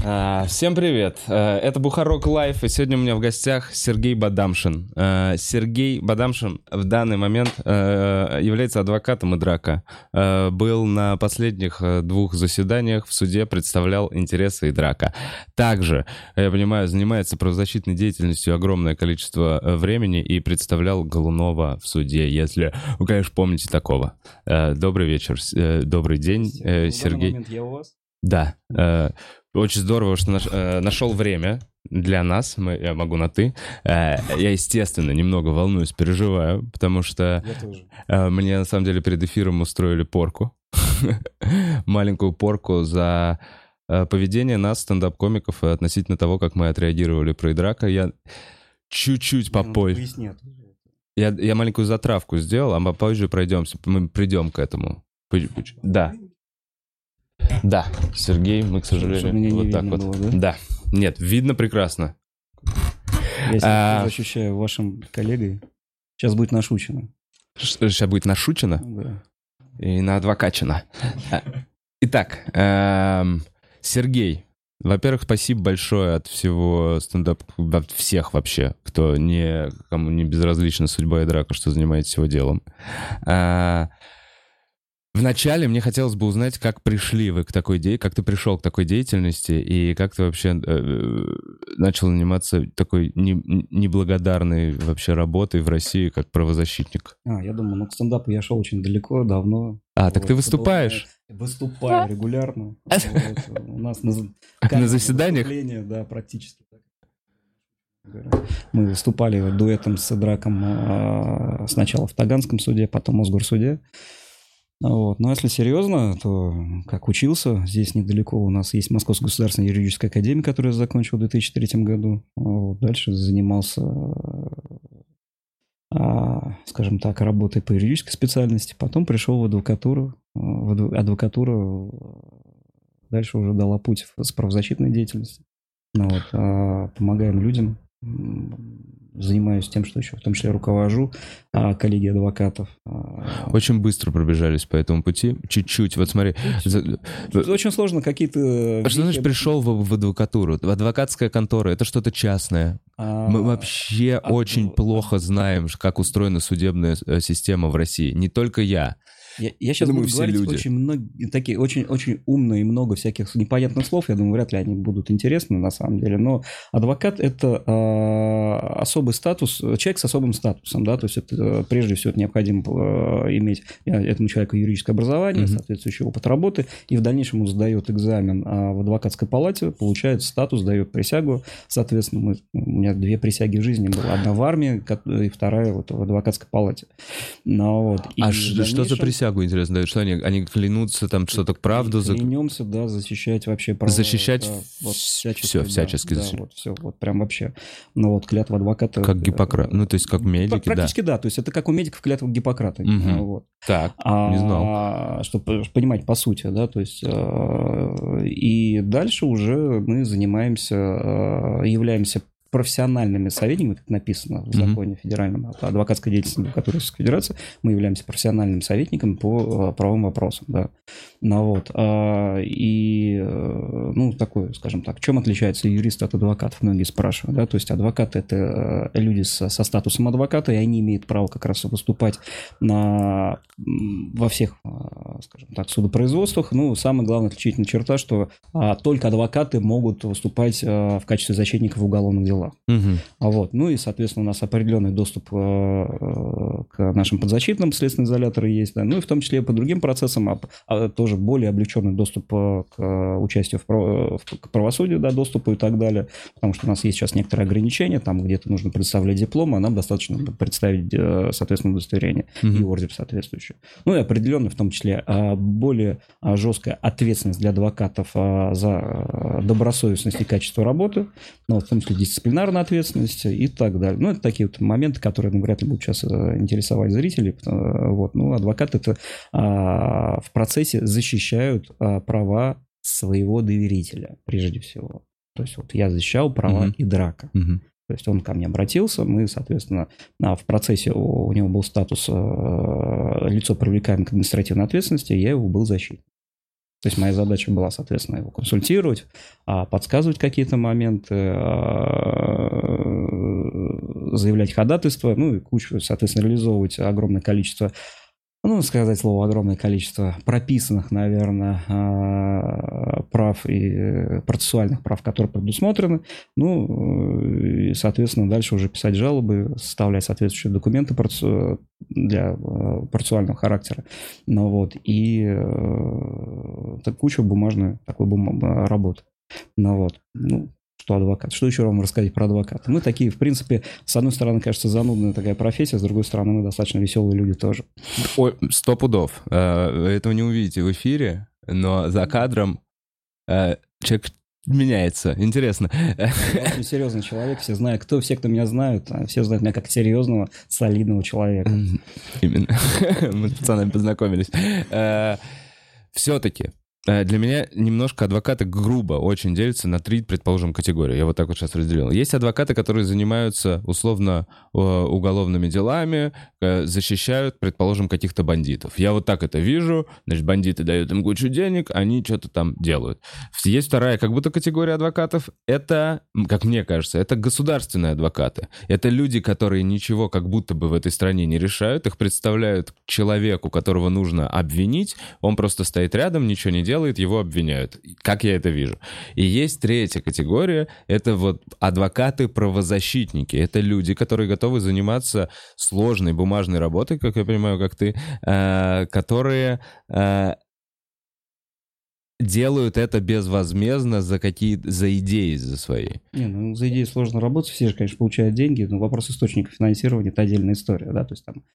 Всем привет. Это Бухарок Лайф, и сегодня у меня в гостях Сергей Бадамшин. Сергей Бадамшин в данный момент является адвокатом Идрака. Был на последних 2 заседаниях в суде, представлял интересы Идрака. Также, я понимаю, занимается правозащитной деятельностью огромное количество времени и представлял Голунова в суде, если вы, конечно, помните такого. Добрый вечер, добрый день, Сергей. В данный момент я у вас? Да. Очень здорово, что нашел время для нас. Я могу на «ты». Я, естественно, немного волнуюсь, переживаю, потому что мне, на самом деле, перед эфиром устроили порку. Маленькую порку за поведение нас, стендап-комиков, относительно того, как мы отреагировали про Идрака. Я чуть-чуть попозже... Я маленькую затравку сделал, а попозже пройдемся. Мы придем к этому. Да. Да, Сергей, мы, к сожалению, вот так вот. Было, да? Да, нет, видно прекрасно. Я себя ощущаю вашим коллегой. Сейчас будет нашучено. Сейчас будет нашучено? Да. И наадвокачено. Итак, Сергей, во-первых, спасибо большое от всего стендап, от всех вообще, кому не безразлична судьба Идрака, что занимаетесь его делом. Вначале мне хотелось бы узнать, как пришли вы к такой как ты пришел к такой деятельности и как ты вообще начал заниматься такой неблагодарной вообще работой в России как правозащитник. Я думаю, к стендапу я шел очень далеко, давно. Так ты выступаешь? Выступаю регулярно. У нас на заседаниях? Да, практически. Мы выступали дуэтом с Идраком сначала в Таганском суде, потом в Мосгорсуде. Но если серьезно, то как учился, здесь недалеко у нас есть Московская государственная юридическая академия, которую я закончил в 2003 году. Дальше занимался, скажем так, работой по юридической специальности. Потом пришел в адвокатуру. Дальше уже дала путь с правозащитной деятельностью. Помогаем людям. Занимаюсь тем, что еще в том числе руковожу коллегией адвокатов. Очень быстро пробежались по этому пути. Чуть-чуть. Вот смотри. Очень сложно какие-то... Что значит пришел в адвокатуру? Адвокатская контора — это что-то частное. Мы вообще очень плохо знаем, как устроена судебная система в России. Не только я. Я сейчас буду говорить очень умно и много всяких непонятных слов. Я думаю, вряд ли они будут интересны на самом деле. Но адвокат – это особый статус, человек с особым статусом. Да? То есть это, прежде всего, это необходимо иметь этому человеку юридическое образование, соответствующий опыт работы. И в дальнейшем он сдает экзамен в адвокатской палате, получает статус, дает присягу. Соответственно, у меня 2 присяги в жизни было. Одна в армии и вторая в адвокатской палате. Что за присяга? Интересно, дают, что они клянутся там что-то правду? Клянемся, да, защищать вообще права. Защищать всячески. Да, все, прям вообще. Клятва адвоката. Как Гиппократ, то есть как медики, практически да, то есть это как у медиков клятва Гиппократа. Так, не знал. Чтобы понимать по сути, да, то есть и дальше уже мы являемся профессиональными советниками, как написано в законе федеральном о адвокатской деятельности адвокатуры Российской Федерации, мы являемся профессиональными советниками по правовым вопросам. Да. Такое, скажем так, в чем отличается юрист от адвокатов, многие спрашивают. Да? То есть адвокаты – это люди со статусом адвоката, и они имеют право как раз выступать во всех, скажем так, судопроизводствах. Самая главная отличительная черта, что только адвокаты могут выступать в качестве защитников в уголовных делах. И, соответственно, у нас определенный доступ к нашим подзащитным следственным изоляторам есть, да, и в том числе и по другим процессам, тоже более облегченный доступ к участию к правосудию, да, доступу и так далее, потому что у нас есть сейчас некоторые ограничения, там где-то нужно представлять диплом, а нам достаточно представить, соответственно, удостоверение и ордер соответствующий. И определенно, в том числе, более жесткая ответственность для адвокатов за добросовестность и качество работы, в том числе дисциплинарная ответственность и так далее. Это такие моменты, которые, вряд ли будут сейчас интересовать зрителей. Адвокаты это в процессе защищают права своего доверителя, прежде всего. То есть я защищал права Идрака. То есть он ко мне обратился, мы, соответственно, в процессе у него был статус лицо, привлекаемое к административной ответственности, я его был защитник. То есть моя задача была, соответственно, его консультировать, подсказывать какие-то моменты, заявлять ходатайство, ну и кучу, соответственно, реализовывать огромное количество, ну, сказать слово, огромное количество прописанных, наверное, прав и процессуальных прав, которые предусмотрены. Ну, и, соответственно, дальше уже писать жалобы, составлять соответствующие документы для процессуального характера. Ну, вот, и куча бумажной такой работы. Ну, вот, ну, что адвокат. Что еще вам рассказать про адвоката? Мы такие, в принципе, с одной стороны, кажется, занудная такая профессия, с другой стороны, мы достаточно веселые люди тоже. Ой, 100 пудов. Этого не увидите в эфире, но за кадром человек меняется. Интересно. Я очень серьезный человек, все знают, все, кто меня знают, все знают меня как серьезного, солидного человека. Именно. Мы с пацанами познакомились. Все-таки для меня немножко адвокаты грубо очень делятся на 3, предположим, категории. Я вот так вот сейчас разделил. Есть адвокаты, которые занимаются условно уголовными делами, защищают, предположим, каких-то бандитов. Я вот так это вижу. Значит, бандиты дают им кучу денег, они что-то там делают. Есть вторая как будто категория адвокатов. Это, как мне кажется, это государственные адвокаты. Это люди, которые ничего как будто бы в этой стране не решают. Их представляют человеку, которого нужно обвинить. Он просто стоит рядом, ничего не делает, его обвиняют. Как я это вижу. И есть третья категория, это вот адвокаты-правозащитники. Это люди, которые готовы заниматься сложной бумажной работой, как я понимаю, как ты, которые делают это безвозмездно за идеи за свои. Не, ну за идеи сложно работать, все же, конечно, получают деньги, но вопрос источника финансирования – это отдельная история, да, то есть там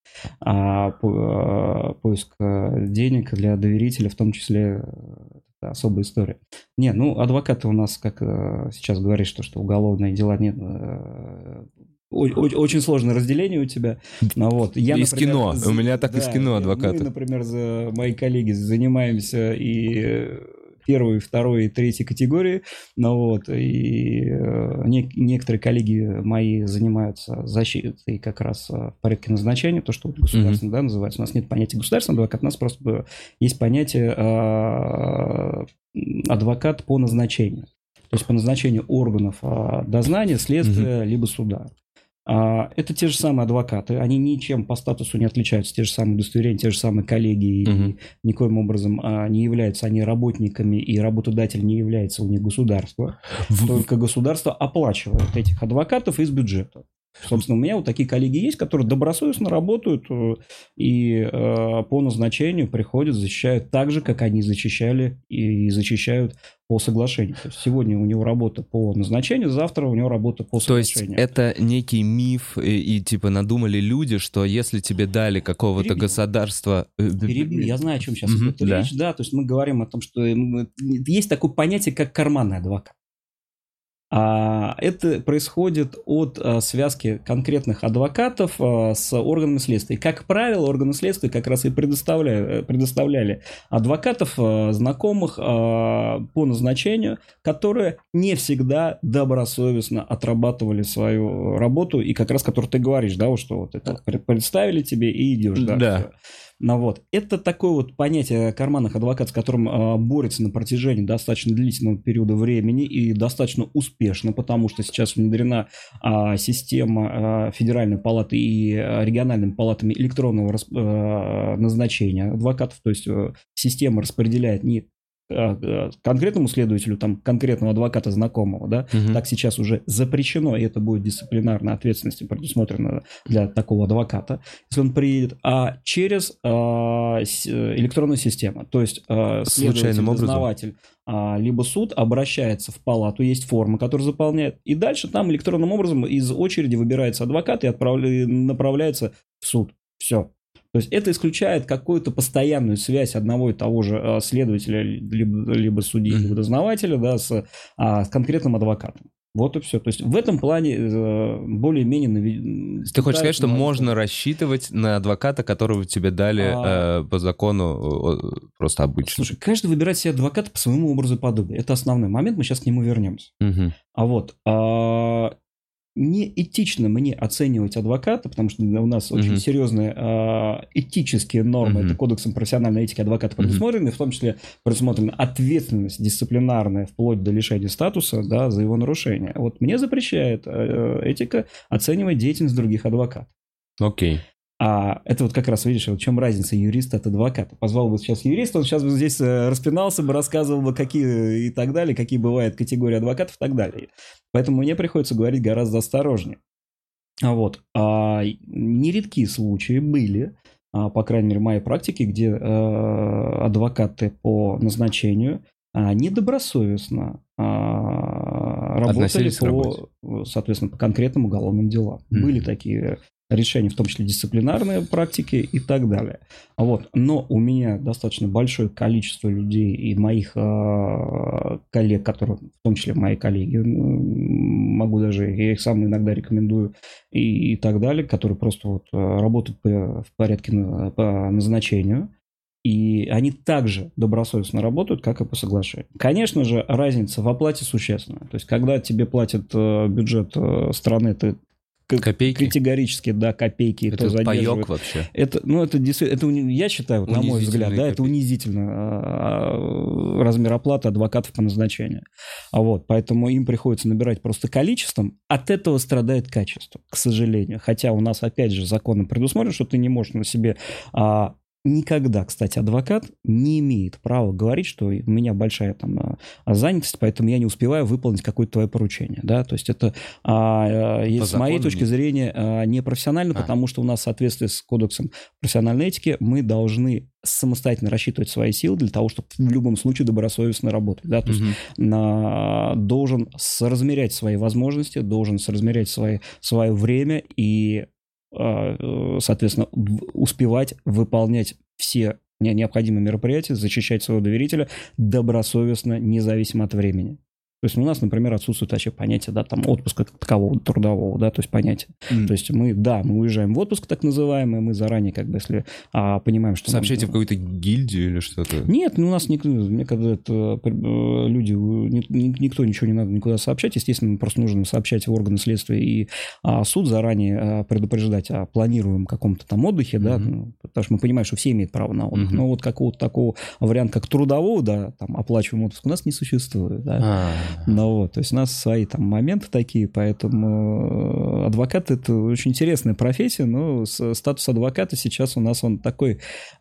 поиск денег для доверителя, в том числе, это особая история. Не, ну адвокаты у нас, как сейчас говоришь, что уголовные дела нет, очень сложное разделение у тебя. Вот. Я, из например, кино. У меня так из кино адвокаты. Мы, например, мои коллеги занимаемся и первой, второй и третьей категории. Ну, вот. И некоторые коллеги мои занимаются защитой как раз в порядке назначения, то, что государственный, да, называется. У нас нет понятия государственный адвокат, у нас просто есть понятие адвокат по назначению. То есть по назначению органов дознания, следствия, либо суда. Это те же самые адвокаты, они ничем по статусу не отличаются, те же самые удостоверения, те же самые коллеги, и никоим образом не являются они работниками, и работодатель не является у них государство, только государство оплачивает этих адвокатов из бюджета. Собственно, у меня вот такие коллеги есть, которые добросовестно работают и по назначению приходят, защищают так же, как они защищали и защищают по соглашению. То есть сегодня у него работа по назначению, завтра у него работа по соглашению. То есть это некий миф и типа надумали люди, что если тебе дали какого-то государства... Я знаю, о чем сейчас идет речь. Да, то есть мы говорим о том, что есть такое понятие, как карманный адвокат. Это происходит от связки конкретных адвокатов с органами следствия. И, как правило, органы следствия как раз и предоставляли адвокатов, знакомых по назначению, которые не всегда добросовестно отрабатывали свою работу, и как раз, который ты говоришь, да, что вот это представили тебе и идешь. Да. Ну, вот. Это такое вот понятие карманных адвокатов, с которым борется на протяжении достаточно длительного периода времени и достаточно успешно, потому что сейчас внедрена система Федеральной палаты и региональными палатами электронного назначения адвокатов, то есть система распределяет не конкретному следователю, там, конкретного адвоката знакомого, да, так сейчас уже запрещено, и это будет дисциплинарная ответственность предусмотрена для такого адвоката, если он приедет, через электронную систему. То есть следователь, дознаватель, либо суд обращается в палату, есть форма, которую заполняет, и дальше там электронным образом из очереди выбирается адвокат и направляется в суд. Все. То есть это исключает какую-то постоянную связь одного и того же следователя, либо судьи, либо дознавателя, да, с конкретным адвокатом. Вот и все. То есть в этом плане более-менее... Ты хочешь сказать, что можно рассчитывать на адвоката, которого тебе дали по закону просто обычно? Слушай, каждый выбирает себе адвоката по своему образу и подобию. Это основной момент, мы сейчас к нему вернемся. Вот. неэтично мне оценивать адвоката, потому что у нас очень серьезные этические нормы, это кодексом профессиональной этики адвоката предусмотрены, в том числе предусмотрена ответственность дисциплинарная вплоть до лишения статуса, да, за его нарушение. Вот мне запрещает этика оценивать деятельность других адвокатов. Окей. А это вот как раз, видишь, в чем разница юриста от адвоката. Позвал бы сейчас юриста, он сейчас бы здесь распинался бы, рассказывал бы, какие и так далее, какие бывают категории адвокатов и так далее. Поэтому мне приходится говорить гораздо осторожнее. Вот. Нередки случаи были, по крайней мере, в моей практике, где адвокаты по назначению недобросовестно работали соответственно, по конкретным уголовным делам. Были такие решения, в том числе дисциплинарные практики и так далее. Вот. Но у меня достаточно большое количество людей и моих коллег, которые, в том числе мои коллеги, могу даже, я их сам иногда рекомендую и так далее, которые просто вот работают в порядке по назначению. И они также добросовестно работают, как и по соглашению. Конечно же, разница в оплате существенная. То есть, когда тебе платит бюджет страны, ты копейки? Категорически, да, копейки. Это паёк вообще? Это действительно, я считаю, вот, на мой взгляд, да, это унизительно размер оплаты адвокатов по назначению. Вот, поэтому им приходится набирать просто количеством. От этого страдает качество, к сожалению. Хотя у нас, опять же, законом предусмотрено, что ты не можешь на себе... Никогда, кстати, адвокат не имеет права говорить, что у меня большая там занятость, поэтому я не успеваю выполнить какое-то твое поручение. Да? То есть это, с моей точки зрения, непрофессионально, потому что у нас в соответствии с кодексом профессиональной этики мы должны самостоятельно рассчитывать свои силы для того, чтобы в любом случае добросовестно работать. Да? То есть должен соразмерять свои возможности, должен соразмерять свое время и соответственно, успевать выполнять все необходимые мероприятия, защищать своего доверителя добросовестно, независимо от времени. То есть у нас, например, отсутствует вообще понятие, да, там, отпуска такового, трудового, да, то есть понятие. То есть мы уезжаем в отпуск, так называемый, мы заранее, как бы, если понимаем, что... Сообщаете в какую-то гильдию или что-то? Нет, у нас мне когда люди, никто ничего не надо никуда сообщать, естественно, просто нужно сообщать в органы следствия и суд заранее предупреждать о планируемом каком-то там отдыхе, да, потому что мы понимаем, что все имеют право на отдых, но вот какого-то такого варианта, как трудового, да, там, оплачиваемый отпуск у нас не существует, да. Ну вот, то есть у нас свои там моменты такие, поэтому адвокат — это очень интересная профессия, но статус адвоката сейчас у нас он такой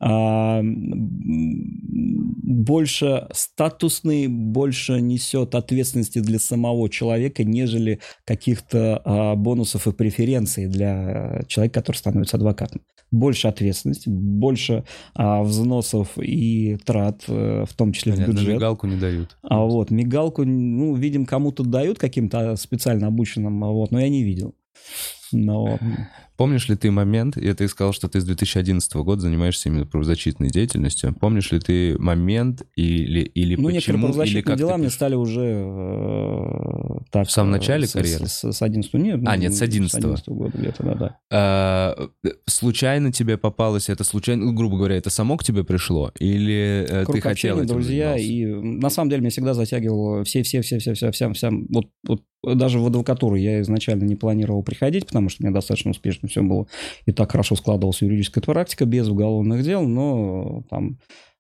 больше статусный, больше несет ответственности для самого человека, нежели каких-то бонусов и преференций для человека, который становится адвокатом. Больше ответственности, больше взносов и трат, в том числе в бюджет. Мигалку не дают. Вот, мигалку, видим, кому-то дают каким-то специально обученным, вот, но я не видел. Но... Помнишь ли ты момент, и ты сказал, что ты с 2011 года занимаешься именно правозащитной деятельностью, помнишь ли ты момент или почему? Некоторые правозащитные дела мне стали уже так... В самом начале карьеры? С 11 нет. Нет, с 11 года где-то, да. Случайно тебе попалось это, случайно, грубо говоря, это само к тебе пришло? Или ты хотел этим друзья, заниматься? И на самом деле меня всегда затягивало все, вот даже в адвокатуру я изначально не планировал приходить, потому что у меня достаточно успешно все было, и так хорошо складывалась юридическая практика без уголовных дел, но там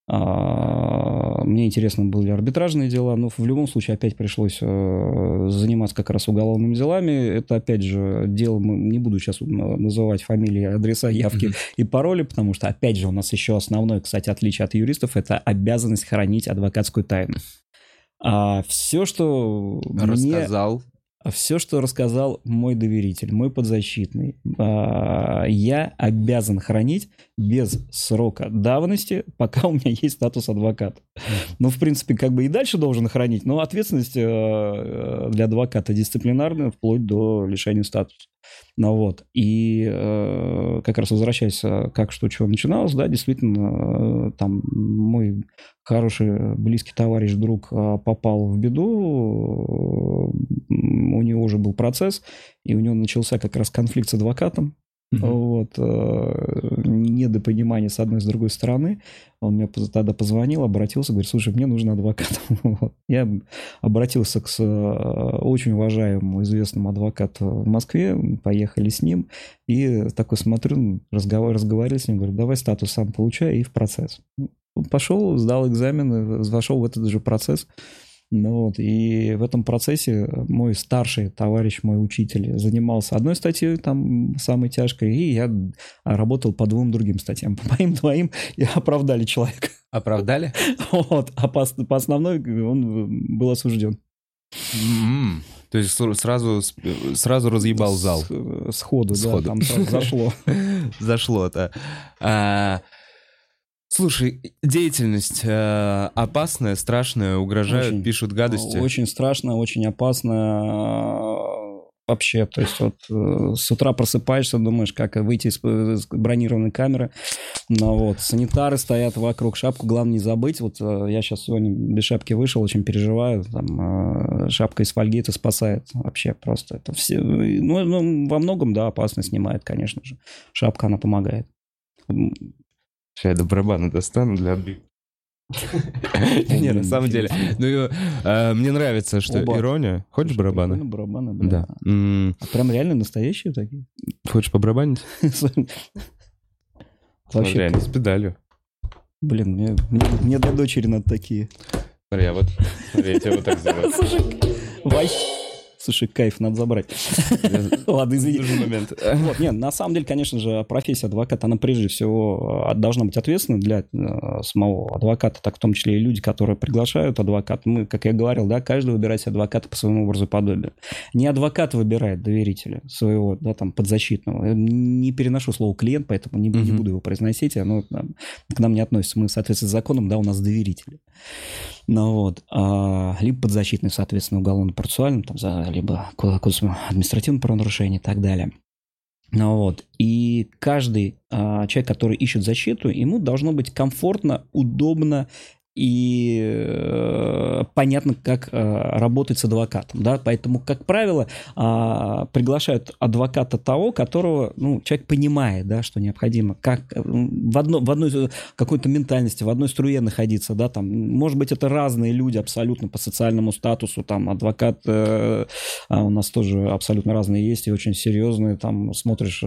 мне интересны были арбитражные дела, но в любом случае опять пришлось заниматься как раз уголовными делами. Это опять же дело, не буду сейчас называть фамилии, адреса, явки и пароли, потому что опять же у нас еще основное, кстати, отличие от юристов, это обязанность хранить адвокатскую тайну. Все, что все, что рассказал мой доверитель, мой подзащитный, я обязан хранить без срока давности, пока у меня есть статус адвоката. Ну, в принципе, как бы и дальше должен хранить, но ответственность для адвоката дисциплинарная, вплоть до лишения статуса. Ну вот, и как раз возвращаясь, как что, чего начиналось, да, действительно, там мой хороший, близкий товарищ, друг попал в беду, у него уже был процесс, и у него начался как раз конфликт с адвокатом, Вот, недопонимание с одной и с другой стороны. Он мне тогда позвонил, обратился, говорит, слушай, мне нужен адвокат. Вот. Я обратился к очень уважаемому, известному адвокату в Москве, поехали с ним, и такой смотрю, разговаривали с ним, говорю, давай статус сам получай и в процесс. Пошел, сдал экзамен, вошел в этот же процесс. Ну вот, и в этом процессе мой старший товарищ, мой учитель, занимался одной статьей, там, самой тяжкой, и я работал по 2 другим статьям. По моим 2 и оправдали человека. Оправдали? Вот, а по основной он был осужден. То есть сразу разъебал зал? Сходу, да, там зашло. Зашло, да. Слушай, деятельность опасная, страшная, угрожают, очень, пишут гадости. Очень страшно, очень опасно вообще. То есть вот с утра просыпаешься, думаешь, как выйти из бронированной камеры. Ну, вот, санитары стоят вокруг, шапку главное не забыть. Вот я сейчас сегодня без шапки вышел, очень переживаю. Там, шапка из фольги это спасает вообще просто. Это все, ну, во многом, да, опасно снимает, конечно же. Шапка, она помогает. Сейчас я до барабана достану для отбивки. Не, на самом деле. Мне нравится, что ирония. Хочешь барабаны? Барабаны, да. Прям реально настоящие такие? Хочешь побарабанить? Вообще реально с педалью. Блин, мне для дочери надо такие. Смотри, я тебя вот так сделаю. Слушай, кайф, надо забрать. Ладно, извини. Момент. Вот, нет, на самом деле, конечно же, профессия адвоката, она прежде всего должна быть ответственна для самого адвоката, так в том числе и люди, которые приглашают адвоката. Мы, как я говорил, да, каждый выбирает себе адвоката по своему образу и подобию. Не адвокат выбирает доверителя своего, да, там, подзащитного. Я не переношу слово клиент, поэтому не буду его произносить, оно к нам не относится. Мы, соответственно, с законом, да, у нас доверители. Ну вот, либо подзащитный, соответственно, уголовно-процессуальным, там, либо административное правонарушение и так далее. Ну вот, и каждый человек, который ищет защиту, ему должно быть комфортно, удобно и понятно, как работать с адвокатом, да, поэтому, как правило, приглашают адвоката того, которого, ну, человек понимает, да, что необходимо, как в одной какой-то ментальности, в одной струе находиться, да, там, может быть, это разные люди абсолютно по социальному статусу, там, адвокат у нас тоже абсолютно разные есть и очень серьезные, там, смотришь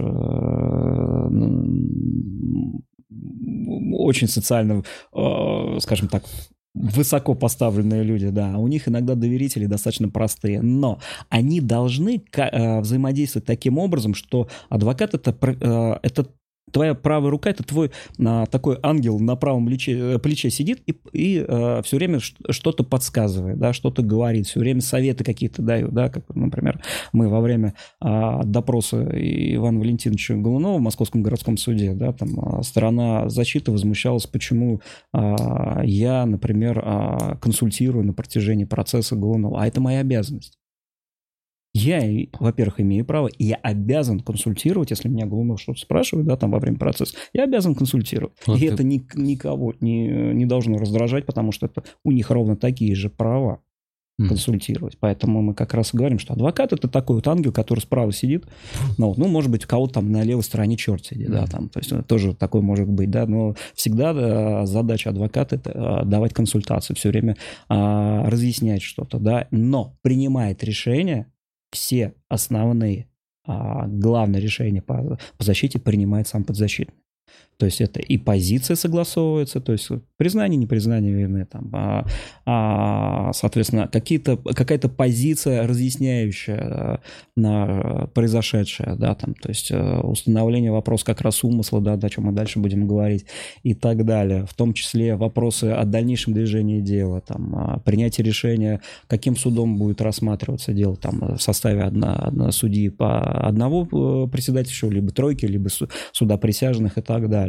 очень социально, скажем так, высоко поставленные люди, да, у них иногда доверители достаточно простые, но они должны взаимодействовать таким образом, что адвокат это твоя правая рука, это твой такой ангел на правом плече сидит и все время что-то подсказывает, да, что-то говорит, все время советы какие-то дают, да, как, например, мы во время допроса Ивана Валентиновича Голунова в Московском городском суде, да, там сторона защиты возмущалась, почему я, например, консультирую на протяжении процесса Голунова, а это моя обязанность. Я, во-первых, имею право, и я обязан консультировать, если меня Голунов что-то спрашивает, да, там во время процесса, я обязан консультировать. Вот и это никого не должно раздражать, потому что это у них ровно такие же права консультировать. Поэтому мы как раз и говорим, что адвокат — это такой вот ангел, который справа сидит, ну, может быть, у кого-то там на левой стороне черт сидит, да, там, то есть тоже такой может быть, да, но всегда задача адвоката — это давать консультацию, все время разъяснять что-то, да, но принимает решение. Все основные, главные решения по защите принимает сам подзащитный. То есть это и позиция согласовывается, то есть признание, непризнание вины, там, соответственно, какая-то позиция, разъясняющая на произошедшее, да, там, то есть установление вопроса как раз умысла, да, о чем мы дальше будем говорить, и так далее. В том числе вопросы о дальнейшем движении дела, там, принятие решения, каким судом будет рассматриваться дело, там, в составе судьи по одного председательства, либо тройки, либо суда присяжных и так далее.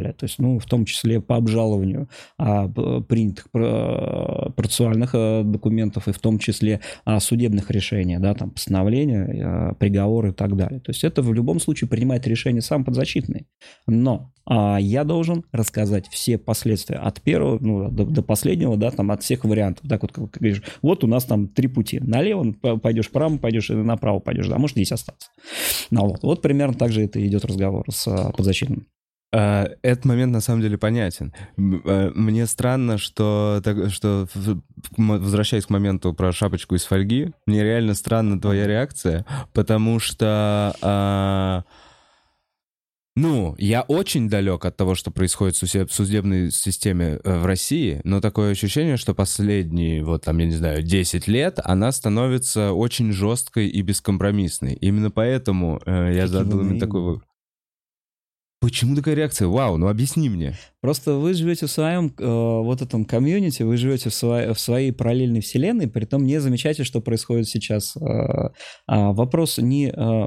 далее. То есть, ну, в том числе по обжалованию принятых процессуальных документов и в том числе судебных решений, да, там, постановления, приговоры и так далее. То есть это в любом случае принимает решение сам подзащитный. Но я должен рассказать все последствия от первого, ну, до последнего, да, там, от всех вариантов. Так вот, как говоришь, вот у нас там 3 пути. Налево пойдешь, вправо пойдешь и направо пойдешь, да, может здесь остаться. Ну, вот примерно так же это идет разговор с подзащитным. Этот момент на самом деле понятен. Мне странно, что возвращаясь к моменту про шапочку из фольги, мне реально странна твоя реакция, потому что... Ну, я очень далек от того, что происходит в судебной системе в России, но такое ощущение, что последние, вот там, я не знаю, 10 лет она становится очень жесткой и бескомпромиссной. Именно поэтому я задал именно такой... Почему такая реакция? Вау, ну объясни мне. Просто вы живете в своем вот этом комьюнити, вы живете в своей параллельной вселенной, при том не замечаете, что происходит сейчас. Вопрос не...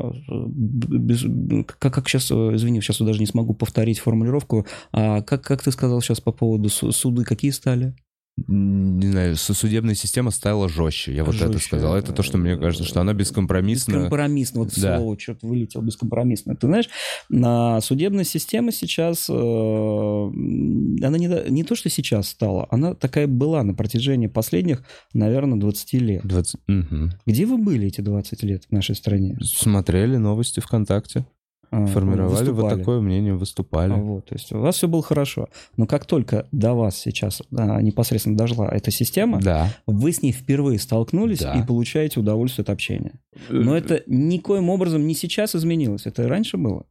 Как сейчас, извини, сейчас даже не смогу повторить формулировку. Как ты сказал сейчас по поводу суды, какие стали? Не знаю, судебная система стала жестче, я вот это сказал. Это то, что мне кажется, что она бескомпромиссна. Бескомпромиссно, вот да. Слово, что-то вылетело, бескомпромиссно. Ты знаешь, судебная система сейчас, она не то, что сейчас стала, она такая была на протяжении последних, наверное, 20 лет. 20. Угу. Где вы были эти 20 лет в нашей стране? Смотрели новости ВКонтакте. Формировали вот такое мнение, выступали. Вот, то есть у вас все было хорошо. Но как только до вас сейчас непосредственно дошла эта система, да. вы с ней впервые столкнулись да. и получаете удовольствие от общения. Но это никоим образом не сейчас изменилось, это и раньше было.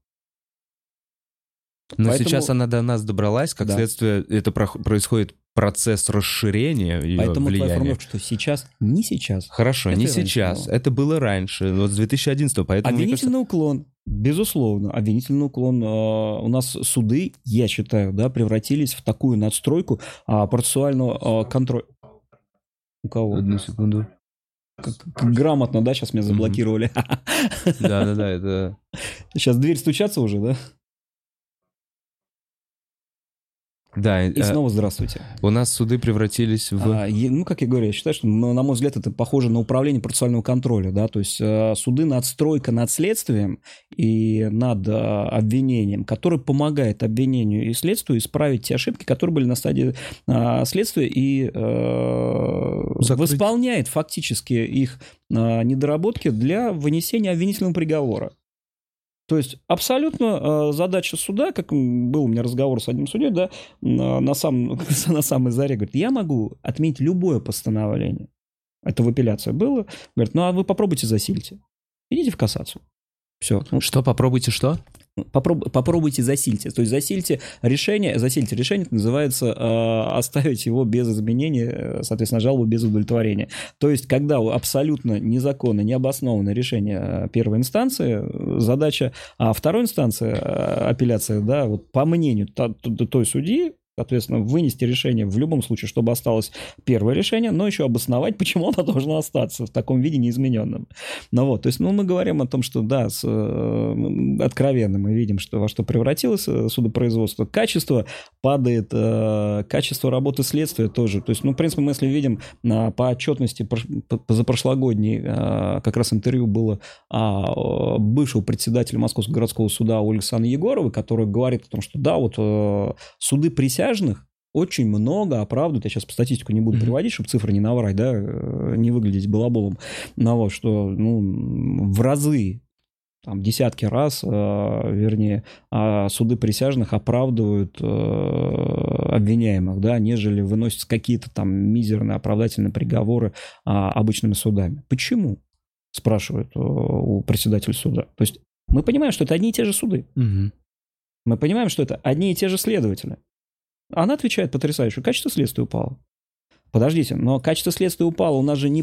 Но сейчас она до нас добралась, как да. следствие, это происходит процесс расширения ее Поэтому влияния. Твоя формулировка, что сейчас, не сейчас. Хорошо, это не сейчас, было. Это было раньше, вот с 2011, поэтому... Обвинительный уклон, безусловно, обвинительный уклон. У нас суды, я считаю, да, превратились в такую надстройку процессуального контроля. У кого? Одну секунду. Как грамотно, да, сейчас меня заблокировали. Да, это... Сейчас дверь стучаться уже, да? Да. И снова здравствуйте. У нас суды превратились в... Ну, как я говорю, я считаю, что, на мой взгляд, это похоже на управление процессуального контроля, да, то есть суды надстройка над следствием и над обвинением, который помогает обвинению и следствию исправить те ошибки, которые были на стадии следствия и восполняет фактически их недоработки для вынесения обвинительного приговора. То есть абсолютно задача суда, как был у меня разговор с одним судьей, да, на самой заре, говорит, я могу отменить любое постановление. Это в апелляции было. Говорит, ну а вы попробуйте засильте. Идите в кассацию. Все. Что попробуйте что? Попробуйте засильте. То есть засильте решение, это называется оставить его без изменения, соответственно, жалобу без удовлетворения. То есть, когда абсолютно незаконно, необоснованное решение первой инстанции, задача второй инстанции, апелляция, да, вот по мнению той судьи, соответственно, вынести решение в любом случае, чтобы осталось первое решение, но еще обосновать, почему оно должно остаться в таком виде неизмененном. Ну вот, то есть, мы говорим о том, что, да, откровенно мы видим, что во что превратилось судопроизводство. Качество падает, качество работы следствия тоже. То есть, в принципе, мы если видим по отчетности позапрошлогодней, как раз интервью было бывшего председателя Московского городского суда Ольги Александры Егоровой, которая говорит о том, что, да, вот суды присяжных очень много оправдывают, я сейчас по статистику не буду приводить, чтобы цифры не наврать, да, не выглядеть балаболом, но вот, что в разы, там, десятки раз, вернее, суды присяжных оправдывают обвиняемых, да, нежели выносятся какие-то там мизерные оправдательные приговоры обычными судами. Почему? Спрашивают у председателя суда. То есть мы понимаем, что это одни и те же суды. Мы понимаем, что это одни и те же следователи. Она отвечает потрясающе, качество следствия упало. Подождите, но качество следствия упало, у нас же не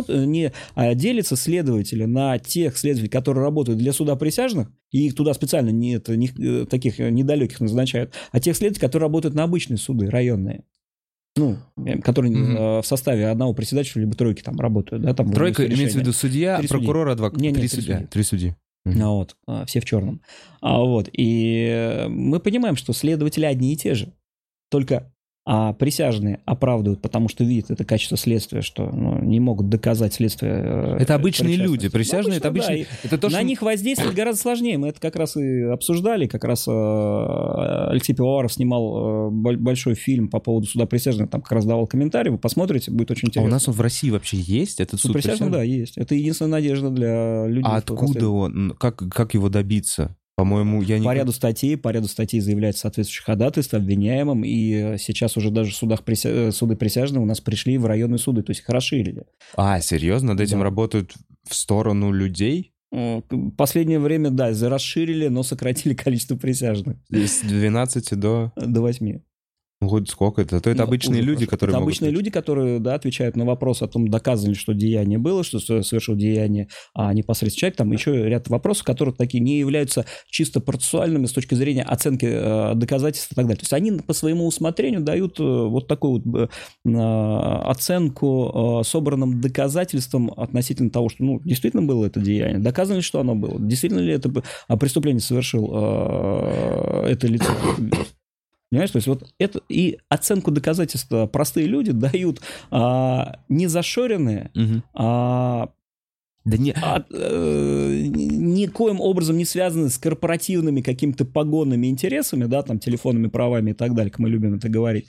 делятся следователи на тех следователей, которые работают для суда присяжных, и их туда специально таких недалеких назначают, а тех следователей, которые работают на обычные суды, районные. Которые в составе одного председателя либо тройки там работают. Да, там тройка имеется в виду судья, прокурор, адвокат. Три судьи. Вот, все в черном. Вот, и мы понимаем, что следователи одни и те же, только присяжные оправдывают, потому что видят это качество следствия, что не могут доказать следствие. Это обычные люди, присяжные, это обычные. Да, это то, на что... них воздействовать гораздо сложнее. Мы это как раз и обсуждали, как раз Алексей Пивоваров снимал большой фильм по поводу суда присяжных, там как раз давал комментарий, вы посмотрите, будет очень интересно. А у нас он в России вообще есть, этот суд присяжных? Да, есть. Это единственная надежда для людей. А откуда он? Как его добиться? По-моему, По ряду статей заявляется соответствующее ходатайство обвиняемым, и сейчас уже даже в суды присяжные у нас пришли в районные суды, то есть их расширили. Серьезно? Над этим работают в сторону людей? В последнее время, да, расширили, но сократили количество присяжных. С 12 до 8. Хоть сколько это? То это обычные люди, которые это обычные люди, которые, да, отвечают на вопрос о том, доказано ли, что деяние было, что совершил деяние непосредственно человек. Там еще ряд вопросов, которые такие не являются чисто процессуальными с точки зрения оценки доказательств и так далее. То есть они по своему усмотрению дают вот такую вот оценку собранным доказательствам относительно того, что действительно было это деяние, доказано ли, что оно было, действительно ли это преступление совершил это лицо. Понимаешь, то есть вот это и оценку доказательств простые люди дают не зашоренные, никоим образом не связаны с корпоративными какими-то погонными интересами, да, там, телефонными правами и так далее, как мы любим это говорить.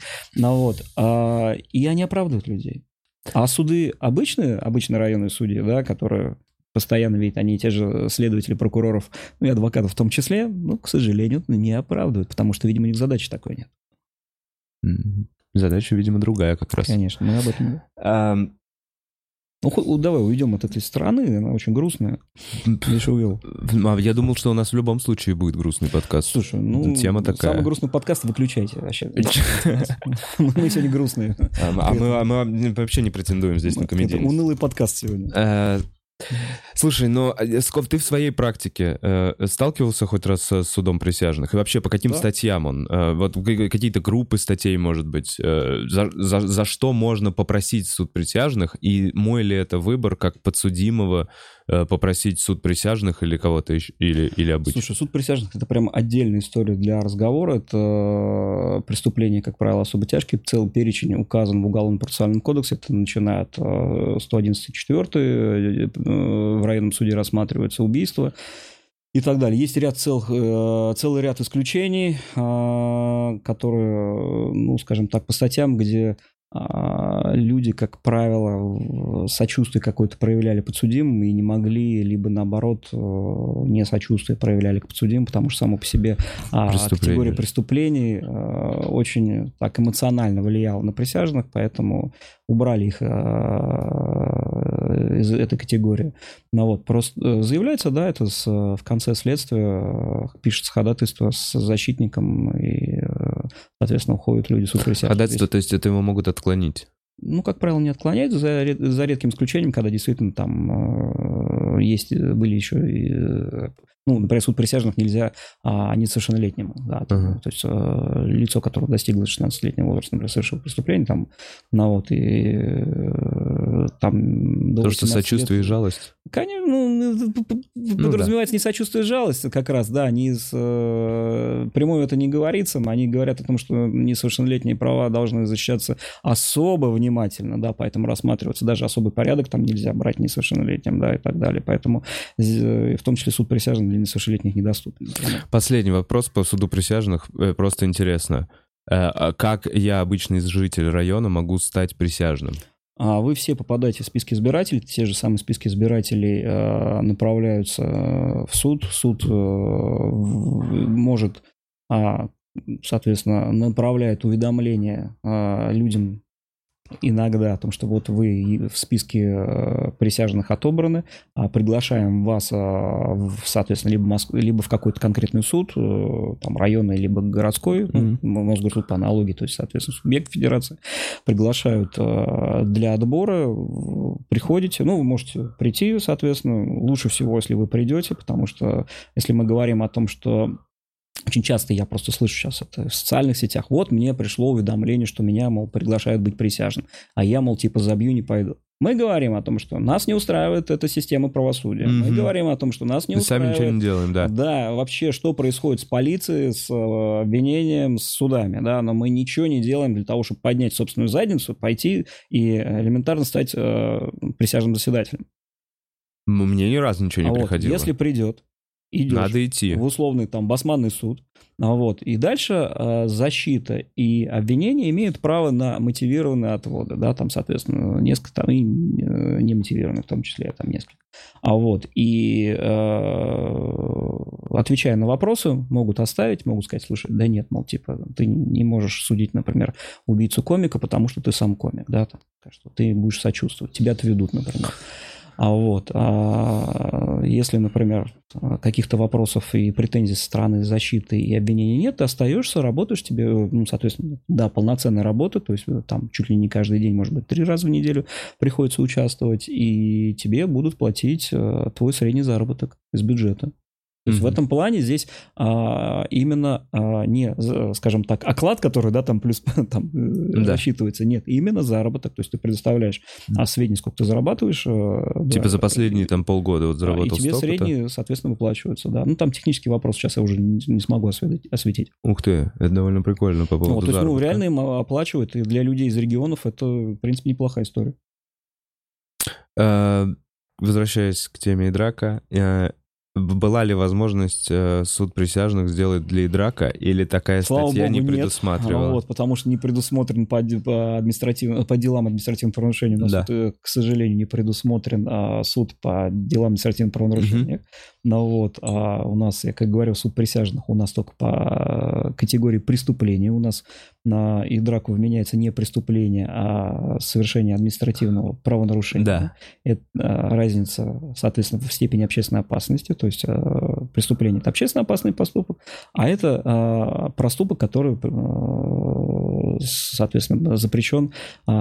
И они оправдывают людей. А суды обычные районные судьи, да, которые... постоянно видят, они те же следователи, прокуроров, и адвокатов в том числе, к сожалению, не оправдывают, потому что, видимо, у них задачи такой нет. Задача, видимо, другая как раз. Конечно, мы об этом говорим. Давай уйдем от этой стороны, она очень грустная. Лишь увел. Я думал, что у нас в любом случае будет грустный подкаст. Слушай, тема такая. Самый грустный подкаст выключайте вообще. Мы сегодня грустные. Мы вообще не претендуем здесь на комедийность. Унылый подкаст сегодня. Слушай, но ты в своей практике сталкивался хоть раз с судом присяжных? И вообще по каким статьям он? Вот какие-то группы статей, может быть? За что можно попросить суд присяжных? И мой ли это выбор как подсудимого попросить суд присяжных или кого-то еще, или обычно? Слушай, суд присяжных — это прям отдельная история для разговора. Это преступления, как правило, особо тяжкие. Целый перечень указан в Уголовно-процессуальном кодексе. Это начиная от 111.4 в районном суде рассматривается убийство и так далее. Есть целый ряд исключений, которые, скажем так, по статьям, где люди, как правило, сочувствие какое-то проявляли подсудимым и не могли, либо наоборот, не сочувствие проявляли к подсудимым, потому что само по себе категория преступлений очень так эмоционально влияла на присяжных, поэтому убрали их из этой категории. Просто заявляется, да, это в конце следствия, пишется ходатайство с защитником, и, соответственно, уходят люди в суд присяжных. Ходатайство, то есть это его могут отклонить? Как правило, не отклоняют, за редким исключением, когда действительно там были еще... например, суд присяжных нельзя несовершеннолетнему. Да, то есть лицо, которое достигло 16-летнего возраста, например, совершило преступление, там то, что сочувствие и жалость? Конечно, подразумевается не сочувствие и жалость как раз, да, прямое это не говорится, они говорят о том, что несовершеннолетние права должны защищаться особо внимательно, да, поэтому рассматривается даже особый порядок, там нельзя брать несовершеннолетним, да, и так далее, поэтому в том числе суд присяжных для несовершеннолетних недоступен. Последний вопрос по суду присяжных, просто интересно. Как я, обычный житель района, могу стать присяжным? Вы все попадаете в списки избирателей, те же самые списки избирателей направляются в суд. Суд может, соответственно, направляет уведомления людям иногда о том, что вот вы в списке присяжных отобраны, приглашаем вас, соответственно, либо в какой-то конкретный суд, там районный, либо городской, Мосгорсуд по аналогии, то есть, соответственно, субъект федерации, приглашают для отбора, приходите, вы можете прийти, соответственно, лучше всего, если вы придете, потому что если мы говорим о том, что Очень часто я просто слышу сейчас это в социальных сетях. Вот мне пришло уведомление, что меня, мол, приглашают быть присяжным. А я, мол, типа забью, не пойду. Мы говорим о том, что нас не устраивает эта система правосудия. Мы говорим о том, что нас не устраивает... Сами ничего не делаем, да. Да, вообще, что происходит с полицией, с обвинением, с судами, да, но мы ничего не делаем для того, чтобы поднять собственную задницу, пойти и элементарно стать присяжным заседателем. Мне ни разу ничего не приходило. Если придет, идешь надо идти в условный там басманный суд, и дальше защита и обвинение имеют право на мотивированные отводы, да, там, соответственно, несколько, там, и не мотивированные в том числе, там, несколько. Отвечая на вопросы, могут оставить, могут сказать, слушай, да нет, мол, типа, ты не можешь судить, например, убийцу комика, потому что ты сам комик, да, так что ты будешь сочувствовать, тебя отведут, например. Если, например, каких-то вопросов и претензий со стороны защиты и обвинений нет, ты остаешься, работаешь, тебе, соответственно, да, полноценная работа, то есть там чуть ли не каждый день, может быть, 3 раза в неделю приходится участвовать, и тебе будут платить твой средний заработок из бюджета. То есть в этом плане здесь именно не, скажем так, оклад, который, да, там плюс там рассчитывается, нет, именно заработок. То есть ты предоставляешь сведения, сколько ты зарабатываешь. Типа за последние там полгода вот заработал столько-то. И тебе средние, соответственно, выплачиваются, да. Ну, там технический вопрос сейчас я уже не смогу осветить. Ух ты, это довольно прикольно по поводу заработка. То есть, реально им оплачивают, и для людей из регионов это, в принципе, неплохая история. Возвращаясь к теме Идрака, была ли возможность суд присяжных сделать для Идрака, или такая статья не предусматривала? Нет, потому что не предусмотрен по делам административных правонарушений. У нас, к сожалению, не предусмотрен суд по делам административных правонарушений. У нас, я как говорил, суд присяжных у нас только по категории преступления. У нас на Идраку вменяется не преступление, а совершение административного правонарушения. Да. Это разница, соответственно, в степени общественной опасности. То есть преступление – это общественно опасный поступок, а это проступок, который, соответственно, запрещен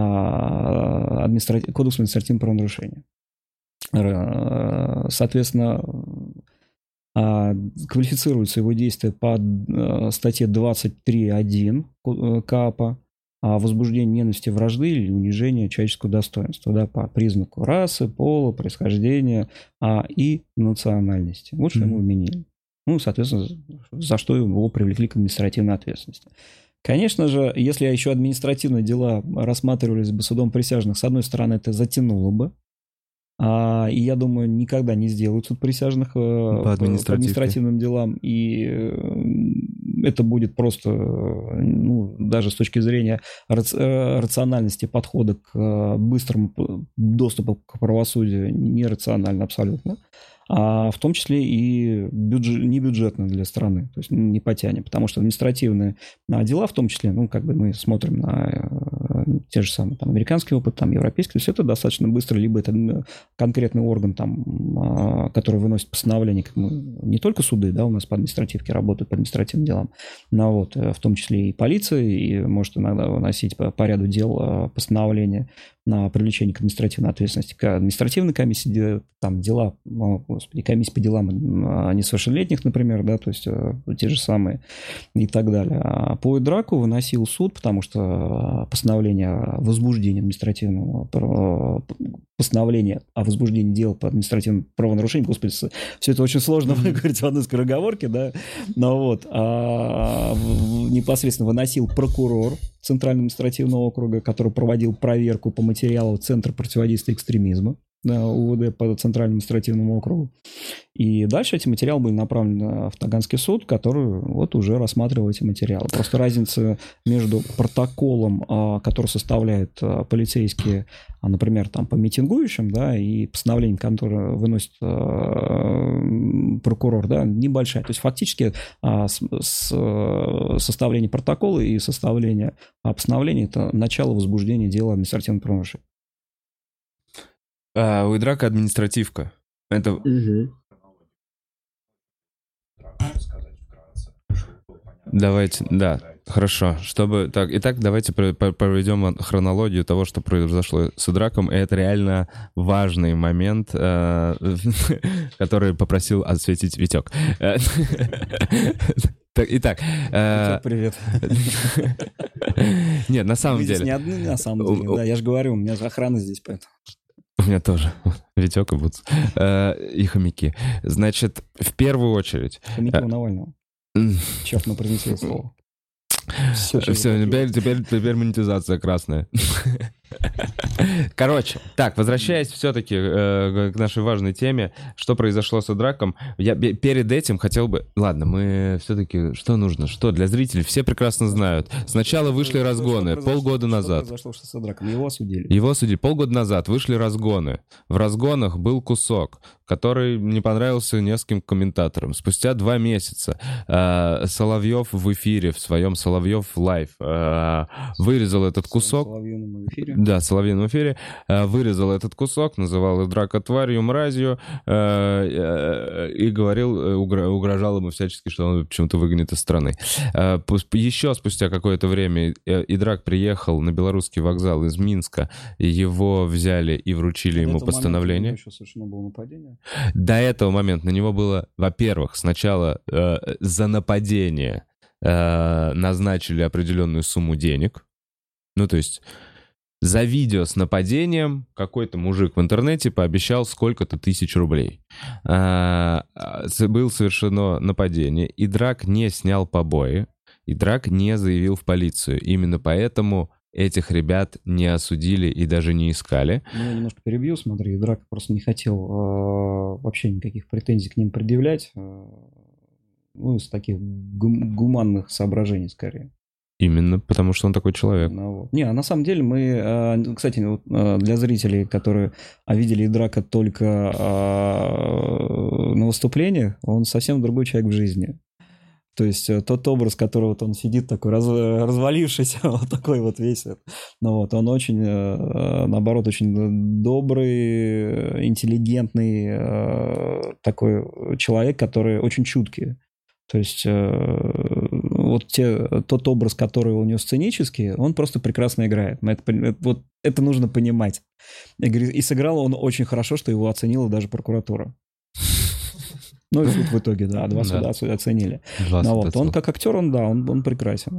Кодексом административного правонарушения. Соответственно, квалифицируется его действие по статье 23.1 КАПа о возбуждении ненависти, вражды или унижения человеческого достоинства, да, по признаку расы, пола, происхождения и национальности. Вот что ему вменили. Соответственно, за что его привлекли к административной ответственности. Конечно же, если еще административные дела рассматривались бы судом присяжных, с одной стороны, это затянуло бы. И я думаю, никогда не сделают суд присяжных по административным делам. И это будет просто, даже с точки зрения рациональности подхода к быстрому доступу к правосудию, нерационально абсолютно. В том числе и небюджетно для страны, то есть не потянем, потому что административные дела, в том числе, мы смотрим на те же самые там, американский опыт, там, европейский, то есть это достаточно быстро, либо это конкретный орган, там, который выносит постановление, как не только суды, да, у нас по административке работают по административным делам, но в том числе и полиция, и может иногда выносить по ряду дел постановления на привлечение к административной ответственности, к административной комиссии, там дела, комиссии по делам несовершеннолетних, например, да, то есть те же самые и так далее. А по Идраку выносил суд, потому что постановление о возбуждении административного постановление о возбуждении дела по административным правонарушениям, господи, все это очень сложно выговорить в одной скороговорке, да, непосредственно выносил прокурор Центрального административного округа, который проводил проверку по материалу Центра противодействия экстремизма, УВД по Центральному административному округу. И дальше эти материалы были направлены в Таганский суд, который уже рассматривал эти материалы. Просто разница между протоколом, который составляют полицейские, например, там, по митингующим, да, и постановлением, которое выносит прокурор, да, небольшая. То есть фактически составление протокола и составление постановления – это начало возбуждения дела административного правонарушения. У Идрака административка. Это... Давайте, да, хорошо. Итак, давайте проведем хронологию того, что произошло с Идраком. И это реально важный момент, который попросил осветить Витек. Итак. Привет. Нет, на самом деле. Вы здесь не одни, на самом деле. Да, я же говорю, у меня же охрана здесь, поэтому. У меня тоже. Витек и Буц. И хомяки. Значит, в первую очередь... Хомяки у Навального. Сейчас мы произнесли слово. Все, теперь монетизация красная. Короче, так, возвращаясь все-таки к нашей важной теме, что произошло с Идраком, я перед этим хотел бы... Ладно, мы все-таки... Что нужно? Что для зрителей? Все прекрасно знают. Сначала вышли разгоны полгода назад. Что произошло с Идраком? Его осудили. Его осудили. Полгода назад вышли разгоны. В разгонах был кусок, который не понравился нескольким комментаторам. Спустя 2 месяца Соловьев в эфире, в своем Соловьев лайв, вырезал этот кусок. Соловьином в эфире? Да, Соловьином в эфире. Вырезал этот кусок, называл Идрака тварью, мразью, и говорил, угрожал ему всячески, что он почему-то выгонит из страны. Еще спустя какое-то время Идрак приехал на белорусский вокзал из Минска, его взяли и вручили ему постановление. Еще совершенно было нападение. До этого момента на него было, во-первых, сначала за нападение назначили определенную сумму денег. Ну, то есть за видео с нападением какой-то мужик в интернете пообещал сколько-то тысяч рублей. Было совершено нападение. Идрак не снял побои. Идрак не заявил в полицию. Именно поэтому этих ребят не осудили и даже не искали. Ну, я немножко перебью, смотри. Идрак просто не хотел вообще никаких претензий к ним предъявлять. Ну, из таких гуманных соображений, скорее. Именно потому, что он такой человек. Ну, вот. Не, а на самом деле мы... Кстати, вот, для зрителей, которые видели Идрака только на выступлениях, он совсем другой человек в жизни. То есть тот образ, который вот он сидит такой развалившийся, вот такой вот весь. Ну, вот, он очень, наоборот, очень добрый, интеллигентный такой человек, который очень чуткий. То есть вот тот образ, который у него сценический, он просто прекрасно играет. Вот это нужно понимать. И сыграл он очень хорошо, что его оценила даже прокуратура. Ну и суд в итоге, да, 2 суда оценили. Вот. Он как актер, он прекрасен.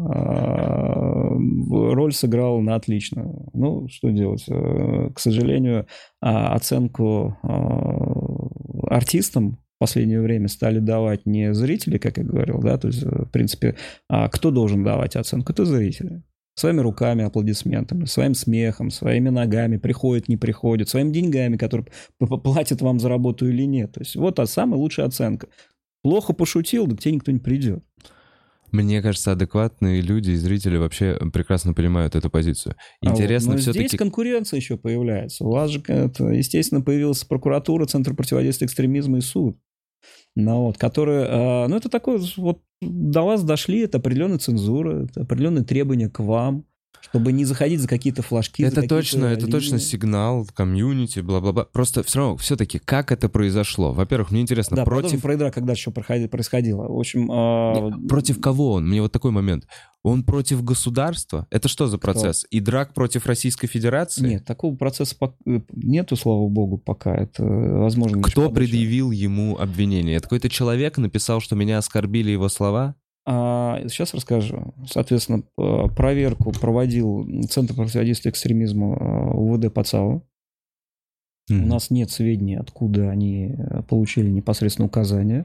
Роль сыграл на отлично. Ну, что делать? К сожалению, оценку артистам в последнее время стали давать не зрители, как я говорил, да, то есть, в принципе, кто должен давать оценку? Это зрители. Своими руками, аплодисментами, своим смехом, своими ногами, приходит, не приходит, своими деньгами, которые платят вам за работу или нет. То есть вот самая лучшая оценка. Плохо пошутил, да к тебе никто не придет. Мне кажется, адекватные люди и зрители вообще прекрасно понимают эту позицию. Интересно но все-таки... здесь конкуренция еще появляется. У вас же, естественно, появилась прокуратура, Центр противодействия экстремизму и суд. Ну, вот, которые, ну, это такое, вот до вас дошли, это определенная цензура, это определенные требования к вам, чтобы не заходить за какие-то флажки. Это точно сигнал, комьюнити, бла-бла-бла. Просто все равно, все-таки, как это произошло? Во-первых, мне интересно, да, против... про Идрака когда еще происходило. В общем... Против кого он? Мне вот такой момент. Он против государства? Это что за процесс? Идрак против Российской Федерации? Нет, такого процесса нету, слава богу, пока. Это возможно. Кто предъявил ему обвинение? Это какой-то человек написал, что меня оскорбили его слова? Сейчас расскажу. Соответственно, проверку проводил Центр противодействия экстремизму УВД по ЦАО. У нас нет сведений, откуда они получили непосредственно указания.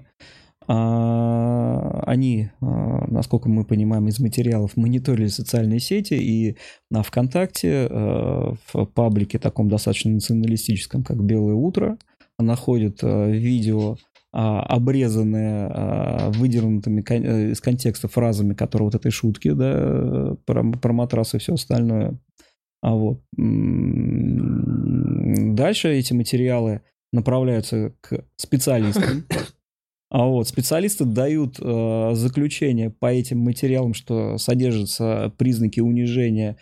Они, насколько мы понимаем из материалов, мониторили социальные сети, и на ВКонтакте, в паблике таком достаточно националистическом, как «Белое утро», находят видео, обрезанные выдернутыми из контекста фразами, которые вот этой шутки, да, про матрасы и все остальное. Вот. Дальше эти материалы направляются к специалистам. Вот. Специалисты дают заключение по этим материалам, что содержатся признаки унижения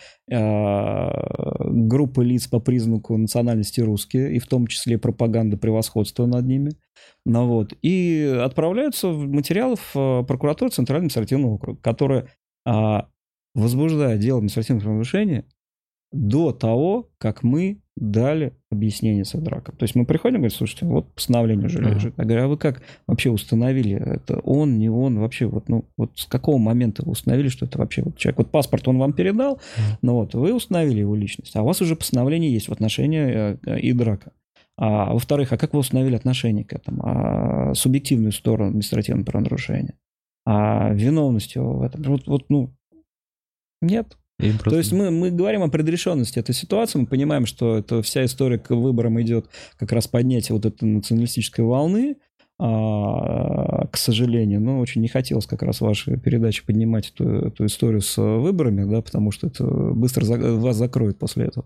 группы лиц по признаку национальности русские, и в том числе пропаганда превосходства над ними. Ну, вот. И отправляются материалы в прокуратуру Центрального административного округа, которая возбуждает дело административного правонарушения до того, как мы дали объяснение с драком. То есть мы приходим и говорим, слушайте, вот постановление уже лежит. Я говорю, а вы как вообще установили, это он, не он, вообще вот, ну, вот с какого момента вы установили, что это вообще вот человек, вот паспорт он вам передал, но вот вы установили его личность, а у вас уже постановление есть в отношении и драка. А во-вторых, а как вы установили отношение к этому? Субъективную сторону административного правонарушения? А виновность в этом? Вот, ну, нет. То есть мы говорим о предрешенности этой ситуации, мы понимаем, что это вся история к выборам идет как раз поднятие вот этой националистической волны, к сожалению, но очень не хотелось как раз в вашей передаче поднимать эту историю с выборами, да, потому что это быстро вас закроет после этого.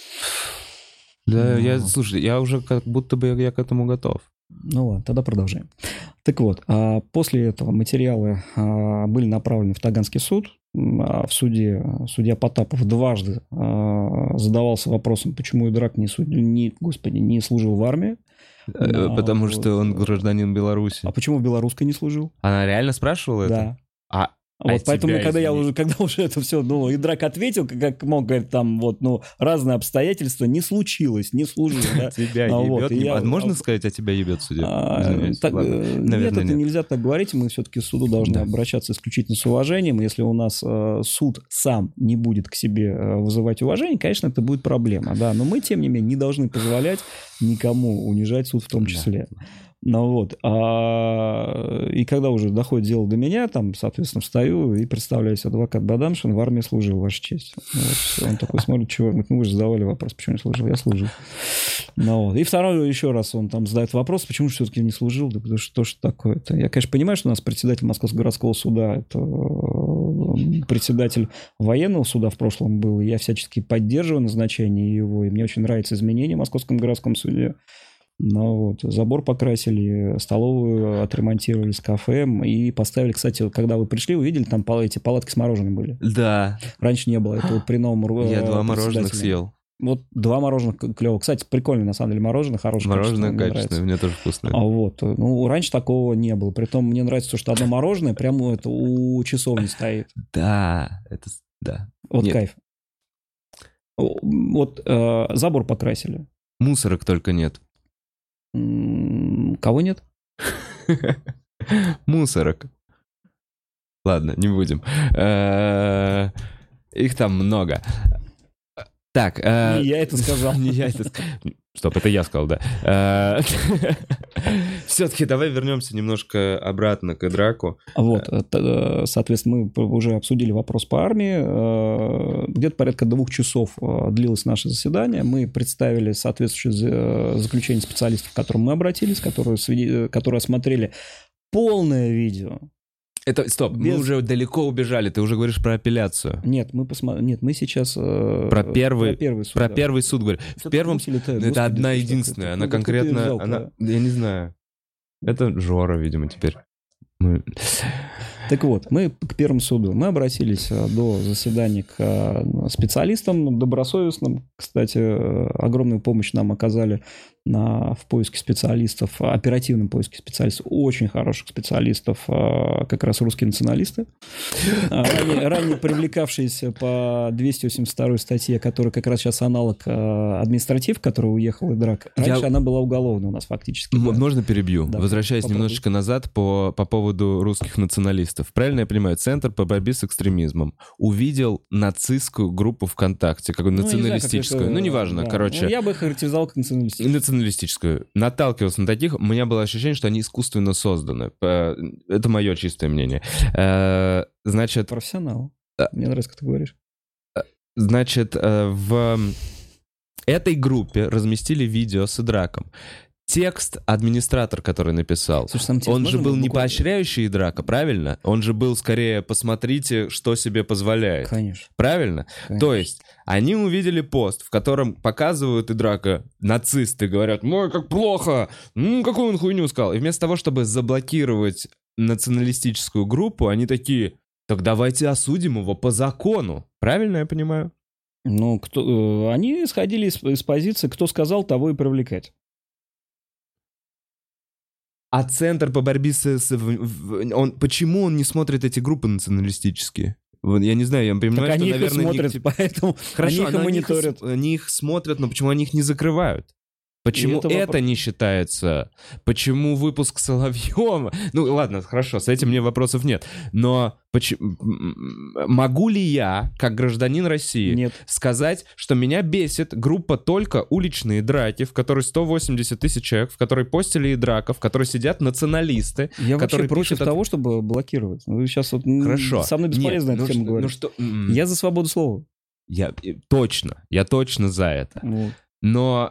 Да, слушай, я уже как будто бы я к этому готов. Ну ладно, тогда продолжаем. Так вот, после этого материалы были направлены в Таганский суд. В суде судья Потапов дважды задавался вопросом, почему Идрак не служил в армии. Потому что он гражданин Беларуси. А почему в белорусской не служил? Она реально спрашивала это? Да. Вот поэтому, когда уже это все, ну, Идрак ответил, как мог, говорит, там, вот, ну, разные обстоятельства, не случилось, не служил. Тебя ебет? Можно сказать, а тебя ебет судья? Нет, это нельзя так говорить, мы все-таки к суду должны обращаться исключительно с уважением. Если у нас суд сам не будет к себе вызывать уважение, конечно, это будет проблема, да, но мы, тем не менее, не должны позволять никому унижать суд в том числе. Ну вот, и когда уже доходит дело до меня, там, соответственно, встаю и представляюсь, адвокат Бадамшин в армии служил, Ваша честь. Вот, он такой смотрит, чего, мы же задавали вопрос, почему не служил, я служил. Ну вот, и второй еще раз он там задает вопрос, почему же все-таки не служил, да потому что что такое-то. Я, конечно, понимаю, что у нас председатель Московского городского суда, это председатель военного суда в прошлом был, и я всячески поддерживаю назначение его, и мне очень нравятся изменения в Московском городском суде. Ну вот, забор покрасили, столовую отремонтировали с кафе и поставили, кстати, когда вы пришли, вы видели, там эти палатки с мороженым были? Да. Раньше не было, это вот при новом Я 2 мороженых съел. Вот 2 мороженых клево. Кстати, прикольно, на самом деле, мороженое хорошее. Мороженое качественное, мне тоже вкусное. Вот, ну, раньше такого не было. Притом мне нравится то, что одно мороженое прямо это у часовни стоит. Да, это, да. Вот нет. Кайф. Вот забор покрасили. Мусорок только нет. Кого нет? Мусорок. Ладно, не будем. Их там много. Так. Не я это сказал. Не я это сказал. Стоп, это я сказал, да. Все-таки давай вернемся немножко обратно к Идраку. Вот, соответственно, мы уже обсудили вопрос по армии. Где-то порядка 2 часов длилось наше заседание. Мы представили соответствующее заключение специалистов, к которым мы обратились, которые осмотрели полное видео. Это, стоп, мы уже далеко убежали, ты уже говоришь про апелляцию. Нет, мы сейчас... Про первый суд. Про первый суд говорю. В первом... Это одна единственная, она конкретно... Я не знаю. Это Жора, видимо, теперь. Так вот, мы к первому суду. Мы обратились до заседания к специалистам добросовестным. Кстати, огромную помощь нам оказали в поиске специалистов, оперативном поиске специалистов, очень хороших специалистов, как раз русские националисты, ранее привлекавшиеся по 282 статье, которая как раз сейчас аналог административ, который уехал Идрак. Раньше она была уголовной у нас фактически. Можно перебью? Да, возвращаясь немножечко назад по поводу русских националистов. Правильно я понимаю, Центр по борьбе с экстремизмом увидел нацистскую группу ВКонтакте, как националистическую. Неважно, да. короче. Я бы их характеризовал как националистическую. Наталкивался на таких, у меня было ощущение, что они искусственно созданы. Это мое чистое мнение. Значит... Профессионал. Мне нравится, как ты говоришь. Значит, в этой группе разместили видео с Идраком. Текст администратор, который написал, слушай, он же был не поощряющий Идрака, правильно? Он же был скорее «посмотрите, что себе позволяет». Конечно. Правильно? Конечно. То есть они увидели пост, в котором показывают Идрака нацисты, говорят, «Ой, как плохо! Какую он хуйню сказал?» И вместо того, чтобы заблокировать националистическую группу, они такие, так давайте осудим его по закону. Правильно я понимаю? Ну, они исходили из позиции, кто сказал, того и привлекать. А Центр по борьбе почему он не смотрит эти группы националистические? Вот я не знаю, я понимаю, Так что, они наверное... их смотрят, поэтому Хорошо, они их и мониторят. Они их смотрят, но почему они их не закрывают? Почему это это вопрос. не считается? Почему выпуск Соловьева? Ну, ладно, хорошо, с этим мне вопросов нет. Но могу ли я, как гражданин России, Нет. сказать, что меня бесит группа только «Уличные драки», в которой 180 тысяч человек, в которой постили и драка, в которой сидят националисты, Я вообще которые против пишут того, чтобы блокировать. Вы сейчас вот Хорошо. со мной бесполезно Нет, эту тему говорить. Я за свободу слова. Я точно за это. Вот. Но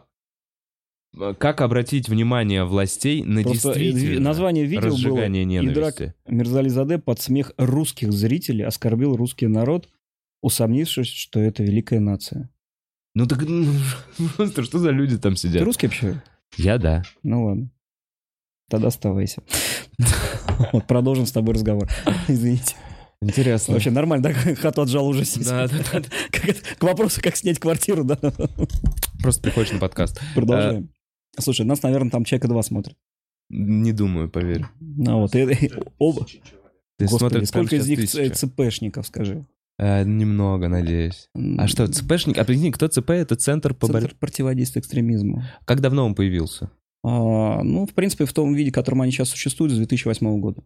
как обратить внимание властей на Просто действительно название видео разжигание было ненависти? «Идрак Мирзализаде под смех русских зрителей оскорбил русский народ, усомнившись, что это великая нация». Ну так, просто что за люди там Ты сидят? русский вообще? Я да. Ну ладно. Тогда оставайся. Вот, продолжим с тобой разговор. Извините. Интересно. Вообще нормально, да? Хату отжал уже. Да. К вопросу, как снять квартиру, да? Просто приходишь на подкаст. Продолжаем. Слушай, нас, наверное, там человека 2 смотрят. Не думаю, поверь. Ну вот, оба. Ты Господи, смотришь сколько из них 1000. ЦПшников, скажи? Немного, надеюсь. А что, ЦПшник? А прикинь, кто ЦП? Это Центр по борьбе. Центр противодействия экстремизму. Как давно он появился? Ну, в принципе, в том виде, в котором они сейчас существуют, с 2008 года.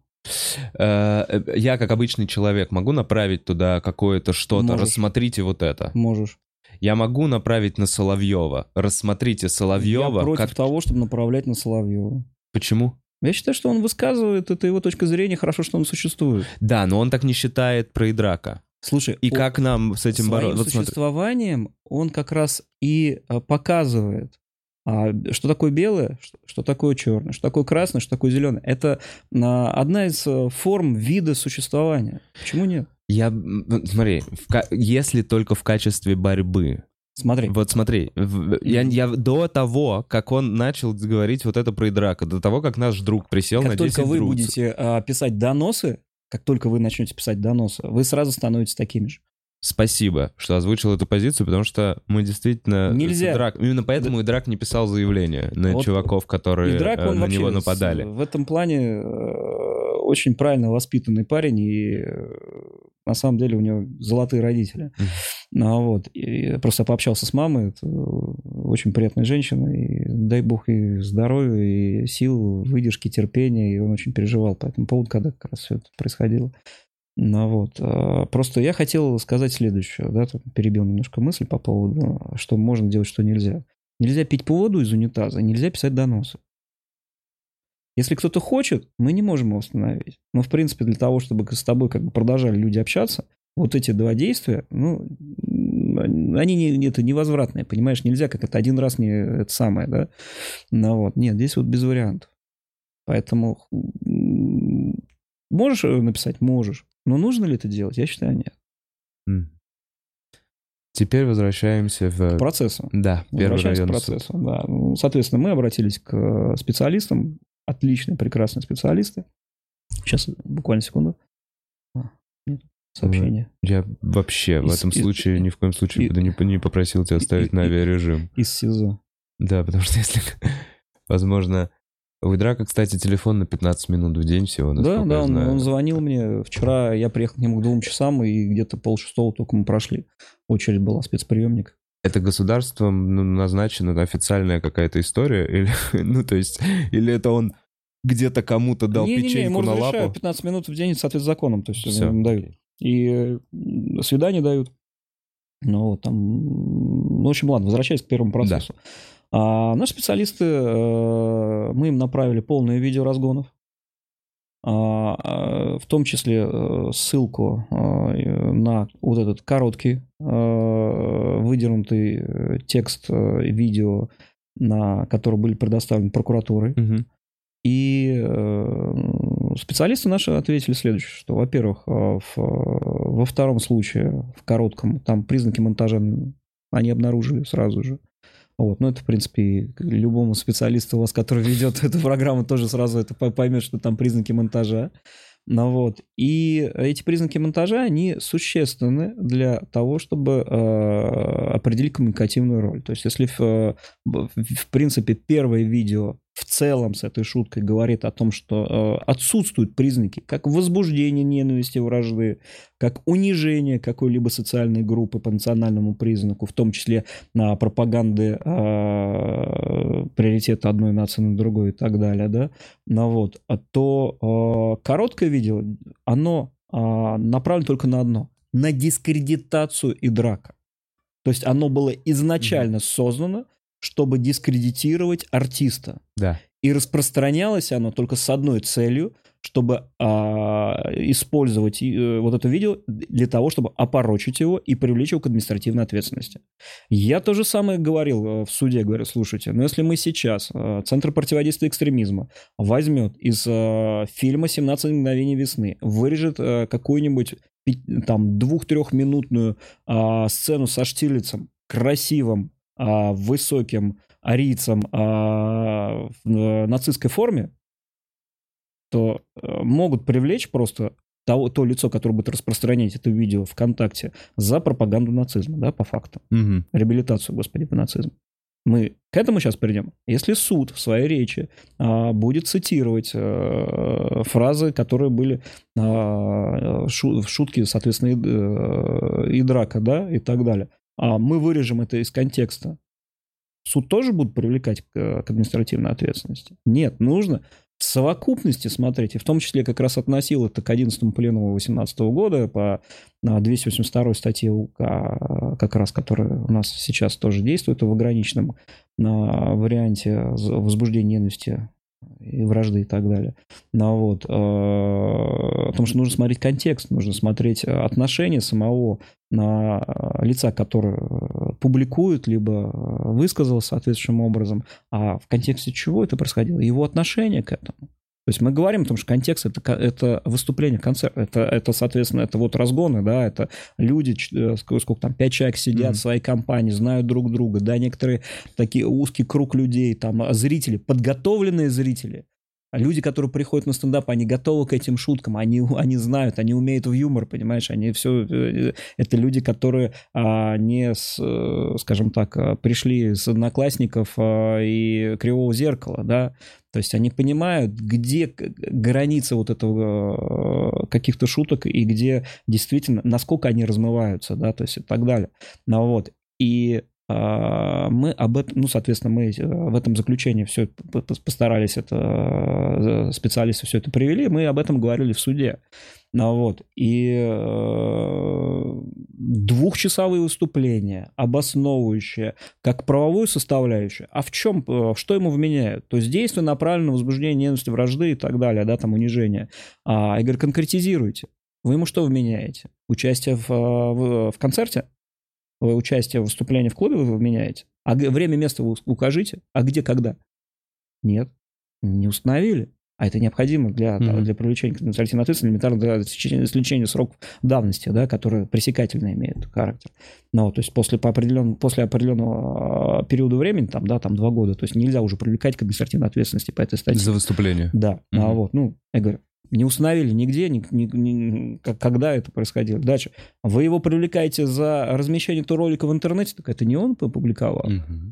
Я, как обычный человек, могу направить туда какое-то что-то? Можешь. Рассмотрите вот это. Можешь. Я могу направить на Соловьева. Рассмотрите Соловьева. Я против того, чтобы направлять на Соловьева. Почему? Я считаю, что он высказывает, это его точка зрения, хорошо, что он существует. Да, но он так не считает про Идрака. Слушай, И как нам с этим своим бороться? Вот смотри. существованием он как раз и показывает, что такое белое, что такое черное, что такое красное, что такое зеленое. Это одна из форм вида существования. Почему нет? Смотри, если только в качестве борьбы. Смотри. Вот смотри, я до того, как он начал говорить вот это про Идрака, до того, как наш друг присел на 10 Как только вы друзей. будете писать доносы, как только вы начнете писать доносы, вы сразу становитесь такими же. Спасибо, что озвучил эту позицию, потому что мы действительно... Нельзя. Именно поэтому Идрак не писал заявление на Вот чуваков, которые Идрак, он на вообще него нападали. в этом плане очень правильно воспитанный парень, и на самом деле у него золотые родители. Ну, вот. И просто пообщался с мамой, это очень приятная женщина, и дай бог ей здоровья, и сил, выдержки, терпения, и он очень переживал по этому поводу, когда как раз все это происходило. Ну вот, просто я хотел сказать следующее, да, тут перебил немножко мысль по поводу, что можно делать, что нельзя. Нельзя пить воду из унитаза, нельзя писать доносы. Если кто-то хочет, мы не можем его остановить. Но, в принципе, для того, чтобы с тобой как бы продолжали люди общаться, вот эти два действия, ну, они это невозвратные, понимаешь, нельзя как это один раз не это самое, да. Ну вот, нет, здесь вот без вариантов. Поэтому можешь написать? Можешь. Но нужно ли это делать? Я считаю, нет. Теперь возвращаемся К процессу. Да, первый район. К процессу, да. Ну, соответственно, мы обратились к специалистам. Отличные, прекрасные специалисты. Сейчас, буквально секунду. Нет, сообщение. Я вообще в этом случае ни в коем случае бы не попросил тебя ставить на авиарежим. Из СИЗО. Да, потому что если... Возможно... У Идрака, кстати, телефон на 15 минут в день всего, насколько Да, я знаю. он звонил мне. Вчера я приехал к нему к 2 часам, и где-то 5:30 только мы прошли. Очередь была, спецприемник. Это государством назначена официальная какая-то история? Или, ну, то есть, или это он где-то кому-то дал печеньку на лапу? 15 минут в день, соответственно, законом. То есть Всё. им дают. И свидание дают. Ну, вот там... Ну, в общем, ладно, возвращаясь к первому процессу. Да. Наши специалисты, мы им направили полное видео разгонов. В том числе ссылку на вот этот короткий выдернутый текст видео, который были предоставлены прокуратурой. Угу. И специалисты наши ответили следующее, что, во-первых, во втором случае, в коротком, там признаки монтажа они обнаружили сразу же. Вот. Ну, это, в принципе, любому специалисту у вас, который ведет эту программу, тоже сразу это поймет, что там признаки монтажа. Ну, вот. И эти признаки монтажа, они существенны для того, чтобы определить коммуникативную роль. То есть, если, в принципе, первое видео в целом с этой шуткой говорит о том, что отсутствуют признаки как возбуждение ненависти, вражды, как унижение какой-либо социальной группы по национальному признаку, в том числе пропаганды приоритета одной нации над другой и так далее, да, то короткое видео, оно направлено только на одно, на дискредитацию и драка. То есть оно было изначально создано, чтобы дискредитировать артиста. Да. И распространялось оно только с одной целью, чтобы использовать вот это видео для того, чтобы опорочить его и привлечь его к административной ответственности. Я то же самое говорил в суде, говорю, слушайте, но если мы сейчас, Центр противодействия экстремизма, возьмет из фильма «17 мгновений весны», вырежет какую-нибудь там 2-3-минутную сцену со Штирлицем, красивым, высоким арийцем в нацистской форме, то могут привлечь просто то лицо, которое будет распространять это видео ВКонтакте за пропаганду нацизма, да, по факту. Реабилитацию, господи, по нацизму. Мы к этому сейчас придем. Если суд в своей речи будет цитировать фразы, которые были шутки, соответственно, и драка, да, и так далее, мы вырежем это из контекста, суд тоже будет привлекать к административной ответственности? Нет, нужно в совокупности смотреть, и в том числе как раз относил это к 11-му пленуму 2018 года по 282 статье УК, как раз, которая у нас сейчас тоже действует в ограниченном варианте возбуждения ненависти и вражды и так далее. Потому что нужно смотреть контекст, нужно смотреть отношение самого лица, которое публикует, либо высказал соответствующим образом, а в контексте чего это происходило, его отношение к этому. То есть мы говорим о том, что контекст это выступление, концерт, это, соответственно, это вот разгоны, да, это люди, сколько там, 5 человек сидят в своей компании, знают друг друга, да, некоторые такие узкий круг людей, там, зрители, подготовленные зрители, люди, которые приходят на стендап, они готовы к этим шуткам, они знают, они умеют в юмор, понимаешь, они все, это люди, которые не, скажем так, пришли с Одноклассников и Кривого зеркала, да, то есть они понимают, где граница вот этого каких-то шуток и где действительно, насколько они размываются, да, то есть и так далее. И мы об этом, соответственно, мы в этом заключении все постарались, это специалисты все это привели, мы об этом говорили в суде. И 2-часовые выступления, обосновывающие как правовую составляющую, в чем, что ему вменяют? То есть действие направлено на возбуждение ненависти, вражды и так далее, да, там унижение. Я говорю, конкретизируйте. Вы ему что вменяете? Участие в концерте? Вы участие в выступлении в клубе вы вменяете? А время, место вы укажите? А где, когда? Нет, не установили. А это необходимо для привлечения к административной ответственности, элементарно для исключения сроков давности, да, которые пресекательно имеют характер. То есть после определенного периода времени, там 2 года, то есть нельзя уже привлекать к административной ответственности по этой статье. За выступление. Да. Я говорю, не установили нигде, когда это происходило. Дальше. Вы его привлекаете за размещение этого ролика в интернете, так это не он опубликовал.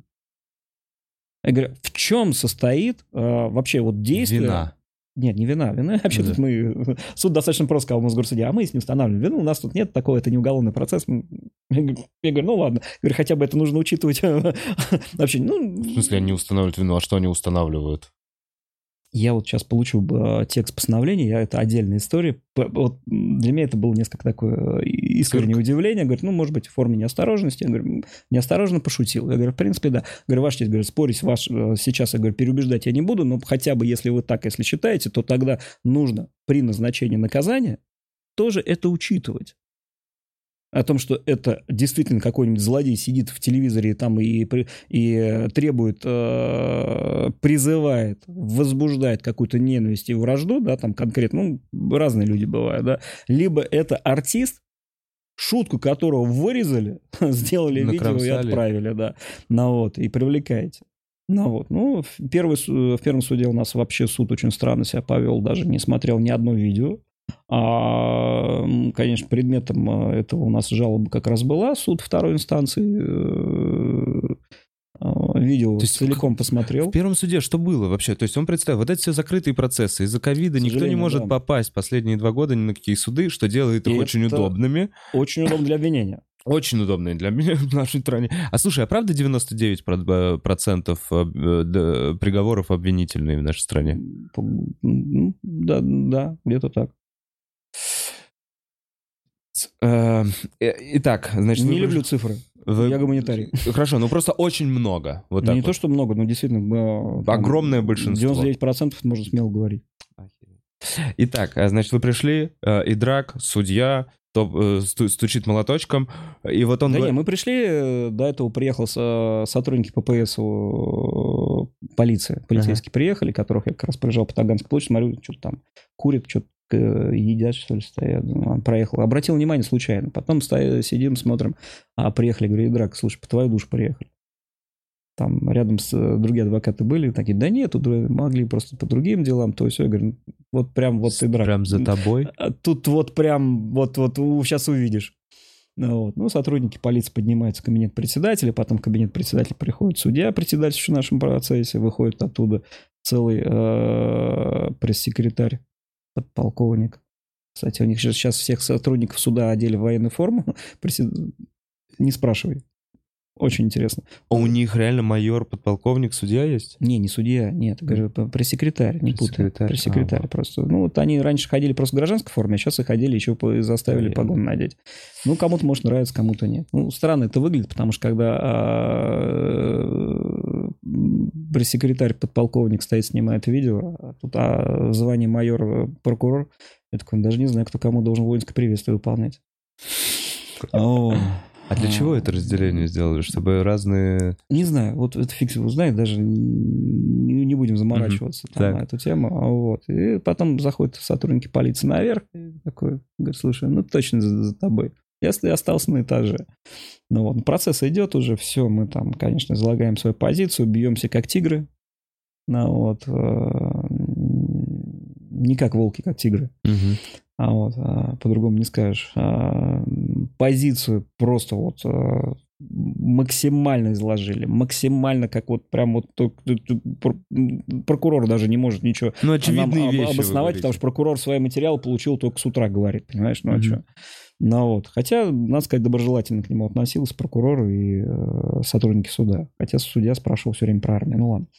Я говорю, в чем состоит вообще вот действие... Вина. Нет, не вина. Вина вообще тут мы... Суд достаточно просто сказал в Мосгорсуде, а мы не устанавливаем вину, у нас тут нет такого, это не уголовный процесс. Я говорю, ладно. Я говорю, хотя бы это нужно учитывать. Вообще, В смысле, они устанавливают вину, а что они устанавливают? Я вот сейчас получу текст постановления, это отдельная история. Вот для меня это было несколько такое искреннее удивление. Говорит, может быть, в форме неосторожности. Я говорю, неосторожно пошутил. Я говорю, в принципе, да. Говорю, ваша честь, спорить сейчас, я говорю, переубеждать я не буду, но хотя бы, если вы так, если считаете, то тогда нужно при назначении наказания тоже это учитывать. О том, что это действительно какой-нибудь злодей сидит в телевизоре там и требует, призывает, возбуждает какую-то ненависть и вражду, да, там конкретно, разные люди бывают, да, либо это артист, шутку которого вырезали, сделали видео и отправили, да, и привлекаете. В первом суде у нас вообще суд очень странно себя повел, даже не смотрел ни одно видео. Конечно, предметом этого у нас жалоба как раз была, суд второй инстанции видео целиком посмотрел. В первом суде что было вообще? То есть он представил, вот эти все закрытые процессы, из-за ковида никто не может попасть последние 2 года ни на какие суды, что делает их очень удобными. Очень удобно для обвинения. Очень удобные для меня в нашей стране. А слушай, а правда 99% приговоров обвинительные в нашей стране? Да, где-то так. Итак, значит... Не люблю цифры. Я гуманитарий. Хорошо, ну просто очень много. Вот так не то, что много, но действительно... Огромное большинство. 99% можно смело говорить. Итак, значит, вы пришли, Идрак, судья... стучит молоточком, и вот он... Да не, мы пришли, до этого приехал сотрудники ППС, полицейские приехали, которых я как раз проезжал по Таганской площади, смотрю, что-то там курят, что-то едят, что ли, стоят. Он проехал. Обратил внимание случайно. Потом сидим, смотрим, приехали, говорю, Идрак, слушай, по твою душу приехали. Там рядом другие адвокаты были, такие, да нет, тут могли просто по другим делам, то есть я говорю, вот прям вот Идрак. Прям за тобой? Тут вот прям, вот сейчас увидишь. Вот. Ну, сотрудники полиции поднимаются в кабинет председателя, потом в кабинет председателя приходит судья, председательствующий в нашем процессе, выходит оттуда целый пресс-секретарь, подполковник. Кстати, у них сейчас всех сотрудников суда одели в военную форму. Не спрашивай. Очень интересно. А у них реально майор, подполковник, судья есть? Не судья, нет. Говорю, пресс-секретарь, не путай. Пресс-секретарь просто. Ну, вот они раньше ходили просто в гражданской форме, а сейчас их одели, еще заставили погон надеть. Ну, кому-то, может, нравится, кому-то нет. Ну, странно это выглядит, потому что когда пресс-секретарь, подполковник стоит, снимает видео, а тут звание майор, прокурор, я такой, даже не знаю, кто кому должен воинское приветствие выполнять. А для чего это разделение сделали? Чтобы разные... Не знаю, вот это фиг его знает, даже не будем заморачиваться на эту тему. Вот. И потом заходят сотрудники полиции наверх, и такой, говорит, слушай, ну точно за тобой. Я остался на этаже. Ну вот, процесс идет уже, все, мы там, конечно, излагаем свою позицию, бьемся как тигры. Ну вот, не как волки, как тигры. По-другому не скажешь. Позицию просто вот максимально изложили. Максимально, как вот прям вот прокурор даже не может ничего обосновать, потому что прокурор свои материалы получил только с утра, говорит, понимаешь, ну а что? Ну вот. Хотя, надо сказать, доброжелательно к нему относился прокурор и сотрудники суда. Хотя судья спрашивал все время про армию. Ну ладно.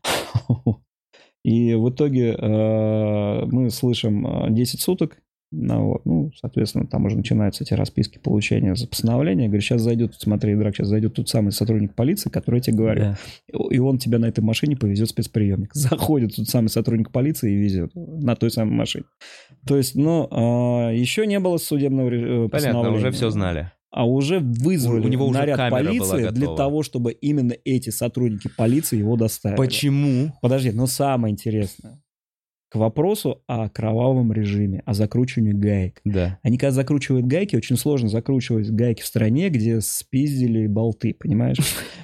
И в итоге мы слышим 10 суток. Ну, соответственно, там уже начинаются эти расписки получения за постановление. Я говорю, сейчас зайдет, смотри, Идрак, сейчас зайдет тот самый сотрудник полиции, который я тебе говорю. Да. И он тебя на этой машине повезет в спецприемник. Заходит тот самый сотрудник полиции и везет на той самой машине. То есть, еще не было судебного постановления. Понятно, уже все знали. А уже вызвали наряд полиции для того, чтобы именно эти сотрудники полиции его доставили. Почему? Подожди, но самое интересное. К вопросу о кровавом режиме, о закручивании гаек. Да. Они когда закручивают гайки, очень сложно закручивать гайки в стране, где спиздили болты, понимаешь?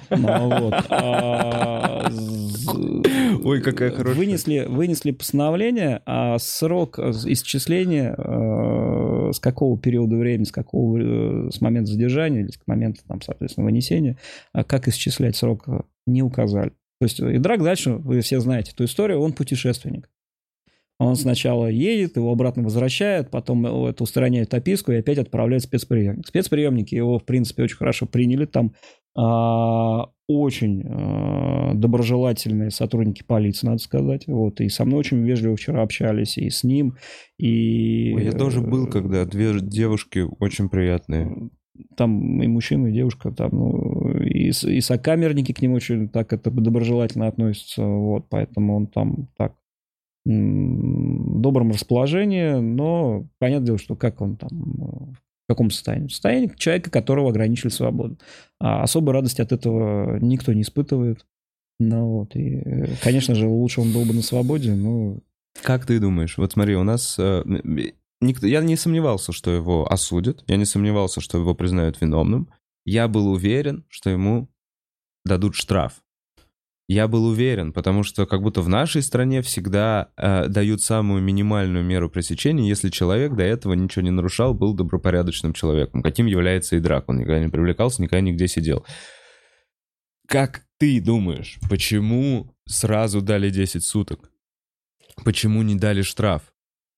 Ой, какая хорошая. Вынесли постановление, а срок исчисления с какого периода времени, с момента задержания или с момента, там, соответственно, вынесения, как исчислять срок, не указали. То есть Идрак дальше, вы все знаете эту историю, он путешественник. Он сначала едет, его обратно возвращают, потом это устраняют описку и опять отправляют в спецприемник. Спецприемники его, в принципе, очень хорошо приняли. Там очень доброжелательные сотрудники полиции, надо сказать. Вот, и со мной очень вежливо вчера общались, и с ним, и... Я тоже был, когда 2 девушки очень приятные. Там и мужчина, и девушка, там, и сокамерники к нему очень так это доброжелательно относятся. Вот, поэтому он там так в добром расположении, но понятное дело, что как он там, в каком состоянии? Состояние человека, которого ограничили свободу. А особой радости от этого никто не испытывает. Ну вот, и, конечно же, лучше он был бы на свободе, но... Как ты думаешь? Вот смотри, у нас... Я не сомневался, что его осудят, я не сомневался, что его признают виновным. Я был уверен, что ему дадут штраф. Я был уверен, потому что как будто в нашей стране всегда дают самую минимальную меру пресечения, если человек до этого ничего не нарушал, был добропорядочным человеком, каким является Идрак. Он никогда не привлекался, никогда нигде сидел. Как ты думаешь, почему сразу дали 10 суток? Почему не дали штраф?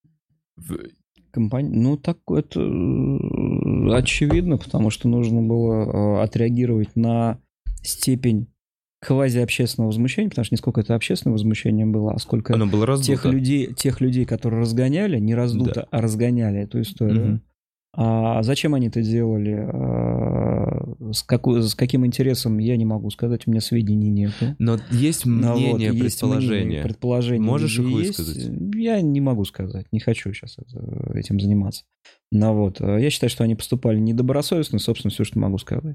Ну, так это очевидно, потому что нужно было отреагировать на степень квазиобщественного возмущения, потому что не сколько это общественное возмущение было, а сколько оно было тех людей, которые разгоняли, не раздуто, да, а разгоняли эту историю. А зачем они это делали? С каким интересом, я не могу сказать, у меня сведений нет. Но есть мнение, предположения. Предположения. Можешь их высказать? Я не могу сказать, не хочу сейчас этим заниматься. Я считаю, что они поступали недобросовестно, собственно, все, что могу сказать.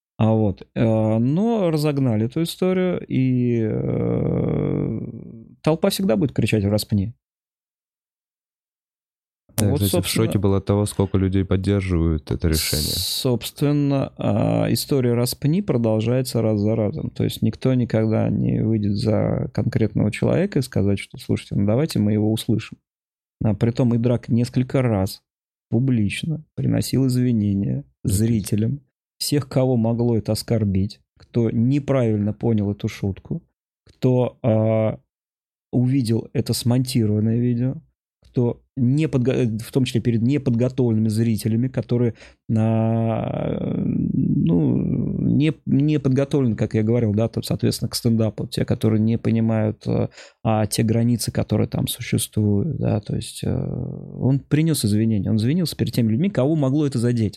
Но разогнали эту историю, и толпа всегда будет кричать «распни». Я, кстати, в шоке был от того, сколько людей поддерживают это решение. Собственно, история «распни» продолжается раз за разом. То есть никто никогда не выйдет за конкретного человека и сказать, что, слушайте, давайте мы его услышим. Притом Идрак несколько раз публично приносил извинения зрителям, всех, кого могло это оскорбить, кто неправильно понял эту шутку, кто увидел это смонтированное видео, кто в том числе перед неподготовленными зрителями, которые не подготовлены, как я говорил, да, соответственно, к стендапу, те, которые не понимают те границы, которые там существуют, да, то есть он принес извинения, он извинился перед теми людьми, кого могло это задеть.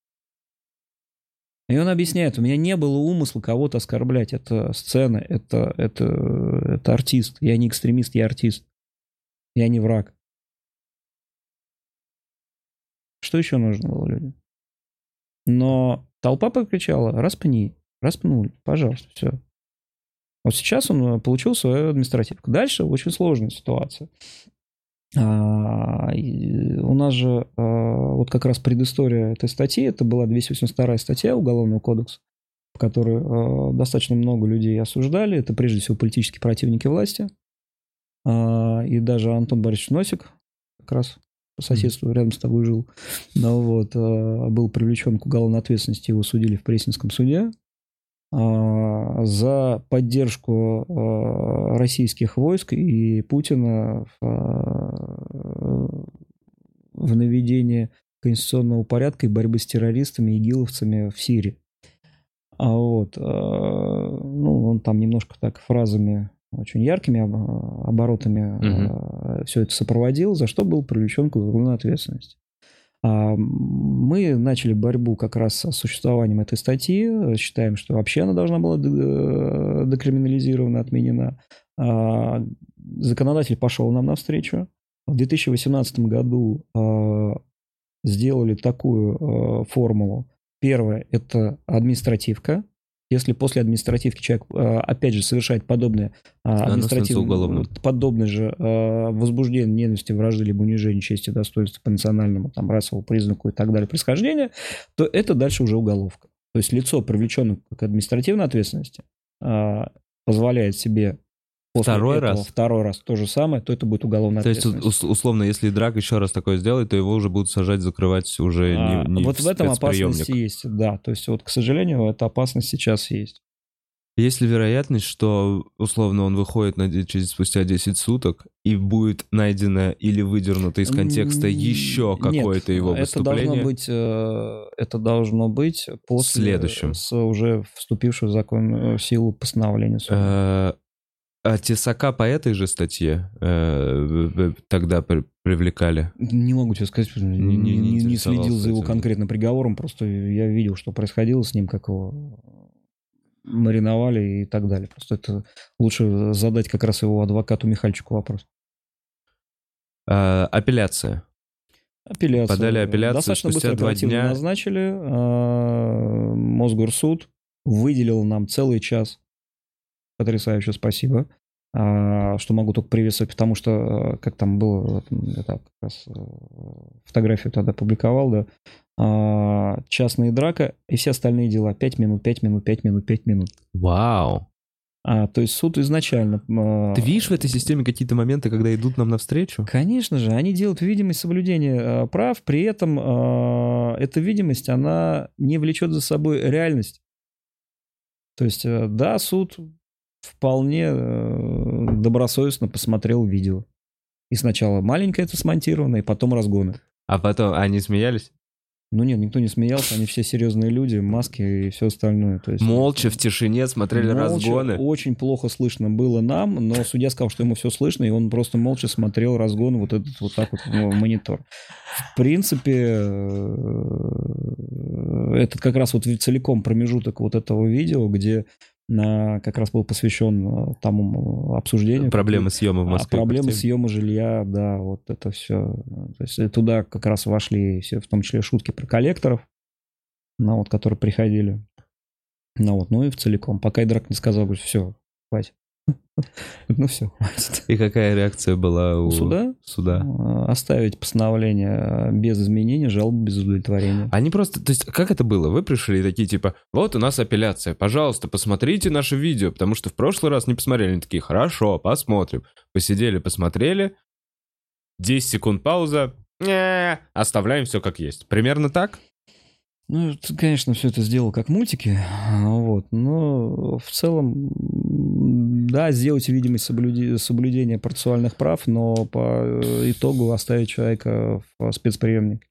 И он объясняет, у меня не было умысла кого-то оскорблять, это сцена, это артист, я не экстремист, я артист, я не враг. Что еще нужно было людям? Но толпа покричала: распни, распнули, пожалуйста, все. Вот сейчас он получил свою административку. Дальше очень сложная ситуация. У нас же вот как раз предыстория этой статьи, это была 282-я статья Уголовного кодекса, в которой достаточно много людей осуждали. Это прежде всего политические противники власти. И даже Антон Борисович Носик как раз по соседству рядом с тобой жил, был привлечен к уголовной ответственности, его судили в Пресненском суде за поддержку российских войск и Путина в наведении конституционного порядка и борьбы с террористами, игиловцами в Сирии. Он там немножко так фразами, очень яркими оборотами все это сопроводил, за что был привлечен к уголовной ответственности. Мы начали борьбу как раз с существованием этой статьи, считаем, что вообще она должна была декриминализирована, отменена. Законодатель пошел нам навстречу. В 2018 году сделали такую формулу. Первое – это административка. Если после административки человек, опять же, совершает подобное же возбуждение ненависти, вражды, либо унижение чести, достоинства по национальному, там, расовому признаку и так далее, происхождения, то это дальше уже уголовка. То есть лицо, привлеченное к административной ответственности, позволяет себе второй раз то же самое, то это будет уголовная ответственность. То есть, условно, если Драк еще раз такое сделает, то его уже будут сажать, закрывать уже не вот в этом опасность есть, да. То есть, вот, к сожалению, эта опасность сейчас есть. Есть ли вероятность, что, условно, он выходит спустя 10 суток и будет найдено или выдернуто из контекста еще какое-то его выступление? Это должно быть после следующем. Уже вступившего в закон в силу постановления суда. А Тесака по этой же статье тогда привлекали? Не могу тебе сказать, не следил за его конкретным приговором, просто я видел, что происходило с ним, как его мариновали и так далее. Просто это лучше задать как раз его адвокату Михальчику вопрос. Апелляция. Подали апелляцию достаточно спустя 2 дня. Назначили. Мосгорсуд выделил нам целый час. Потрясающе, спасибо. Что могу только приветствовать, потому что, как там было, я как раз фотографию тогда публиковал, да, частная драка и все остальные дела. 5 минут, 5 минут, 5 минут, 5 минут. Вау. То есть суд изначально... Ты видишь в этой системе какие-то моменты, когда идут нам навстречу? Конечно же, они делают видимость соблюдения прав, при этом эта видимость, она не влечет за собой реальность. То есть, да, суд вполне добросовестно посмотрел видео. И сначала маленькое это смонтировано, и потом разгоны. А потом они смеялись? Ну нет, никто не смеялся, они все серьезные люди, маски и все остальное. То есть, молча в тишине смотрели разгоны? Очень плохо слышно было нам, но судья сказал, что ему все слышно, и он просто молча смотрел разгон вот этот вот так вот в монитор. В принципе, этот как раз вот целиком промежуток вот этого видео, где как раз был посвящен тому обсуждению. Проблемы съема в Москве. Проблемы съема жилья, да, вот это все. То есть туда как раз вошли все, в том числе шутки про коллекторов, ну, вот, которые приходили. Ну и в целиком. Пока Идрак не сказал, говорит, все, хватит. Ну все, хватит. И какая реакция была у суда? Оставить постановление без изменений, жалобу без удовлетворения. Они просто, то есть как это было? Вы пришли и такие типа, вот у нас апелляция, пожалуйста, посмотрите наше видео, потому что в прошлый раз не посмотрели. Они такие, хорошо, посмотрим. Посидели, посмотрели, 10 секунд пауза, оставляем все как есть. Примерно так? Ну, конечно, все это сделал как мультики, вот, но в целом, да, сделать видимость соблюдения процессуальных прав, но по итогу оставить человека в спецприемник.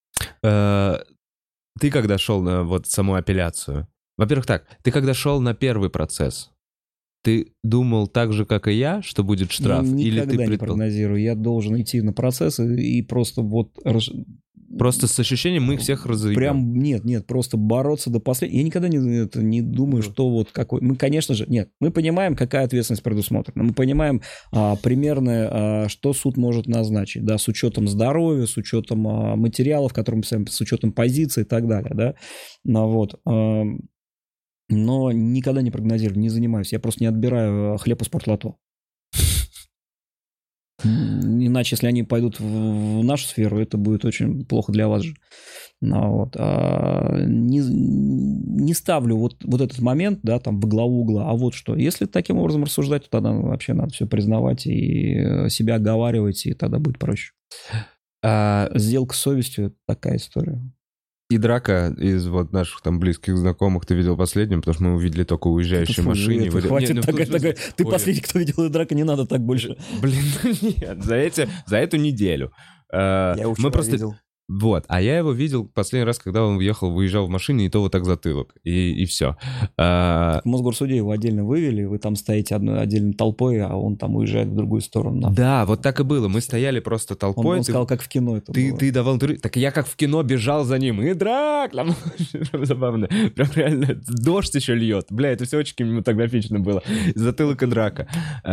Ты когда шел на вот саму апелляцию, во-первых, так, ты когда шел на первый процесс, ты думал так же, как и я, что будет штраф? Я или никогда не прогнозирую, я должен идти на процесс и просто вот... Просто с ощущением мы их всех разъебем. Прям нет, просто бороться до последнего. Я никогда не думаю, что вот какой... Мы, конечно же, мы понимаем, какая ответственность предусмотрена. Мы понимаем примерно, что суд может назначить, да, с учетом здоровья, с учетом материалов, которые мы писаем, с учетом позиции и так далее, да. Вот. Но никогда не прогнозирую, не занимаюсь. Я просто не отбираю хлеб у спортлото. Иначе, если они пойдут в нашу сферу, это будет очень плохо для вас же. Вот. Не ставлю вот этот момент, да, там, во главу угла. А вот что, если таким образом рассуждать, то тогда вообще надо все признавать и себя оговаривать, и тогда будет проще. Сделка с совестью – это такая история. И Драка из вот наших там близких знакомых ты видел последним, потому что мы увидели только уезжающей машине. Хватит, ты последний, кто видел Драка, не надо так больше. Блин, нет, за эту неделю. Я его вчера видел. Вот, а я его видел последний раз, когда он выезжал в машине, и то вот так затылок, и все. В Мосгорсуде его отдельно вывели, вы там стоите одной отдельной толпой, а он там уезжает в другую сторону. Да, вот так и было, мы стояли просто толпой. Он сказал, как в кино это было. Ты давал интервью, так я как в кино бежал за ним, и Драк, забавно, прям реально, дождь еще льет, бля, это все очень кинематографично было, затылок и Драка.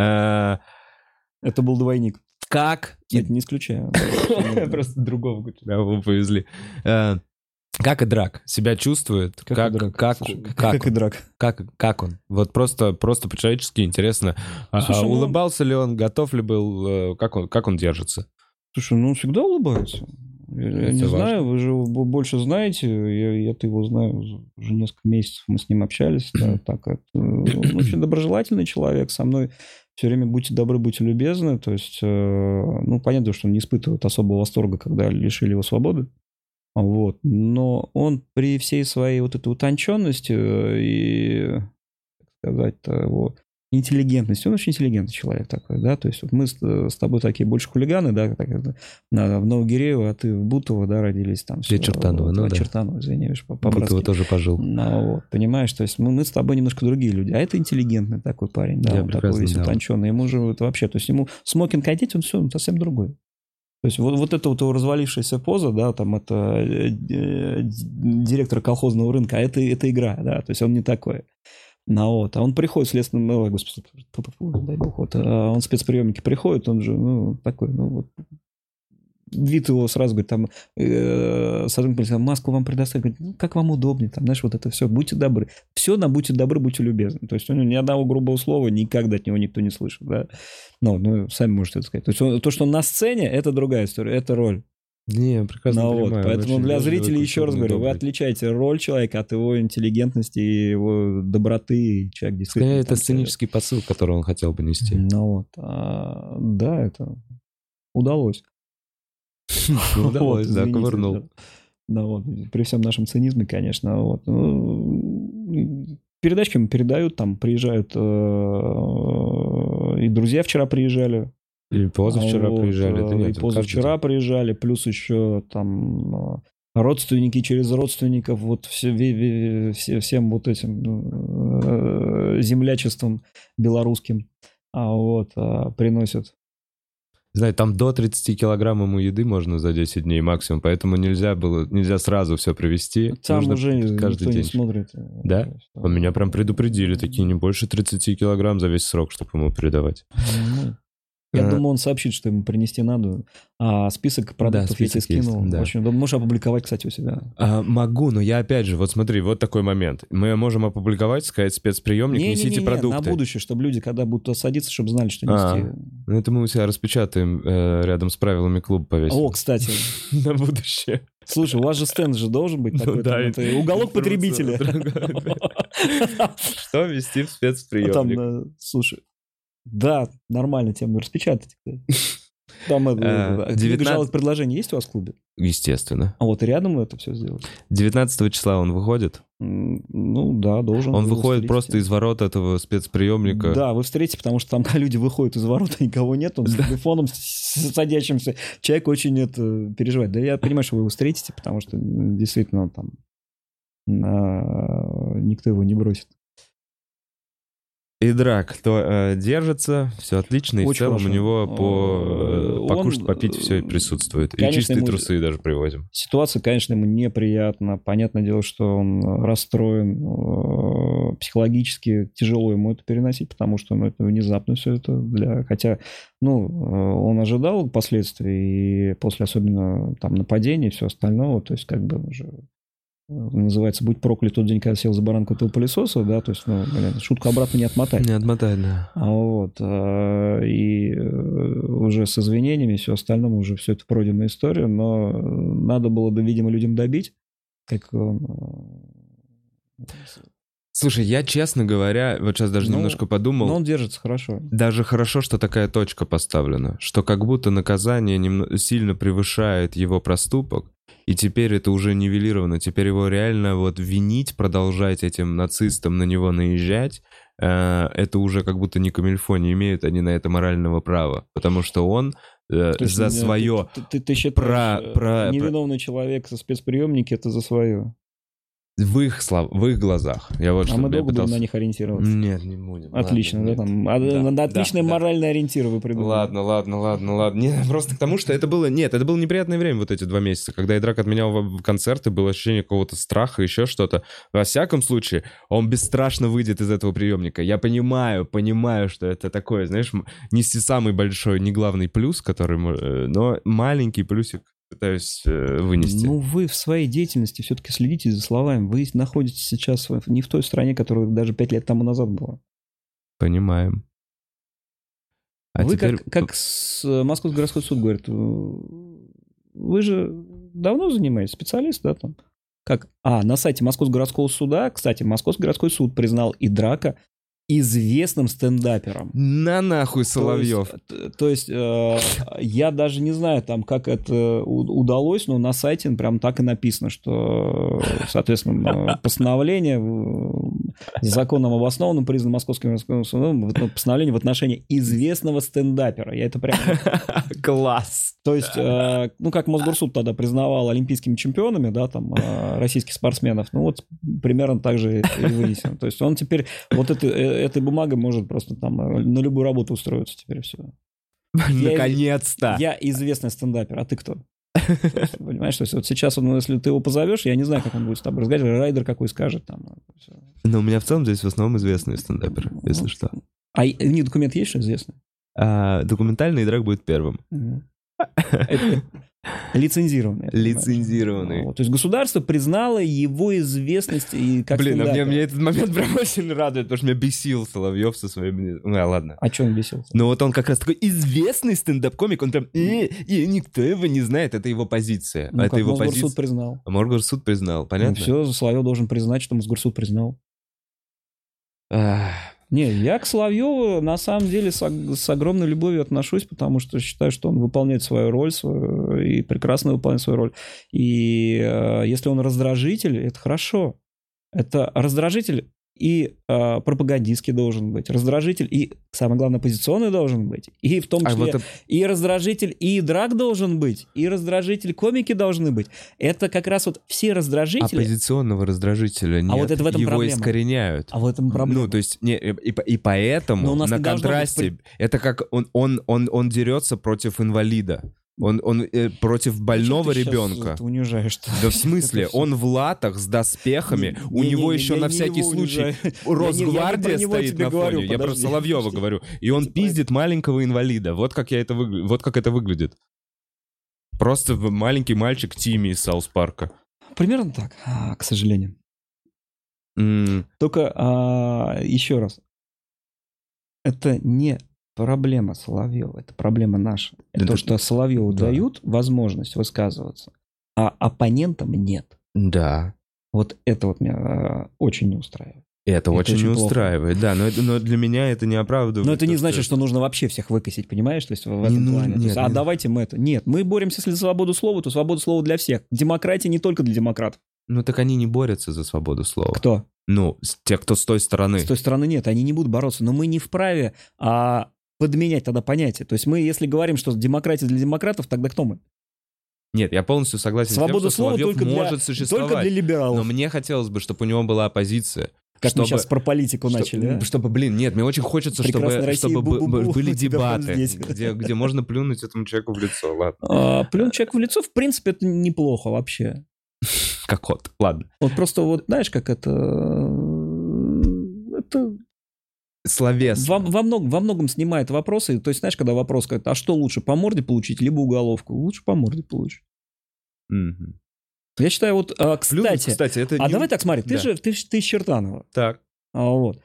Это был двойник. Как? Нет, не исключаю. Просто другого тебя повезли. Как и Драк себя чувствует? Как и Драк. Как он? Вот просто по-человечески интересно. Улыбался ли он? Готов ли был? Как он держится? Слушай, он всегда улыбается. Я не знаю, вы же больше знаете. Я-то его знаю уже несколько месяцев. Мы с ним общались. Он очень доброжелательный человек. Со мной все время будьте добры, будьте любезны. То есть, понятно, что он не испытывает особого восторга, когда лишили его свободы. Вот. Но он при всей своей вот этой утонченности и, так сказать, его интеллигентности, он очень интеллигентный человек такой, да, то есть вот мы с тобой такие больше хулиганы, да, в Новогиреево, а ты в Бутово, да, родились там. Я Чертаново, да. Чертаново, извини, по-братски. Бутово тоже пожил. Вот, понимаешь, то есть мы с тобой немножко другие люди, а это интеллигентный такой парень, да, он такой весь утонченный, ему же вот вообще, то есть ему смокинг одеть, он все, он совсем другой. То есть вот эта вот его развалившаяся поза, да, там это директор колхозного рынка, а это игра, да, то есть он не такой. А он приходит в следственном, господи, дай бог, вот, он в спецприемнике приходит, он же, такой, вид его сразу говорит, там, сотрудник полиции, маску вам предоставить, говорит, как вам удобнее, там, знаешь, вот это все, будьте добры. Все на будьте добры, будьте любезны. То есть у него ни одного грубого слова никогда от него никто не слышит, да. Сами можете это сказать. То есть то, что он на сцене, это другая история, это роль. Не, прекрасно понимаю. Поэтому для зрителей, еще раз говорю, вы отличаете роль человека от его интеллигентности и его доброты. Человек действительно... Скорее, это сценический посыл, который он хотел бы нести. Да, это удалось. Удалось, да, ковырнул. При всем нашем цинизме, конечно. передачки ему передают, там приезжают, и друзья вчера приезжали. И позавчера приезжали. Да нет, и позавчера приезжали, плюс еще там родственники через родственников, вот всем вот этим землячеством белорусским приносят. Знаете, там до 30 килограмм ему еды можно за 10 дней максимум, поэтому нельзя сразу все привезти. Там нужно уже каждый никто день. не смотрит. Да? Меня прям предупредили, такие не больше 30 килограмм за весь срок, чтобы ему передавать. Я думаю, он сообщит, что ему принести надо. А список продуктов я тебе скинул. Есть, да. Очень удобно. Можешь опубликовать, кстати, у себя. Могу, но я опять же, вот смотри, вот такой момент. Мы можем опубликовать, сказать спецприемник, несите продукты. На будущее, чтобы люди, когда будут садиться, чтобы знали, что нести. Ну это мы у себя распечатаем, рядом с правилами клуба повесим. О, кстати. На будущее. Слушай, у вас же стенд же должен быть такой. Да, это уголок потребителя. Что ввести в спецприемник? Слушай, да, нормально тему распечатать. Там книга жалоб предложений есть у вас в клубе? Естественно. А вот и рядом это все сделать. 19 числа он выходит? Ну да, должен. Он выходит просто из ворот этого спецприемника. Да, вы встретите, потому что там люди выходят из ворот, никого нет, он с телефоном садящимся. Человек очень переживает. Да я понимаю, что вы его встретите, потому что действительно там никто его не бросит. И драк, то держится, все отлично, и очень в целом хорошо. у него покушать, попить все присутствует. Конечно, и чистые трусы даже привозим. Ситуация, конечно, ему неприятна. Понятное дело, что он расстроен, психологически тяжело ему это переносить, потому что это внезапно все это. Хотя, он ожидал последствий, и после особенно там нападения и все остального, то есть как бы уже... Называется «Будь проклят тот день, когда сел за баранку этого пылесоса», да, то есть, шутку обратно не отмотать. Не отмотать, да. И уже с извинениями и все остальное, уже все это пройденная история, но надо было, видимо, людям добить, как он... Слушай, я, честно говоря, вот сейчас даже немножко подумал... Но он держится хорошо. Даже хорошо, что такая точка поставлена, что как будто наказание сильно превышает его проступок, и теперь это уже нивелировано, теперь его реально винить, продолжать этим нацистам на него наезжать, это уже как будто не камильфо, не имеют они на это морального права, потому что он за свое... Ты считаешь, невиновный человек со спецприемники это за свое? В их глазах. Мы долго будем на них ориентироваться? Нет, не будем. Отлично, ладно, да? Отличное моральное ориентир вы придумали. Ладно. Не, просто к тому, что это было неприятное время, вот эти 2 месяца, когда Идрак отменял концерты, было ощущение какого-то страха, еще что-то. Во всяком случае, он бесстрашно выйдет из этого приемника. Я понимаю, что это такое, знаешь, не самый большой, не главный плюс, но маленький плюсик пытаюсь вынести. Вы в своей деятельности все-таки следите за словами. Вы находитесь сейчас не в той стране, которая даже 5 лет тому назад была. Понимаем. Вы теперь... как Московский городской суд говорит, вы же давно занимаетесь, специалист, да, там? На сайте Московского городского суда, кстати, Московский городской суд признал Идрака известным стендапером. На нахуй, Соловьев. То есть я даже не знаю, там, как это удалось, но на сайте прям так и написано, что, соответственно, постановление законом обоснованным признано Московским городским судом, постановление в отношении известного стендапера. Я это прям... Класс! То есть, как Мосгорсуд тогда признавал олимпийскими чемпионами, да, там, российских спортсменов, примерно так же и вынесено. То есть он теперь этой бумагой может просто там на любую работу устроиться теперь все. Наконец-то! Я известный стендапер, а ты кто? Есть, понимаешь, то есть вот сейчас, если ты его позовешь, я не знаю, как он будет с тобой разговаривать, райдер какой скажет там. Но у меня в целом здесь в основном известные стендаперы, если что. А у них документ есть, что известный? Документальный Идрак будет первым. Лицензированный. Лицензированный. То есть государство признало его известность и как стендапера. Мне этот момент прям очень радует, потому что меня бесил Соловьев со своим... ладно. А что он бесился? Он как раз такой известный стендап-комик, он прям... И никто его не знает, это его позиция. Это его Мосгорсуд признал. Мосгорсуд признал, понятно? Все, Соловьев должен признать, что Мосгорсуд признал. Не, я к Соловьеву на самом деле с огромной любовью отношусь, потому что считаю, что он выполняет свою роль и прекрасно выполняет свою роль. И если он раздражитель, это хорошо. Это раздражитель и пропагандистский должен быть, раздражитель, и, самое главное, оппозиционный должен быть, и в том числе и раздражитель, и драк должен быть, и раздражитель комики должны быть. Это как раз вот все раздражители... Оппозиционного раздражителя нет, вот это в этом его проблема. искореняют. А в этом проблема. Ну, то есть, и поэтому на контрасте, это как он дерется против инвалида. Он против больного ребенка. Ты унижаешь. Да в смысле? Он в латах с доспехами. У него еще на всякий случай Росгвардия стоит на фоне. Я про Соловьева говорю. И он пиздит маленького инвалида. Вот как это выглядит. Просто маленький мальчик Тимми из Саус Парка. Примерно так, к сожалению. Только еще раз. Это не проблема Соловьева, это проблема наша. Это то, что Соловьеву дают возможность высказываться, а оппонентам нет. Да. Вот это вот меня очень не устраивает. Это очень не устраивает, да, но для меня это не оправдывает. Но это не значит, что нужно вообще всех выкосить, понимаешь? То есть в этом плане. Нет, давайте мы это. Нет, мы боремся за свободу слова, то свобода слова для всех. Демократия не только для демократов. Ну так они не борются за свободу слова. Кто? Ну, те, кто с той стороны. С той стороны нет, они не будут бороться. Но мы не вправе подменять тогда понятие. То есть мы, если говорим, что демократия для демократов, тогда кто мы? Нет, я полностью согласен свобода с тем, что Соловьев может существовать. Только для либералов. Но мне хотелось бы, чтобы у него была оппозиция. Как мы сейчас про политику начали. Чтобы, нет, мне очень хочется, чтобы были дебаты, где можно плюнуть этому человеку в лицо. Ладно. Плюнуть человеку в лицо, в принципе, это неплохо вообще. Как кот, ладно. Вот просто вот, знаешь, как это словесно. Во многом снимает вопросы. То есть, знаешь, когда вопрос говорит, а что лучше, по морде получить, либо уголовку? Лучше по морде получить. Mm-hmm. Я считаю, вот, кстати, это давай так, смотри, ты из Чертанова. Так. Вот.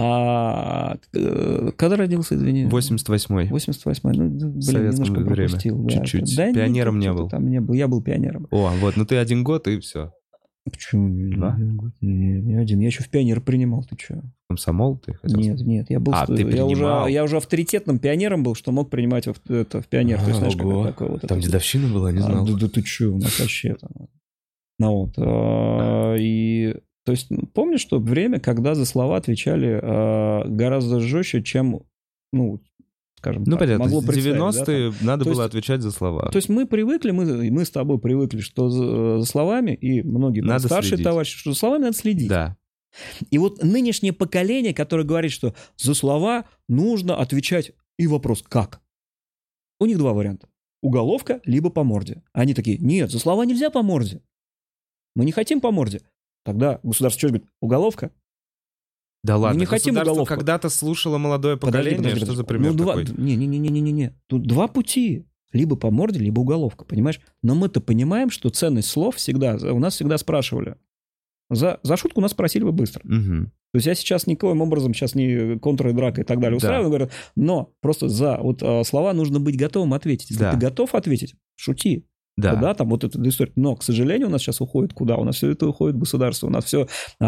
Когда родился, извини? 88-й. 88-й. Ну, немножко пропустил. Чуть-чуть. Да, пионером не был. Там не был. Я был пионером. О, вот, ну ты 1 год и все. Почему? 2? Не 1. Я еще в пионер принимал, ты что? Комсомол ты хотел сказать? Нет, я был... ты принимал? Я уже авторитетным пионером был, что мог принимать в пионер. То есть, знаешь, такое вот там дедовщина была, не знал. Да ты что, у нас вообще там... Ну вот. И... То есть, помнишь, что время, когда за слова отвечали гораздо жестче, чем, ну, скажем так, понятно, могло в представить. 90-е надо было отвечать за слова. То есть мы привыкли, мы с тобой привыкли, что за словами, и многие старшие товарищи, что за словами надо следить. Да. И вот нынешнее поколение, которое говорит, что за слова нужно отвечать, и вопрос, как? У них 2 варианта. Уголовка, либо по морде. Они такие, нет, за слова нельзя по морде. Мы не хотим по морде. Тогда государство что говорит? Уголовка? Да ладно, мы не хотим уголовку. Когда-то слушало молодое поколение, подожди. Что за пример такой? Не. Тут 2 пути. Либо по морде, либо уголовка, понимаешь? Но мы-то понимаем, что ценность слов у нас всегда спрашивали. За шутку нас спросили бы быстро. Угу. То есть я сейчас никоим образом не контры, драка и так далее устраиваю, говорю, но просто за слова нужно быть готовым ответить. Если ты готов ответить, шути. Да, там вот эта история. Но, к сожалению, у нас сейчас уходит куда? У нас все это уходит в государство. У нас все,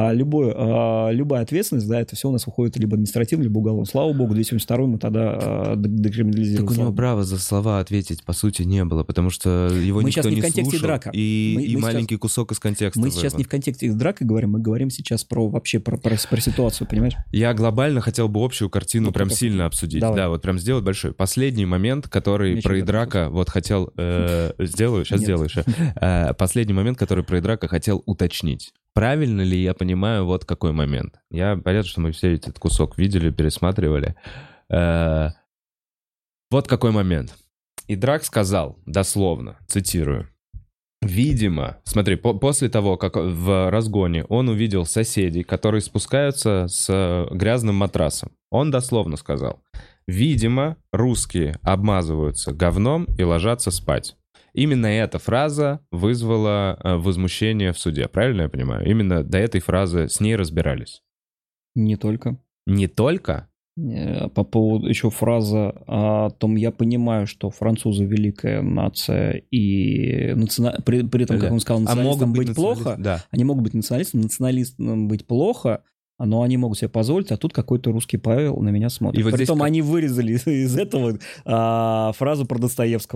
любая ответственность, да, это все у нас уходит либо административно, либо уголовно. Слава богу, 272 мы тогда декриминализировали. Так у него права за слова ответить, по сути, не было, потому что его мы никто сейчас не не в контексте слушал. Драка. И маленький кусок из контекста. Мы сейчас не в контексте драка говорим, мы говорим сейчас про ситуацию, понимаешь? Я глобально хотел бы общую картину прям сильно обсудить. Давай. Да, вот прям сделать большой. Последний момент, который про Идрака вот хотел... Сейчас сделаю еще. Последний момент, который про Идрака хотел уточнить. Правильно ли я понимаю вот какой момент? Понятно, что мы все этот кусок видели, пересматривали. Вот какой момент. Идрак сказал, дословно, цитирую. Видимо, смотри, после того, как в разгоне он увидел соседей, которые спускаются с грязным матрасом, он дословно сказал, видимо, русские обмазываются говном и ложатся спать. Именно эта фраза вызвала возмущение в суде, правильно я понимаю? Именно до этой фразы с ней разбирались. Не только. Не только? По поводу еще фраза о том, я понимаю, что французы великая нация, и при этом, как он сказал, националистам быть плохо, да. Они могут быть националистам быть плохо, но они могут себе позволить, а тут какой-то русский Павел на меня смотрит. И вот притом они вырезали из этого фразу про Достоевского.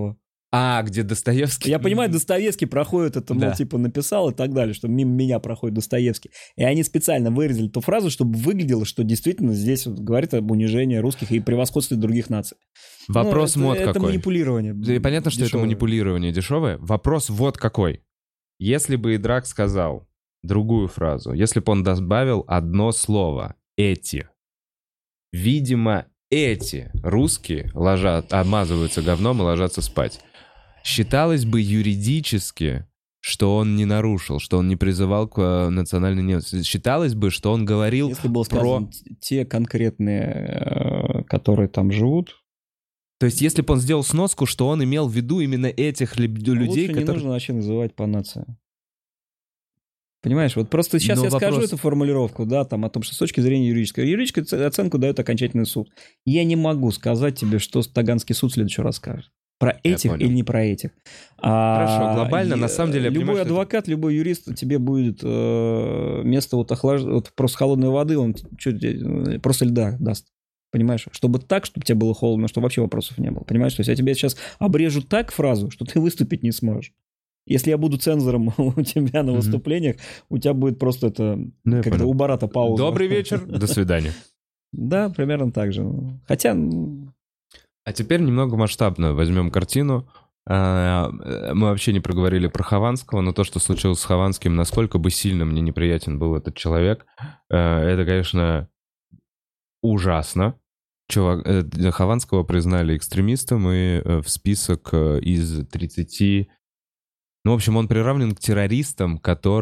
Где Достоевский. Я понимаю, Достоевский проходит это, мол, типа написал и так далее, что мимо меня проходит Достоевский. И они специально вырезали ту фразу, чтобы выглядело, что действительно здесь вот говорит об унижении русских и превосходстве других наций. Вопрос вот какой. Это манипулирование. Да, понятно, что это манипулирование дешевое. Вопрос вот какой. Если бы Идрак сказал другую фразу, если бы он добавил одно слово «эти», видимо, эти русские обмазываются говном и ложатся спать. Считалось бы юридически, что он не нарушил, что он не призывал к национальной ненависти. Считалось бы, что он говорил если был сказан те конкретные, которые там живут. То есть, если бы он сделал сноску, что он имел в виду именно этих людей, лучше не нужно вообще называть по нации. Понимаешь, вот просто сейчас я скажу эту формулировку, да, там о том, что с точки зрения юридической. Юридическую оценку дает окончательный суд. Я не могу сказать тебе, что Таганский суд в следующий раз скажет. Про этих или не про этих. Хорошо, глобально, на самом деле... Любой адвокат, любой юрист тебе будет вместо вот просто холодной воды, он просто льда даст. Понимаешь? Чтобы тебе было холодно, чтобы вообще вопросов не было. Понимаешь? То есть я тебе сейчас обрежу так фразу, что ты выступить не сможешь. Если я буду цензором у тебя на выступлениях, у тебя будет просто это... как-то у Барата пауза. Добрый вечер, до свидания. Да, примерно так же. Хотя... А теперь немного масштабно возьмем картину. Мы вообще не проговорили про Хованского, но то, что случилось с Хованским, насколько бы сильно мне неприятен был этот человек, это, конечно, ужасно. Хованского признали экстремистом и в список из 30... Ну, в общем, он приравнен к террористам,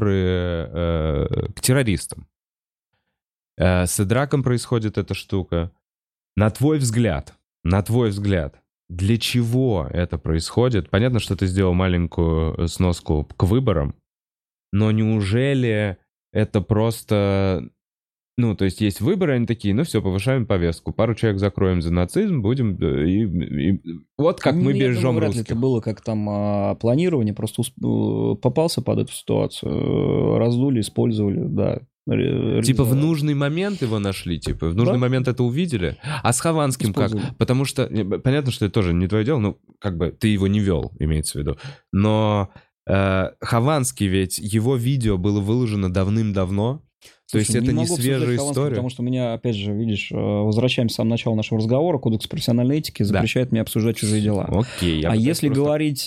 к террористам. С Идраком происходит эта штука. На твой взгляд, для чего это происходит? Понятно, что ты сделал маленькую сноску к выборам, но неужели это просто... Ну, то есть выборы, они такие, ну все, повышаем повестку, пару человек закроем за нацизм, будем... Вот как мы бережем русских. Это было как там планирование, просто попался под эту ситуацию, раздули, использовали, да. Типа в нужный момент его нашли, типа в нужный момент это увидели. А с Хованским как? Потому что, понятно, что это тоже не твое дело, ну, как бы ты его не вел, имеется в виду. Но Хованский ведь, его видео было выложено давным-давно. То есть это не свежая история. Потому что у меня, опять же, видишь, возвращаемся к самому началу нашего разговора, Кодекс профессиональной этики запрещает мне обсуждать чужие дела. Окей. Если говорить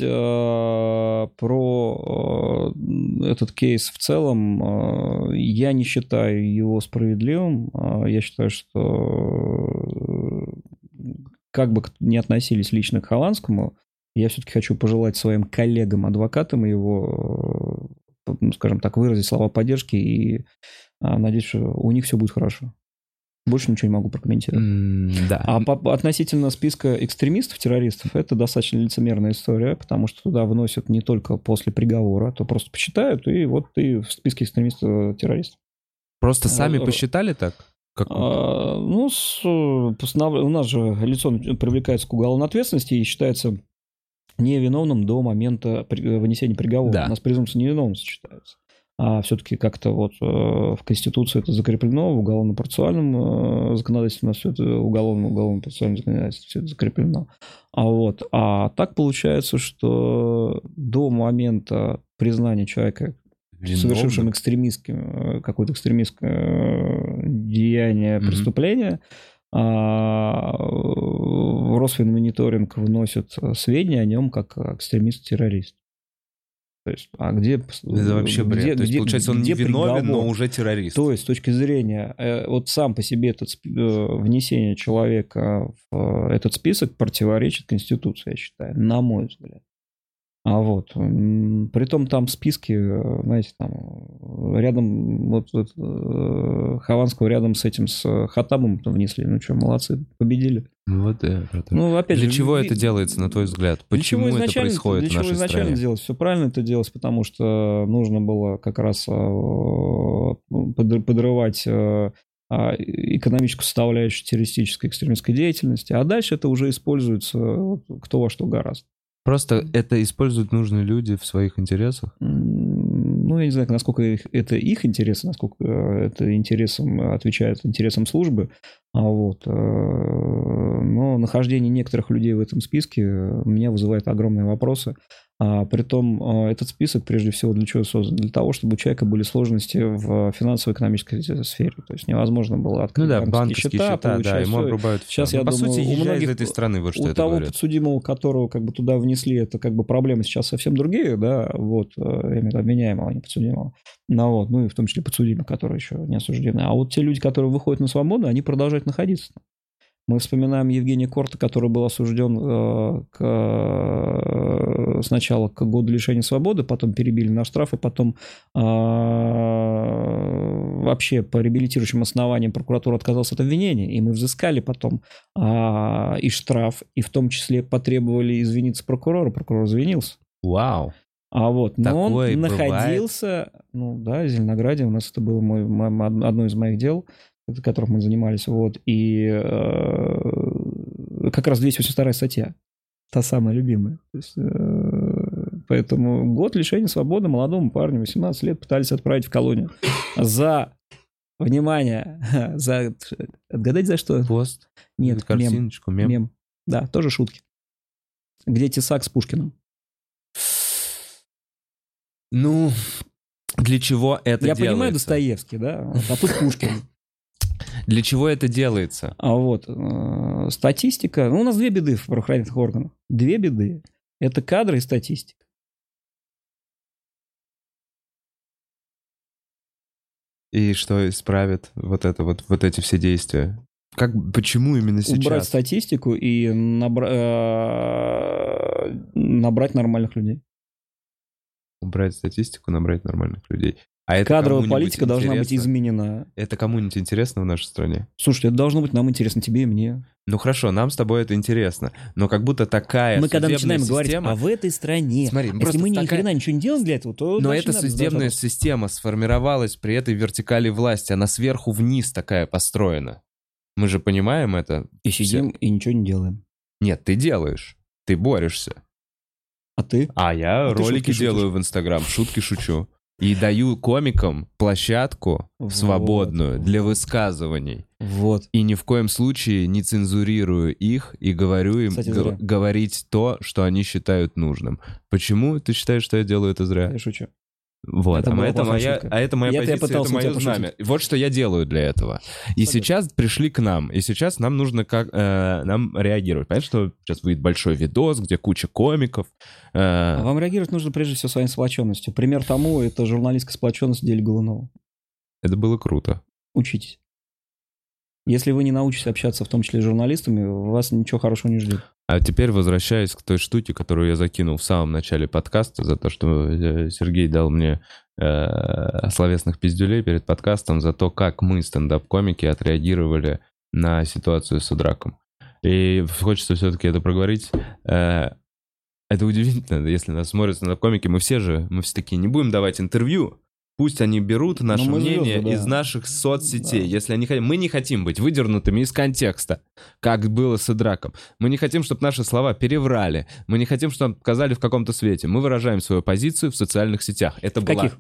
про этот кейс в целом, я не считаю его справедливым. Я считаю, что как бы ни относились лично к Хованскому, я все-таки хочу пожелать своим коллегам-адвокатам его, скажем так, выразить слова поддержки и надеюсь, что у них все будет хорошо. Больше ничего не могу прокомментировать. Да. А относительно списка экстремистов, террористов, это достаточно лицемерная история, потому что туда вносят не только после приговора, то просто посчитают, и вот ты в списке экстремистов-террористов. Просто сами посчитали так? У нас же лицо привлекается к уголовной ответственности и считается невиновным до момента вынесения приговора. Да. У нас презумпция невиновности считается. А все-таки как-то вот в Конституции это закреплено, в уголовно-процессуальном законодательстве у нас все это уголовно-процессуальном законодательстве все это закреплено. А так получается, что до момента признания человека совершившим какое-то экстремистское деяние, преступление, в Росфинмониторинг вносят сведения о нем как экстремист-террорист. То есть, где... Это вообще бред. То есть, получается, он не виновен, но уже террорист. То есть, с точки зрения, вот сам по себе внесение человека в этот список противоречит Конституции, я считаю, на мой взгляд. Притом там в списке, знаете, там рядом, Хованского рядом с Хаттабом внесли. Ну что, молодцы, победили. Опять же, для чего это делается, на твой взгляд? Почему это происходит в нашей стране? Для чего изначально делалось? Все правильно это делалось, потому что нужно было как раз подрывать экономическую составляющую террористической экстремистской деятельности, а дальше это уже используется кто во что гораздо. Просто это используют нужные люди в своих интересах? Я не знаю, насколько это их интересы, насколько это интересам отвечает интересам службы. Но нахождение некоторых людей в этом списке меня вызывает огромные вопросы. Притом этот список, прежде всего, для чего создан? Для того, чтобы у человека были сложности в финансово-экономической сфере. То есть невозможно было открыть банковские счета, да, ему обрубают все. Сейчас, я по думаю, сути, у многих, из этой страны, вот что у это того говорят. подсудимого, которого как бы туда внесли, это как бы проблемы сейчас совсем другие, да, вот, я имею в виду обвиняемого, а не подсудимого. Ну и в том числе подсудимых, которые еще не осуждены. А вот те люди, которые выходят на свободу, они продолжают находиться. Мы вспоминаем Евгения Корта, который был осужден сначала к году лишения свободы, потом перебили на штраф, и потом вообще по реабилитирующим основаниям прокуратура отказалась от обвинения, и мы взыскали потом и штраф, и в том числе потребовали извиниться прокурору. Прокурор извинился. Вау! Но такое он находился, в Зеленограде, у нас это было одно из моих дел, которым мы занимались, и как раз 282-я статья, та самая любимая. То есть, поэтому год лишения свободы молодому парню, 18 лет, пытались отправить в колонию за, внимание, отгадайте за что? Пост? Нет, картиночку, мем. Да, тоже шутки. Где Тесак с Пушкиным? Для чего это делается? Я понимаю Достоевский, да, а тут Пушкин. Для чего это делается? Статистика. У нас две беды в правоохранительных органах. Две беды. Это кадры и статистика. И что исправит вот эти все действия? Почему именно сейчас? Убрать статистику и набрать нормальных людей. Убрать статистику, набрать нормальных людей. Кадровая политика должна быть изменена. Это кому-нибудь интересно в нашей стране? Слушай, это должно быть нам интересно, тебе и мне. Хорошо, нам с тобой это интересно, но как будто такая мы когда начинаем система... говорить, в этой стране, смотри, если мы ни хрена ничего не делаем для этого, то... Но эта судебная система сформировалась при этой вертикали власти, она сверху вниз такая построена. Мы же понимаем это. И сидим, и ничего не делаем. Нет, ты делаешь, ты борешься. А ты? Я ролики делаю в Инстаграм, шутки шучу. И даю комикам площадку свободную для высказываний. И ни в коем случае не цензурирую их и говорю им говорить то, что они считают нужным. Почему ты считаешь, что я делаю это зря? Я шучу. Это моя позиция, это мое знамя. Вот что я делаю для этого. И сейчас пришли к нам, и сейчас нам нужно нам реагировать. Понятно, что сейчас выйдет большой видос, где куча комиков. Вам реагировать нужно прежде всего своей сплоченностью. Пример тому — это журналистская сплоченность в деле Голунова. Это было круто. Учитесь. Если вы не научитесь общаться, в том числе с журналистами, вас ничего хорошего не ждет. А теперь возвращаясь к той штуке, которую я закинул в самом начале подкаста, за то, что Сергей дал мне словесных пиздюлей перед подкастом, за то, как мы, стендап-комики, отреагировали на ситуацию с Идраком. И хочется все-таки это проговорить. Это удивительно, если нас смотрят стендап-комики, мы все такие, не будем давать интервью. Пусть они берут наше мнение из наших соцсетей. Да. Если они хотят. Мы не хотим быть выдернутыми из контекста, как было с Идраком. Мы не хотим, чтобы наши слова переврали. Мы не хотим, чтобы нам показали в каком-то свете. Мы выражаем свою позицию в социальных сетях. Это каких?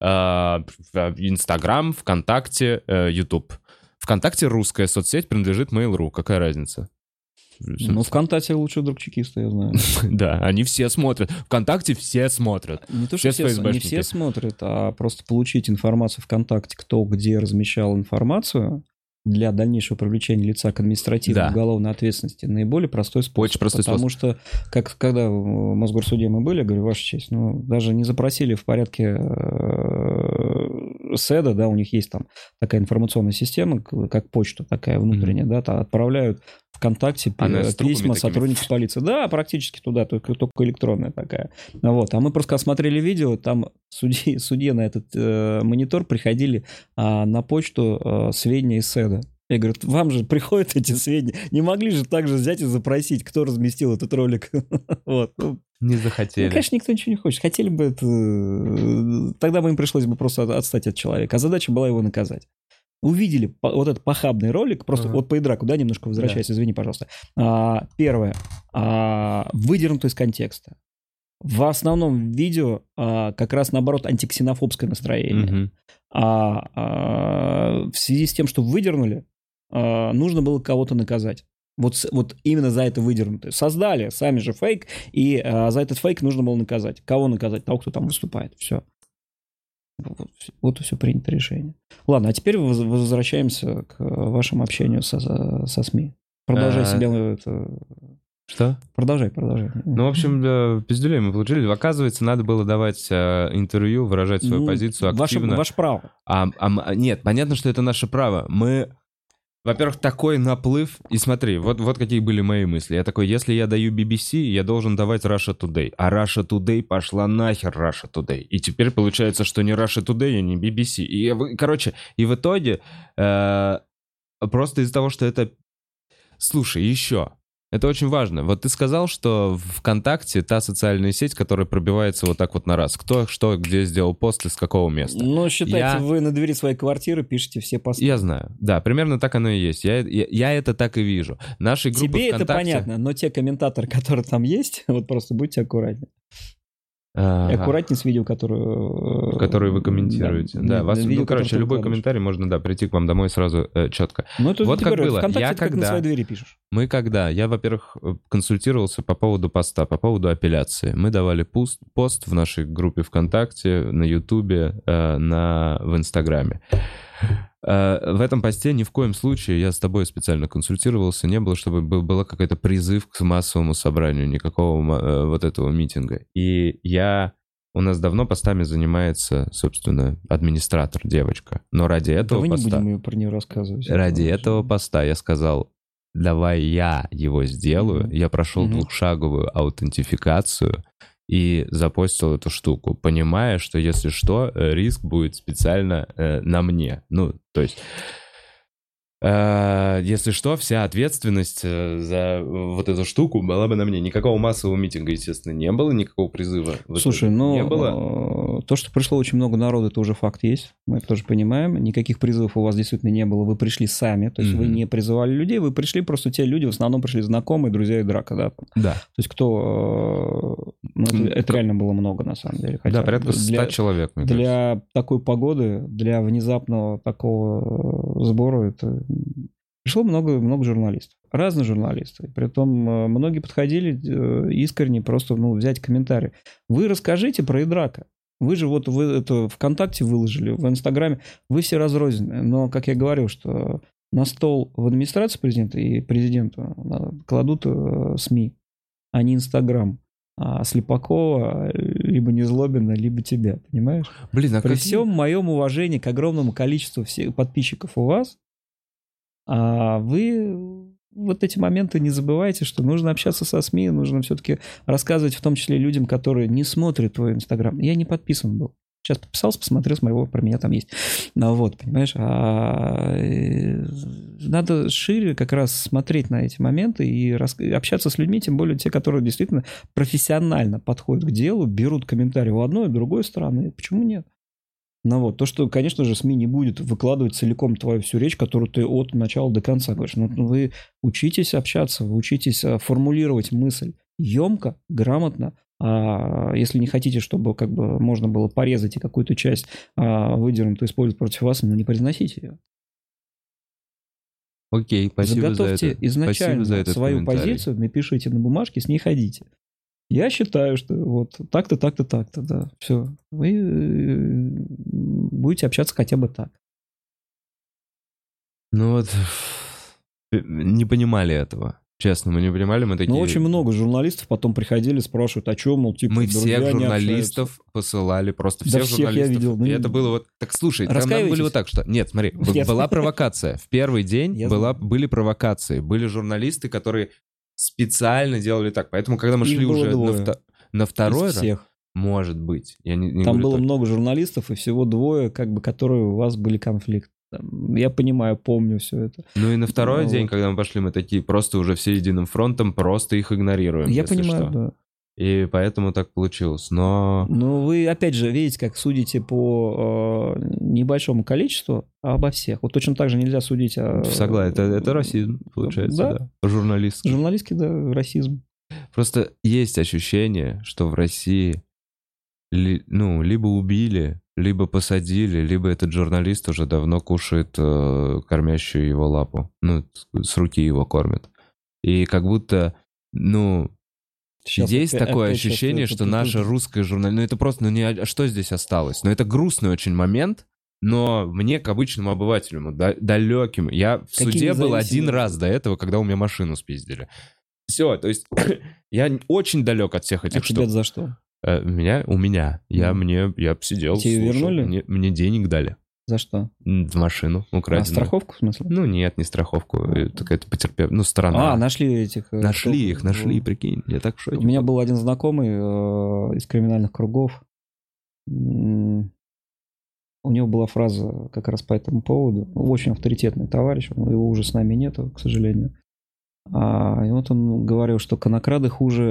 Инстаграм, ВКонтакте, Ютуб. ВКонтакте русская соцсеть принадлежит Mail.ru. Какая разница? ВКонтакте лучший друг чекиста, я знаю. Да, они все смотрят. ВКонтакте все смотрят. Не то, что не все смотрят, а просто получить информацию ВКонтакте, кто где размещал информацию для дальнейшего привлечения лица к административной уголовной ответственности наиболее простой способ. Очень простой способ. Потому что, когда в Мосгорсуде мы были, я говорю, Ваша честь, даже не запросили в порядке СЭДа, да, у них есть там такая информационная система, как почта такая внутренняя, да, отправляют ВКонтакте письма сотрудников полиции. Да, практически туда, только электронная такая. А мы просто смотрели видео, там судье на этот монитор приходили на почту сведения из СЭДа. Я говорю, вам же приходят эти сведения. Не могли же так же взять и запросить, кто разместил этот ролик. Не захотели. Конечно, никто ничего не хочет. Хотели бы это... Тогда бы им пришлось бы просто отстать от человека. А задача была его наказать. Увидели вот этот похабный ролик, просто вот по Идраку, да, немножко возвращаясь, извини, пожалуйста. Первое. Выдернуто из контекста. В основном видео как раз, наоборот, антиксенофобское настроение. В связи с тем, что выдернули, нужно было кого-то наказать. Вот именно за это выдернутое. Создали сами же фейк, и за этот фейк нужно было наказать. Кого наказать? Того, кто там выступает. Все. Вот и все принято решение. Ладно, а теперь возвращаемся к вашему общению со СМИ. Продолжай себя это... Что? Продолжай. Ну, в общем, пиздюлей мы получили. Оказывается, надо было давать интервью, выражать свою позицию активно. Ваше право. Нет, понятно, что это наше право. Во-первых, такой наплыв. И смотри, вот какие были мои мысли. Я такой, если я даю BBC, я должен давать Russia Today. А Russia Today пошла нахер Russia Today. И теперь получается, что не Russia Today, а не BBC. И в итоге, просто из-за того, что это... Слушай, еще... Это очень важно. Вот ты сказал, что ВКонтакте та социальная сеть, которая пробивается вот так вот на раз. Кто, что, где сделал пост, из какого места. Ну, считайте, вы на двери своей квартиры пишете все посты. Я знаю. Да, примерно так оно и есть. Я это так и вижу. Наши группы Тебе ВКонтакте... это понятно, но те комментаторы, которые там есть, вот просто будьте аккуратнее. И аккуратнее с видео, которые вы комментируете. Да, видео, любой комментарий можно, прийти к вам домой сразу четко. Ну, это вот как говорю, было. ВКонтакте как на своей двери пишешь. Я, во-первых, консультировался по поводу поста, по поводу апелляции. Мы давали пост в нашей группе ВКонтакте, на Ютубе, в Инстаграме. В этом посте ни в коем случае, я с тобой специально консультировался, не было, чтобы был какой-то призыв к массовому собранию, никакого вот этого митинга. И у нас давно постами занимается, собственно, администратор, девочка. Но ради этого поста... поста... Давай не будем про нее рассказывать. Ради этого поста я сказал, давай я его сделаю. Я прошел двухшаговую аутентификацию и запостил эту штуку, понимая, что, если что, риск будет специально на мне. Ну, то есть... Если что, вся ответственность за вот эту штуку была бы на мне. Никакого массового митинга, естественно, не было, никакого призыва. Слушай, не было. То, что пришло очень много народу, это уже факт есть. Мы это тоже понимаем. Никаких призывов у вас действительно не было. Вы пришли сами. То есть вы не призывали людей, вы пришли, просто те люди, в основном пришли знакомые, друзья и драка, да? Да. То есть кто... это реально было много, на самом деле. Хотя порядка 100 человек, мне кажется. Для такой погоды, для внезапного такого сбора, это... Пришло много журналистов, разных журналистов. Притом многие подходили искренне просто взять комментарий. Вы расскажите про Идрака. Вы же вы это ВКонтакте выложили, в Инстаграме. Вы все разрозненные. Но, как я говорил, что на стол в администрации президента и президента кладут СМИ, а не Инстаграм. А Слепакова либо Незлобина, либо тебя, понимаешь? При всем моем уважении к огромному количеству всех подписчиков у вас, а вы вот эти моменты не забывайте, что нужно общаться со СМИ, нужно все-таки рассказывать в том числе людям, которые не смотрят твой Инстаграм. Я не подписан был. Сейчас подписался, посмотрел, про меня там есть. Ну вот, понимаешь, надо шире как раз смотреть на эти моменты и общаться с людьми, тем более те, которые действительно профессионально подходят к делу, берут комментарии у одной и другой стороны. Почему нет? Ну вот, то, что, конечно же, СМИ не будет выкладывать целиком твою всю речь, которую ты от начала до конца говоришь. Но вы учитесь общаться, вы учитесь формулировать мысль емко, грамотно. А если не хотите, чтобы можно было порезать и какую-то часть выдернутую использовать против вас, не произносите ее. Окей, спасибо за это. Заготовьте изначально свою позицию, напишите на бумажке, с ней ходите. Я считаю, что вот так-то, так-то, так-то, да. Все. Вы будете общаться хотя бы так. Ну вот, не понимали этого. Честно, мы не понимали, мы такие... Ну, очень много журналистов потом приходили, спрашивают, о чем, мол, типа, мы всех журналистов посылали, просто всех журналистов. Я видел. И это было вот... Так, слушай, там были вот так, что... Нет, смотри, была провокация. В первый день были провокации. Были журналисты, которые специально делали так. Поэтому, когда мы шли уже на второй раз... Может быть. Там было много журналистов, и всего двое, которые у вас были конфликты. Я понимаю, помню все это. Ну и на второй день, когда мы пошли, мы такие просто уже все единым фронтом, просто их игнорируем. Я понимаю, да. И поэтому так получилось, но... Ну вы, опять же, видите, как судите по небольшому количеству, а обо всех. Вот точно так же нельзя судить о... Согласен, это расизм, получается, да. Журналистский. Журналистский, да, расизм. Просто есть ощущение, что в России либо убили, либо посадили, либо этот журналист уже давно кушает кормящую его лапу. Ну, с руки его кормят. И как будто, ну... Сейчас есть такое ощущение, что наша русская журналистика... Ну, это просто, ну, не... Что здесь осталось? Ну, это грустный очень момент, но мне, к обычному обывателю, далеким... Я в суде был один раз до этого, когда у меня машину спиздили. Все, то есть я очень далек от всех этих штук. А тебе за что? У меня. Я сидел, тебе вернули? Мне денег дали. За что? В машину украденную. А страховку, в смысле? Ну, нет, не страховку. Какая-то потерпев... Ну, сторона. Нашли этих... Нашли, прикинь. Я так в шоке. У меня был один знакомый из криминальных кругов. У него была фраза как раз по этому поводу. Очень авторитетный товарищ. Его уже с нами нету, к сожалению. И вот он говорил, что конокрады хуже...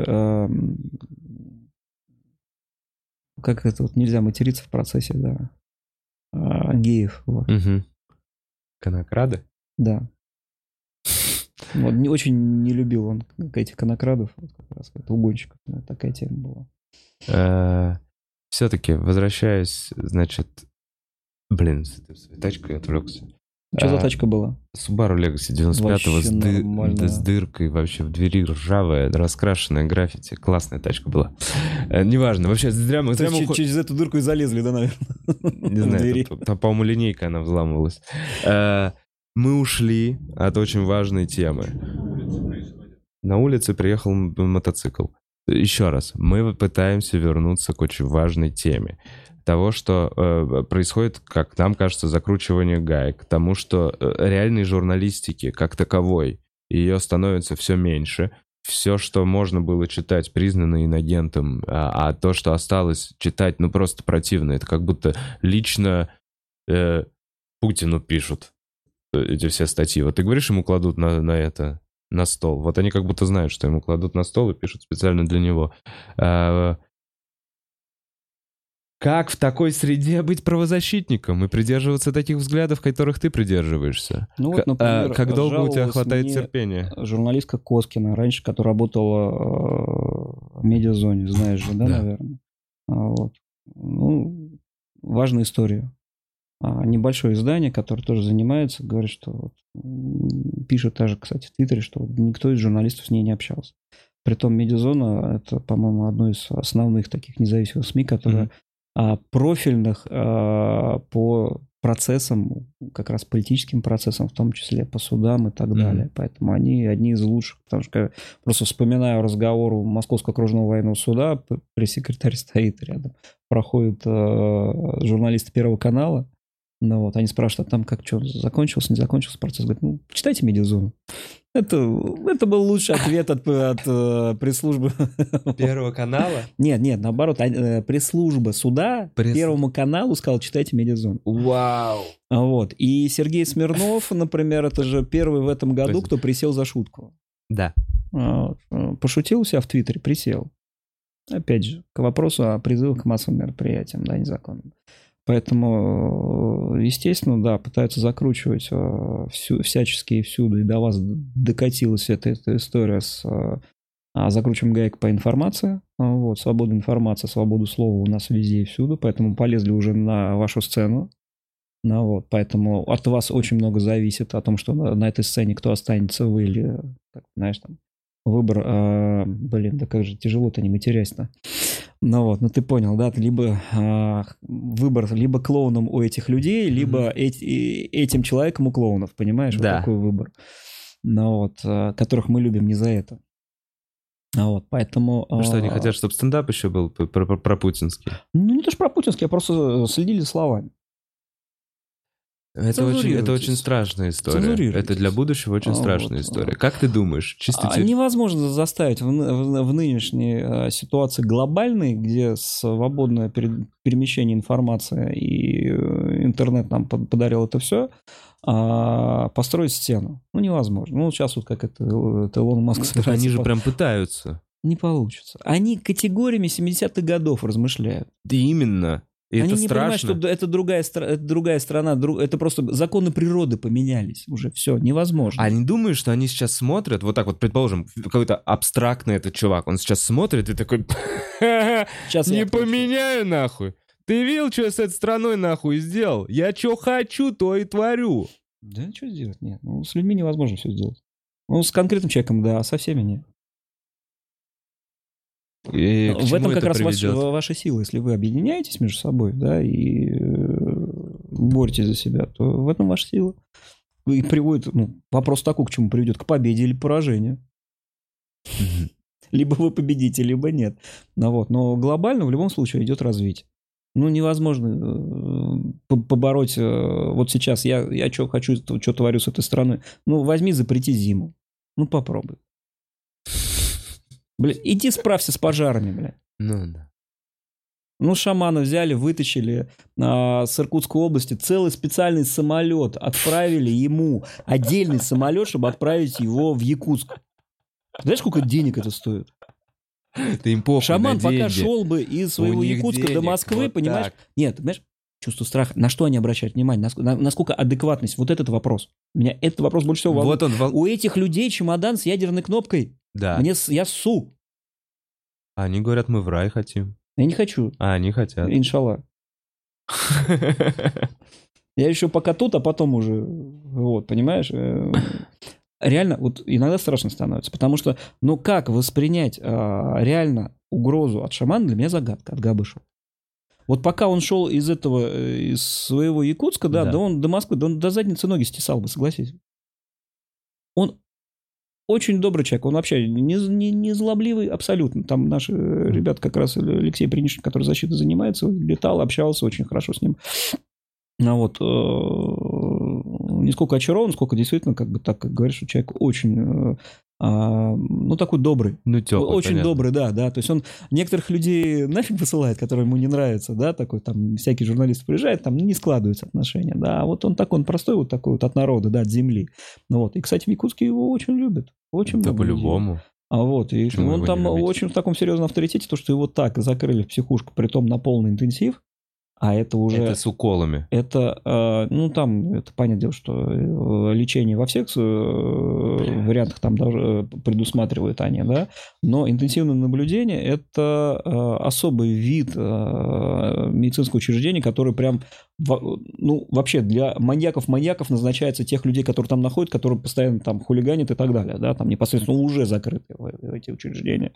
Как это вот нельзя материться в процессе, да. Геев. Вот. Угу. Конокрады? Да. Вот, очень не любил он этих конокрадов, вот как раз угонщиков. Вот такая тема была. Все-таки, возвращаясь, значит... Блин, с этой тачкой я отвлекся. Что за тачка была? Subaru Legacy 95-го с дыркой вообще в двери, ржавая, раскрашенная граффити. Классная тачка была. Неважно, вообще зря мы... Через эту дырку и залезли, да, наверное? Не знаю, по-моему, линейка она взламывалась. Мы ушли от очень важной темы. На улице приехал мотоцикл. Еще раз, мы пытаемся вернуться к очень важной теме. Того, что происходит, как нам кажется, закручивание гаек, к тому, что реальной журналистики как таковой, ее становится все меньше. Все, что можно было читать, признано инагентом, а то, что осталось читать, ну просто противно. Это как будто лично Путину пишут эти все статьи. Вот ты говоришь, ему кладут на стол. Вот они как будто знают, что ему кладут на стол и пишут специально для него. Как в такой среде быть правозащитником и придерживаться таких взглядов, которых ты придерживаешься? Ну вот, например, как долго у тебя хватает терпения? Журналистка Коскина, раньше, которая работала в медиазоне, знаешь же, да, наверное? Вот. Ну, важная история. Небольшое издание, которое тоже занимается, говорит, что пишет даже, кстати, в Твиттере, что никто из журналистов с ней не общался. Притом медиазона — это, по-моему, одно из основных таких независимых СМИ, которые профильных по процессам, как раз политическим процессам, в том числе по судам и так далее. Поэтому они одни из лучших. Потому что просто вспоминаю разговор у Московского окружного военного суда, пресс-секретарь стоит рядом, проходит журналисты Первого канала. Ну вот, они спрашивают, а там как, что, закончился, не закончился процесс? Говорят, ну, почитайте «Медиазону». Это был лучший ответ от пресс-службы. Первого канала? Нет, наоборот, пресс-служба суда Первому каналу сказала, читайте «Медиазону». Вау! Вот, и Сергей Смирнов, например, это же первый в этом году, кто присел за шутку. Да. Пошутил у себя в Твиттере, присел. Опять же, к вопросу о призывах к массовым мероприятиям, да, незаконным. Поэтому, естественно, да, пытаются закручивать всячески и всюду. И до вас докатилась эта история с закручиванием гаек по информации. Вот, свобода информации, свободу слова у нас везде и всюду. Поэтому полезли уже на вашу сцену. Ну, вот, поэтому от вас очень много зависит о том, что на этой сцене кто останется, вы или, знаешь, там, выбор, да как же тяжело-то не матерясь-то. Ну вот, ты понял, да, либо выбор, либо клоуном у этих людей, либо этим человеком у клоунов, понимаешь? Да. Вот такой выбор. Ну вот, которых мы любим не за это. Вот, поэтому... Ну что, они хотят, чтобы стендап еще был про-путинский? Ну, не то что про-путинский, а просто следили за словами. Это очень страшная история. Это для будущего очень страшная история. Как ты думаешь? Чисто невозможно заставить в нынешней ситуации глобальной, где свободное перемещение информации и интернет нам подарил это все, построить стену. Ну, невозможно. Ну, сейчас вот как это Илон Маск собирается. Они же прям пытаются. Не получится. Они категориями 70-х годов размышляют. Да именно. И они это не страшно. понимают, что это другая страна, это просто законы природы поменялись уже, все, невозможно. А не думаешь, что они сейчас смотрят, вот так вот, предположим, какой-то абстрактный этот чувак, он сейчас смотрит и такой, не поменяю нахуй. Ты видел, что я с этой страной нахуй сделал? Я что хочу, то и творю. Да что сделать? Нет. Ну, с людьми невозможно все сделать. Ну, с конкретным человеком, да, а со всеми нет. И в этом как раз ваша сила. Если вы объединяетесь между собой, да, и боретесь за себя, то в этом ваша сила. И приводит, вопрос такой, к чему приведет? К победе или поражению. Либо вы победите, либо нет. Но глобально в любом случае идет развитие. Невозможно побороть. Вот сейчас я что хочу, что творю с этой страной. Возьми, запрети зиму. Попробуй. Блин, иди справься с пожарами, блядь. Да. Шамана взяли, вытащили с Иркутской области целый специальный самолет. Отправили ему отдельный самолет, чтобы отправить его в Якутск. Знаешь, сколько денег это стоит? Ты им похуй Шаман на деньги. пока шел бы из своего Якутска до Москвы, вот понимаешь? Так. Нет, понимаешь, чувство страха. На что они обращают внимание? Насколько адекватность? Вот этот вопрос. Меня этот вопрос больше всего волнует. У этих людей чемодан с ядерной кнопкой. Да. Я ссу. Они говорят, мы в рай хотим. Я не хочу. А они хотят. Иншалла. Я еще пока тут, а потом уже, понимаешь? Реально, иногда страшно становится, потому что, как воспринять реально угрозу от шамана, для меня загадка, от Габышева. Вот пока он шел из своего Якутска, да, он до Москвы, он до задницы ноги стесал бы, согласись. Он очень добрый человек, он вообще не злобливый абсолютно. Там наши ребята, как раз Алексей Принишин, который защитой занимается, летал, общался, очень хорошо с ним. Не сколько очарован, сколько действительно, так как говоришь, что человек очень, такой добрый. Теплый, очень понятно. Добрый, да. То есть он некоторых людей нафиг высылает, которые ему не нравятся, да, такой, там, всякий журналист приезжает, там не складываются отношения, да, а он такой, он простой, такой от народа, да, от земли. И, кстати, в Якутске его очень любят. Очень да много по-любому. людей. И он там очень в таком серьезном авторитете, то, что его так закрыли в психушку, притом на полный интенсив. А это уже... Это с уколами. Это, это понятное дело, что лечение во всех вариантах там даже предусматривают они, да, но интенсивное наблюдение – это особый вид медицинского учреждения, который прям, вообще для маньяков назначается тех людей, которые там находят, которые постоянно там хулиганят и так далее, да, там непосредственно уже закрыты эти учреждения.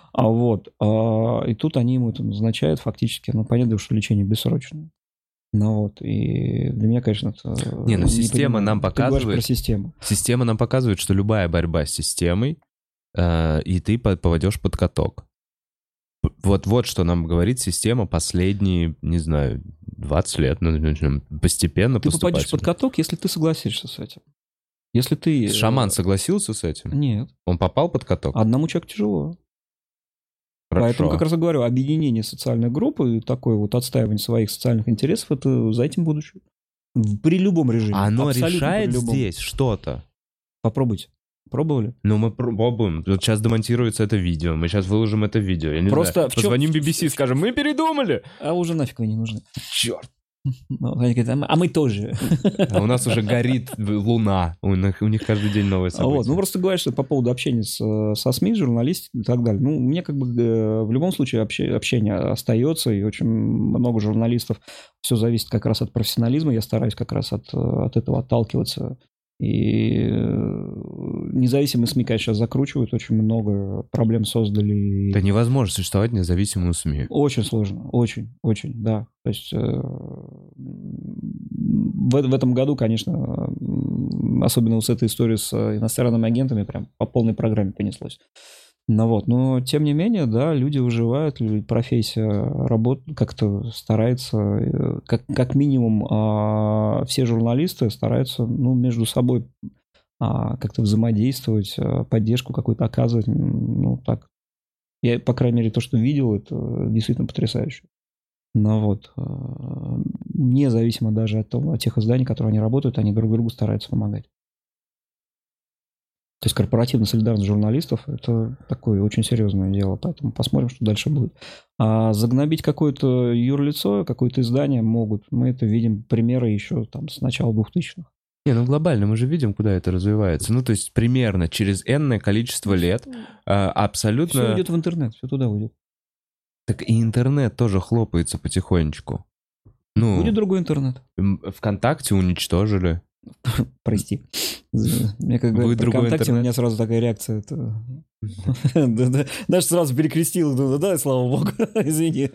И тут они ему это назначают фактически, понятно, что лечение бессрочное. И для меня, конечно, это... система нам показывает... Ты говоришь про систему. Система нам показывает, что любая борьба с системой, и ты попадешь под каток. Вот что нам говорит система последние, не знаю, 20 лет. Постепенно, ты попадешь под каток, если ты согласишься с этим. Если ты... Шаман согласился с этим? Нет. Он попал под каток? Одному человеку тяжело. Хорошо. Поэтому как раз и говорю, объединение социальной группы и такое отстаивание своих социальных интересов, это за этим будущее. При любом режиме. Оно абсолютно решает здесь что-то? Попробуйте. Пробовали? Мы пробуем. Вот сейчас демонтируется это видео. Мы сейчас выложим это видео. Я не знаю. Позвоним BBC, скажем, мы передумали. А уже нафиг вы не нужны. Черт. Они говорят, а мы тоже. А у нас уже горит луна. У них каждый день новые события. Просто говоришь, что по поводу общения со СМИ, журналистикой и так далее. Мне в любом случае общение остается, и очень много журналистов. Все зависит как раз от профессионализма. Я стараюсь как раз от этого отталкиваться. И независимые СМИ, конечно, сейчас закручивают, очень много проблем создали. Да невозможно существовать независимую СМИ. Очень сложно, очень, да. То есть в этом году, конечно, особенно с этой историей с иностранными агентами, прям по полной программе понеслось. Но тем не менее, да, люди выживают, профессия работает, как-то старается, как минимум все журналисты стараются, между собой как-то взаимодействовать, поддержку какую-то оказывать, так. Я, по крайней мере, то, что видел, это действительно потрясающе. Независимо даже от тех изданий, которые они работают, они друг другу стараются помогать. То есть корпоративная солидарность журналистов – это такое очень серьезное дело, поэтому посмотрим, что дальше будет. А загнобить какое-то юрлицо, какое-то издание могут. Мы это видим примеры еще там с начала 2000-х. Глобально мы же видим, куда это развивается. То есть примерно через энное количество лет абсолютно... Все идет в интернет, все туда уйдет. Так и интернет тоже хлопается потихонечку. Ну, Будет другой интернет. ВКонтакте уничтожили. Прости. Мне как говорят про ВКонтакте, у меня сразу такая реакция. Даже сразу перекрестил. Да, слава богу. Извини.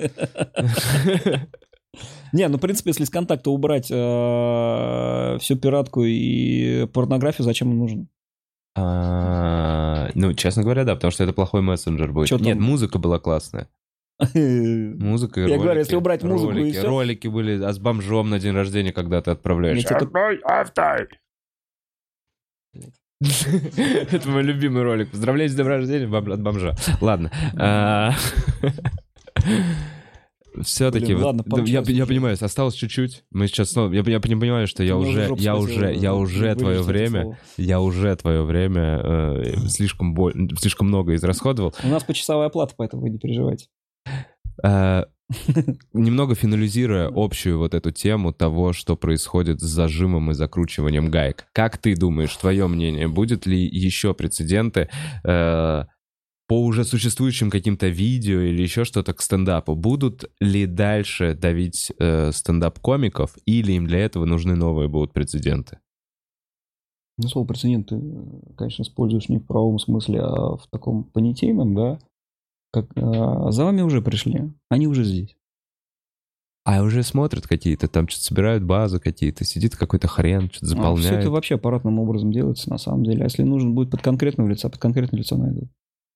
Не, ну, в принципе, если с контакта убрать всю пиратку и порнографию, зачем он нужен? Ну, честно говоря, да, потому что это плохой мессенджер будет. Нет, музыка была классная. Музыка и ролики. Я говорю, если убрать музыку и все. Ролики были, а с бомжом на день рождения, когда ты отправляешь. Это мой любимый ролик. Поздравляю с днем рождения от бомжа. Ладно. Все-таки, я понимаю, осталось чуть-чуть. Мы сейчас снова, я понимаю, что я уже твое время слишком много израсходовал. У нас почасовая оплата, поэтому вы не переживайте. Немного финализируя общую вот эту тему того, что происходит с зажимом и закручиванием гаек. Как ты думаешь, твое мнение, будет ли еще прецеденты по уже существующим каким-то видео или еще что-то к стендапу? Будут ли дальше давить стендап-комиков, или им для этого нужны новые будут прецеденты? Ну, слово «прецедент» ты, конечно, используешь не в правом смысле, а в таком понятийном, да? Как, за вами уже пришли, они уже здесь. А уже смотрят какие-то, там что-то собирают базы какие-то, сидит какой-то хрен, что-то заполняет. Все это вообще аппаратным образом делается на самом деле. А если нужен будет под конкретное лицо найдут.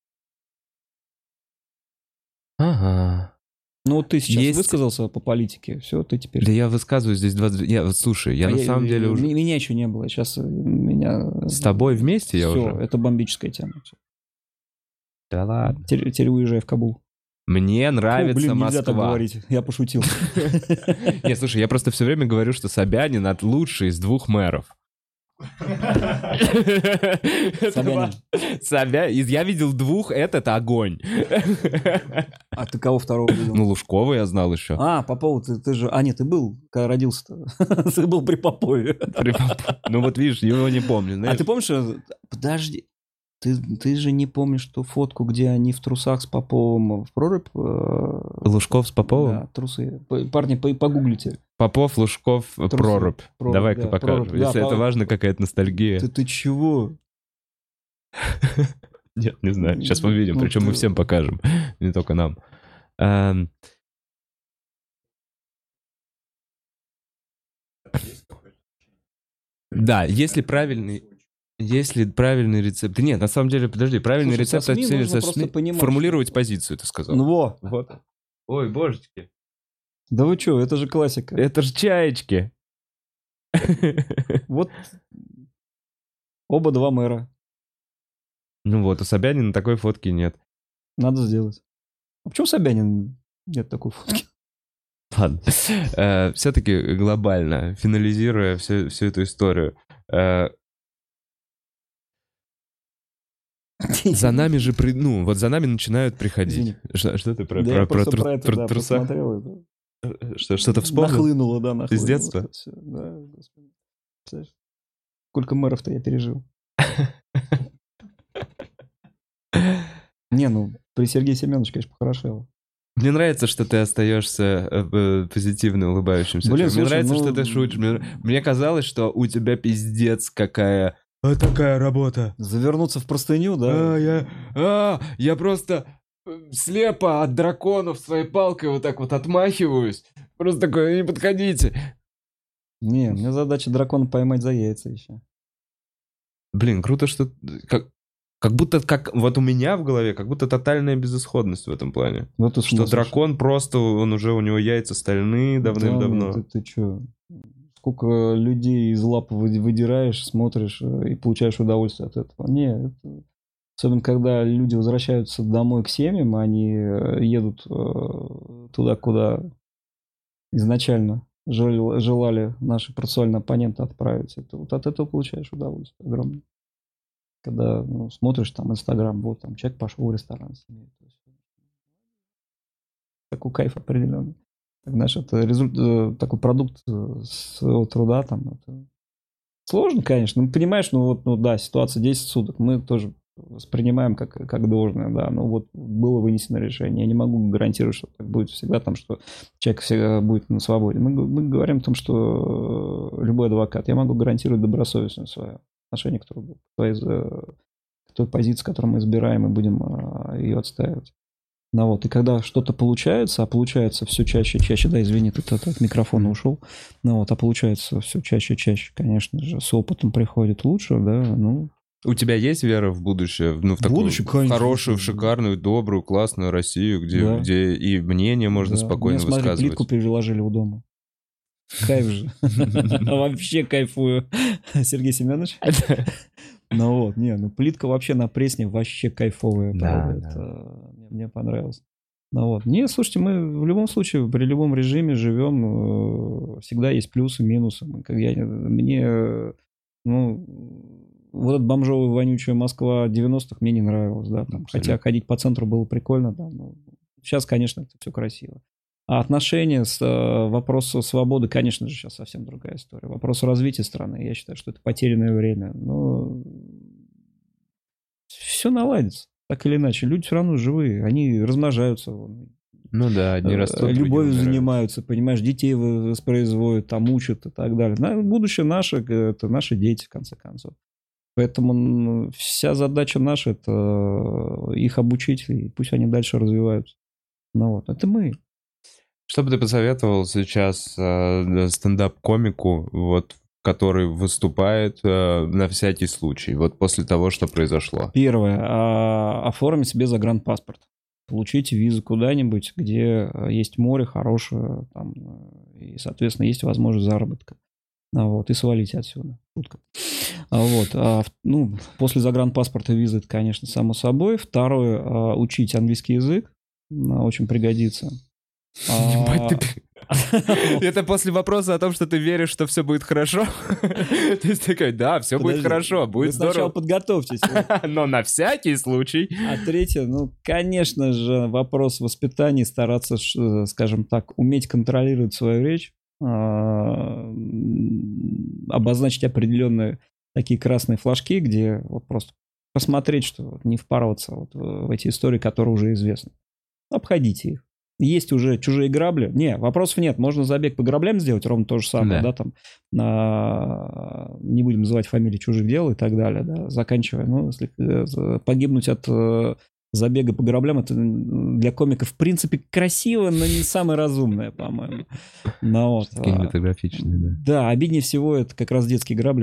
Ага. Ну вот ты сейчас высказался по политике, все, ты теперь... Да я высказываю здесь 20... Слушай, я на самом деле уже... Меня еще не было, сейчас меня... С тобой вместе я уже? Все, это бомбическая тема. Да ладно. Теперь уезжай в Кабул. Мне нравится Москва. Нельзя так говорить, я пошутил. Нет, слушай, я просто все время говорю, что Собянин лучший из двух мэров. Собянин. Я видел двух, этот огонь. А ты кого второго видел? Ну, Лужкова я знал еще. Попова, ты же... нет, ты был, когда родился-то. Ты был при Попове. Ну вот видишь, его не помню. А ты помнишь... Подожди. Ты же не помнишь ту фотку, где они в трусах с Поповым в прорубь? Лужков с Поповым? Да, трусы. Парни, погуглите. Попов, Лужков, прорубь. Давай-ка покажем. Прорубь. Если это важно, какая-то ностальгия. Ты чего? Нет, не знаю. Сейчас мы увидим. Причем мы всем покажем. Не только нам. Да, если правильный рецепт... Да нет, на самом деле, подожди, правильный рецепт формулировать позицию, ты сказал. Ну вот. Ой, божечки. Да вы что, это же классика. Это же чаечки. Вот оба два мэра. Ну вот, у Собянина такой фотки нет. Надо сделать. А почему Собянин нет такой фотки? Ладно. Все-таки глобально, финализируя всю эту историю. За нами же, за нами начинают приходить. Что ты про труса? Что-то вспомнил? Нахлынуло, да, Из детства? Да, господи. Сколько мэров-то я пережил. Не, при Сергее Семеновиче, конечно, похорошело. Мне нравится, что ты остаешься позитивно улыбающимся. Блин, мне нравится, что ты шутишь. Мне казалось, что у тебя пиздец какая такая работа. Завернуться в простыню, да? Я просто слепо от драконов своей палкой вот так вот отмахиваюсь. Просто такой, не подходите. Не, у меня задача дракона поймать за яйца еще. Блин, круто, что... Как будто, вот у меня в голове, как будто тотальная безысходность в этом плане. Что дракон просто, у него яйца стальные давным-давно. Да, ты чё? Сколько людей из лап выдираешь, смотришь и получаешь удовольствие от этого. Не, особенно когда люди возвращаются домой к семьям, они едут туда, куда изначально желали наши процессуальные оппоненты отправить. Вот от этого получаешь удовольствие огромное. Когда смотришь там Инстаграм, вот там человек пошел в ресторан с семьей. Такой кайф определенный. Так, знаешь, это такой продукт своего труда там. Это... Сложно, конечно. Понимаешь, да, ситуация 10 суток. Мы тоже воспринимаем как должное, да. Ну вот было вынесено решение. Я не могу гарантировать, что так будет всегда, там, что человек всегда будет на свободе. Мы говорим о том, что любой адвокат, я могу гарантировать добросовестное свое отношение к труду, к той позиции, которую мы избираем, и будем ее отстаивать. Ну вот, и когда что-то получается, а получается все чаще и чаще, да, извини, ты от микрофона ушел, ну вот, а получается все чаще и чаще, конечно же, с опытом приходит лучше, да, ну. У тебя есть вера в будущее, ну, в такую хорошую, шикарную, добрую, классную Россию, где и мнение можно спокойно высказывать? Смотри, плитку переложили у дома. Кайф же. Вообще кайфую. Сергей Семенович? Ну вот, плитка вообще на Пресне вообще кайфовая. Мне понравилось. Ну вот. Слушайте, мы в любом случае, при любом режиме живем, всегда есть плюсы, минусы. Вот эта бомжовая, вонючая Москва 90-х мне не нравилась, да, там, хотя ходить по центру было прикольно, да, но сейчас, конечно, это все красиво. А отношения вопрос свободы, конечно же, сейчас совсем другая история. Вопрос развития страны, я считаю, что это потерянное время. Но все наладится, так или иначе. Люди все равно живые, они размножаются. Ну да, одни растут, любовью занимаются, понимаешь, детей воспроизводят, там учат и так далее. Будущее наше, это наши дети, в конце концов. Поэтому вся задача наша — это их обучить, и пусть они дальше развиваются. Ну вот, это мы. Что бы ты посоветовал сейчас стендап-комику, вот, который выступает на всякий случай, вот после того, что произошло? Первое. Оформить себе загранпаспорт. Получите визу куда-нибудь, где есть море хорошее, там, и, соответственно, есть возможность заработка. Вот, и свалите отсюда. Шутка. Вот. После загранпаспорта визы, это, конечно, само собой. Второе. Учить английский язык. Очень пригодится. Это после вопроса о том, что ты веришь, что все будет хорошо? То есть такой, да, все будет хорошо, будет здорово. Сначала подготовьтесь. Но на всякий случай. А третье, конечно же, вопрос воспитания, стараться, скажем так, уметь контролировать свою речь, обозначить определенные такие красные флажки, где вот просто посмотреть, что не впарываться вот в эти истории, которые уже известны. Обходите их. Есть уже чужие грабли. Вопросов нет. Можно забег по граблям сделать, ровно то же самое, да, там, не будем называть фамилии чужих дел и так далее, да, заканчивая. Если погибнуть от забега по граблям, это для комика, в принципе, красиво, но не самое разумное, по-моему. Кинематографичный, да. Да, обиднее всего это как раз детские грабли,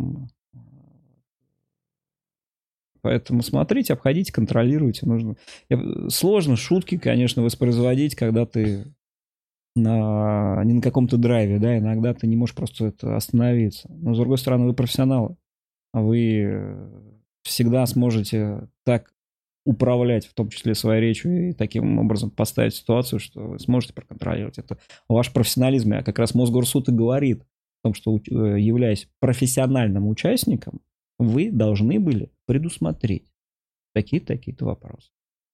Поэтому смотрите, обходите, контролируйте. Сложно шутки, конечно, воспроизводить, когда ты не на каком-то драйве, да, иногда ты не можешь просто это остановиться. Но, с другой стороны, вы профессионалы. Вы всегда сможете так управлять, в том числе своей речью, и таким образом поставить ситуацию, что вы сможете проконтролировать. Это ваш профессионализм. А как раз Мосгорсуд и говорит о том, что, являясь профессиональным участником, вы должны были предусмотреть такие-то вопросы.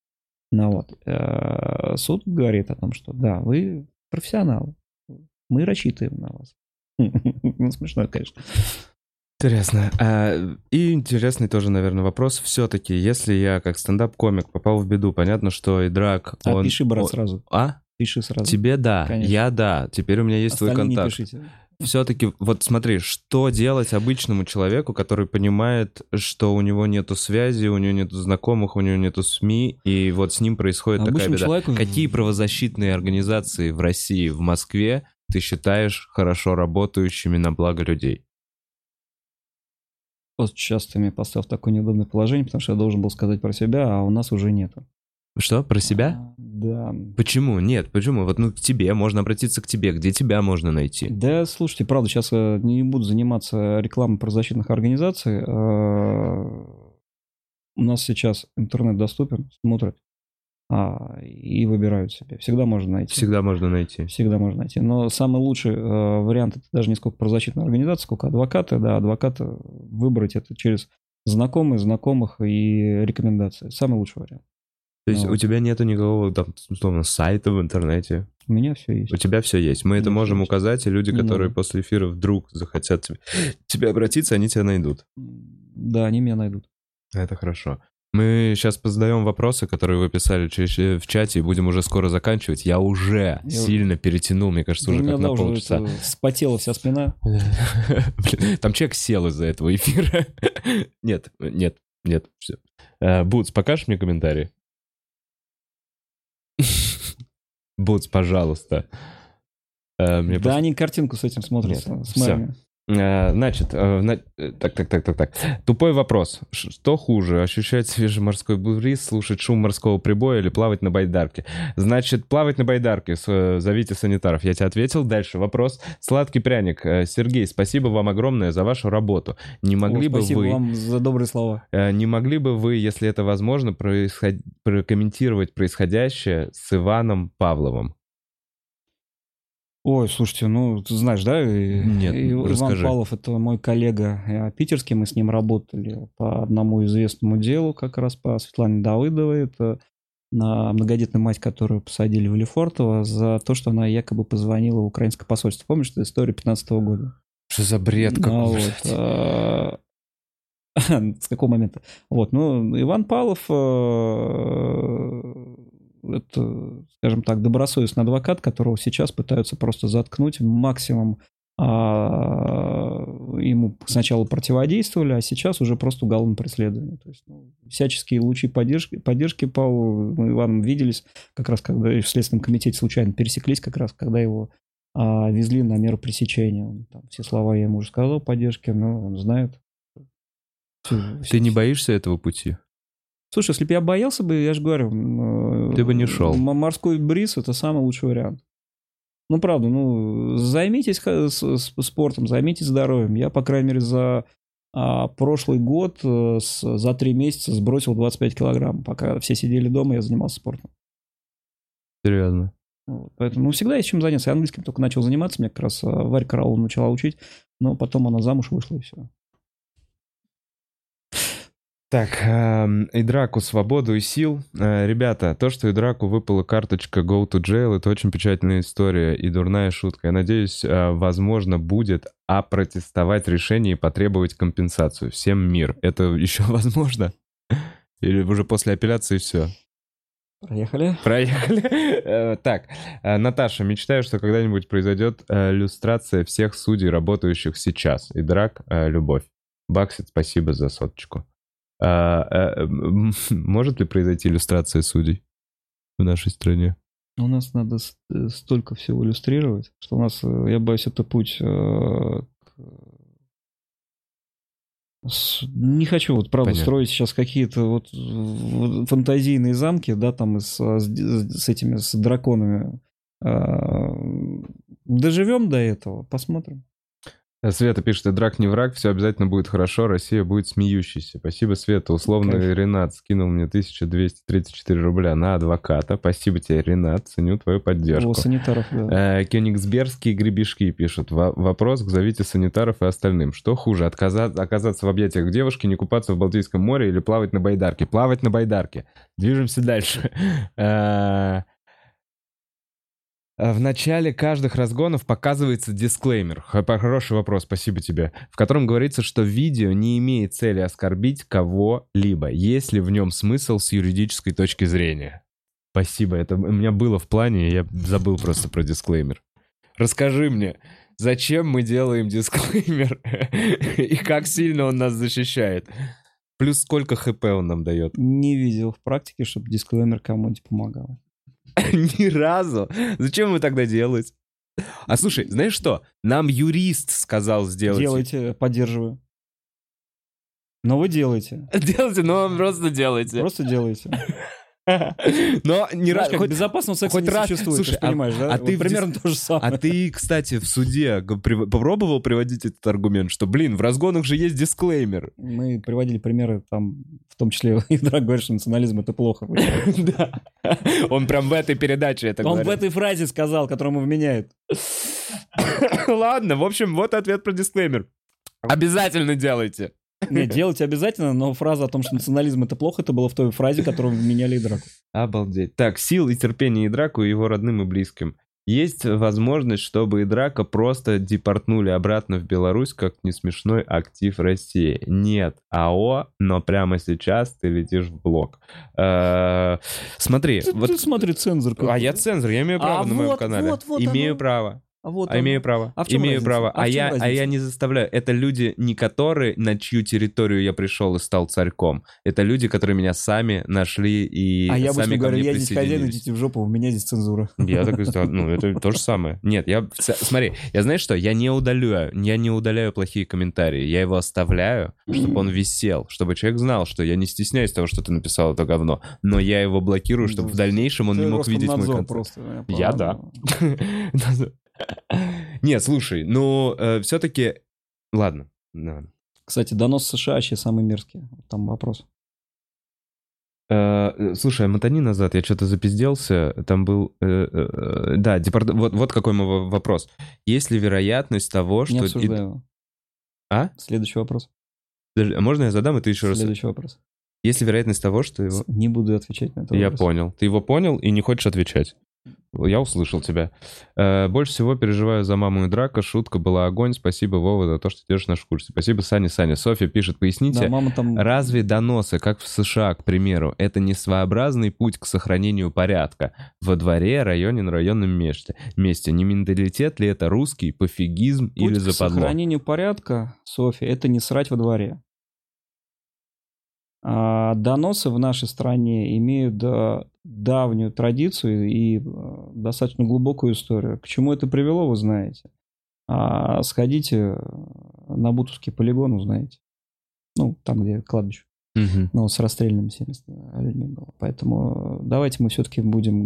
Суд говорит о том, что да, вы профессионалы, мы рассчитываем на вас. Смешно, конечно. Интересно. И интересный тоже, наверное, вопрос. Все-таки, если я как стендап-комик попал в беду, понятно, что и Драк... Пиши, брат, сразу. Пиши сразу. Тебе да, конечно. Я да. Теперь у меня есть твой контакт. Не пишите. Все-таки, вот смотри, что делать обычному человеку, который понимает, что у него нету связи, у него нету знакомых, у него нету СМИ, и вот с ним происходит такая беда. Какие правозащитные организации в России, в Москве ты считаешь хорошо работающими на благо людей? Вот сейчас ты меня поставил в такое неудобное положение, потому что я должен был сказать про себя, а у нас уже нету. Что, про себя? Да. Почему? Нет, почему? Вот к тебе, можно обратиться к тебе, где тебя можно найти? Да, слушайте, правда, сейчас не буду заниматься рекламой правозащитных организаций. У нас сейчас интернет доступен, смотрят и выбирают себе. Всегда можно найти. Всегда можно найти. Всегда можно найти. Но самый лучший вариант — это даже не сколько правозащитная организация, сколько адвокаты. Да, адвоката выбрать это через знакомых и рекомендации. Самый лучший вариант. То есть у тебя нету никакого, там, условно, сайта в интернете? У меня все есть. У тебя все есть. Мы это можем указать, и люди, которые после эфира вдруг захотят тебе обратиться, они тебя найдут. Да, они меня найдут. Это хорошо. Мы сейчас позадаем вопросы, которые вы писали в чате, и будем уже скоро заканчивать. Я уже сильно перетянул, мне кажется, уже как на полчаса. Вспотела вся спина. Там человек сел из-за этого эфира. Нет, все. Бутс, покажешь мне комментарий? Бутс, пожалуйста. Да, они картинку с этим смотрят, с мэрами. Значит, так. Тупой вопрос. Что хуже, ощущать свежий морской бриз, слушать шум морского прибоя или плавать на байдарке? Значит, плавать на байдарке. Зовите санитаров. Я тебе ответил. Дальше вопрос. Сладкий пряник. Сергей, спасибо вам огромное за вашу работу. Не могли бы спасибо вы... вам за добрые слова. Не могли бы вы, если это возможно, прокомментировать происходящее с Иваном Павловым? Ой, слушайте, ну, ты знаешь, да? Нет, Иван Павлов — это мой коллега питерский, мы с ним работали по одному известному делу, как раз по Светлане Давыдовой. Это на многодетную мать, которую посадили в Лефортово за то, что она якобы позвонила в украинское посольство. Помнишь эту историю 2015 года? Что за бред какой? С какого момента? Вот, ну, Иван Павлов... это, скажем так, добросовестный адвокат, которого сейчас пытаются просто заткнуть максимум. Ему сначала противодействовали, а сейчас уже просто уголовное преследование. То есть, всяческие лучи поддержки Павлу, мы Иваном виделись, как раз когда в Следственном комитете случайно пересеклись, как раз когда его везли на меру пресечения. Там, все слова я ему уже сказал поддержки, но он знает. Ты не боишься этого пути? Слушай, если бы я боялся бы, я же говорю... Ты бы не шел. Морской бриз — это самый лучший вариант. Ну, правда, займитесь спортом, займитесь здоровьем. Я, по крайней мере, за прошлый год, за 3 месяца сбросил 25 килограмм. Пока все сидели дома, я занимался спортом. Серьезно? Поэтому всегда есть чем заняться. Я английским только начал заниматься, меня как раз Варька Раулова начала учить, но потом она замуж вышла, и все. Так, Идраку свободу и сил. Ребята, то, что Идраку выпала карточка Go to Jail, это очень печальная история и дурная шутка. Я надеюсь, возможно, будет опротестовать решение и потребовать компенсацию. Всем мир. Это еще возможно? Или уже после апелляции все? Проехали. Так, Наташа, мечтаю, что когда-нибудь произойдет люстрация всех судей, работающих сейчас. Идрак, любовь. Баксит, спасибо за соточку. Может ли произойти иллюстрация судей в нашей стране? У нас надо столько всего иллюстрировать, что у нас, я боюсь, это путь... Не хочу, вот правда, Понятно. Строить сейчас какие-то вот фантазийные замки, да, там с этими, с драконами. Доживем до этого, посмотрим. Света пишет, Идрак не враг, все обязательно будет хорошо, Россия будет смеющейся. Спасибо, Света. Условно, Ренат скинул мне 1234 рубля на адвоката. Спасибо тебе, Ренат, ценю твою поддержку. О, санитаров, да. Кёнигсбергские гребешки пишут. Вопрос к зовите санитаров и остальным. Что хуже, оказаться в объятиях девушки, не купаться в Балтийском море или плавать на байдарке? Плавать на байдарке. Движемся дальше. В начале каждых разгонов показывается дисклеймер. Хороший вопрос, спасибо тебе. В котором говорится, что видео не имеет цели оскорбить кого-либо. Есть ли в нем смысл с юридической точки зрения? Спасибо, это у меня было в плане, я забыл просто про дисклеймер. Расскажи мне, зачем мы делаем дисклеймер и как сильно он нас защищает? Плюс сколько хп он нам дает? Не видел в практике, чтобы дисклеймер кому-нибудь помогал. Ни разу. Зачем вы тогда делать? А слушай, знаешь что? Нам юрист сказал сделать. Делайте, поддерживаю. Но вы делаете. Делайте, но просто делайте. Просто делайте. Но не раз, хоть безопасного секса не существует, слушай, ты понимаешь, да? Ты примерно то же самое. А ты, кстати, в суде попробовал приводить этот аргумент, что, блин, в разгонах же есть дисклеймер. Мы приводили примеры, там, в том числе, Идрак говорит, что национализм — это плохо. Да. Он прям в этой передаче это говорит. Он в этой фразе сказал, которую ему вменяют. Ладно, в общем, вот ответ про дисклеймер. Обязательно делайте. Нет, делать обязательно, но фраза о том, что национализм — это плохо, это было в той фразе, которую меняли Идраку. Обалдеть. Так, сил и терпения Идраку и его родным и близким. Есть возможность, чтобы и Драка просто депортнули обратно в Беларусь, как несмешной актив России. Нет, АО, но прямо сейчас ты летишь в блок. Смотри. Ты смотри, цензор какой. А я цензор, я имею право на моем канале. Имею право. Имею право. А в чем имею разница? право. А я не заставляю. Это люди, не которые, на чью территорию я пришел и стал царьком. Это люди, которые меня сами нашли и сами я сами ко говорю, мне я здесь хозяин, присоединились. идите в жопу, у меня здесь цензура. Я так и сказал, это то же самое. Нет, смотри, я знаешь что, я не удаляю плохие комментарии, я его оставляю, чтобы он висел, чтобы человек знал, что я не стесняюсь того, что ты написал это говно, но я его блокирую, чтобы в дальнейшем он не мог видеть мой контент. Просто. Я да. Нет, слушай, все-таки... Ладно. Кстати, донос США вообще самый мерзкий. Там вопрос. Слушай, мотани назад, я что-то запизделся. Там был... Да, вот какой мой вопрос. Есть ли вероятность того, что... Не обсуждаю. Следующий вопрос. Подожди, а можно я задам, и ты еще раз... Следующий вопрос. Есть ли вероятность того, что его... Не буду отвечать на это. Я понял. Ты его понял и не хочешь отвечать. Я услышал тебя. Больше всего переживаю за маму и Драка. Шутка была огонь. Спасибо, Вова, за то, что держишь наш в курсе. Спасибо, Саня. Софья пишет, поясните, да, мама там... разве доносы, как в США, к примеру, это не своеобразный путь к сохранению порядка во дворе, районе, на районном месте? Не менталитет ли это русский, пофигизм или западло? Путь к сохранению порядка, Софья, это не срать во дворе. Доносы в нашей стране имеют давнюю традицию и достаточно глубокую историю. К чему это привело, вы знаете. Сходите на Бутовский полигон, узнаете. Там, где кладбище. С расстрелянными 70 людьми было. Поэтому давайте мы все-таки будем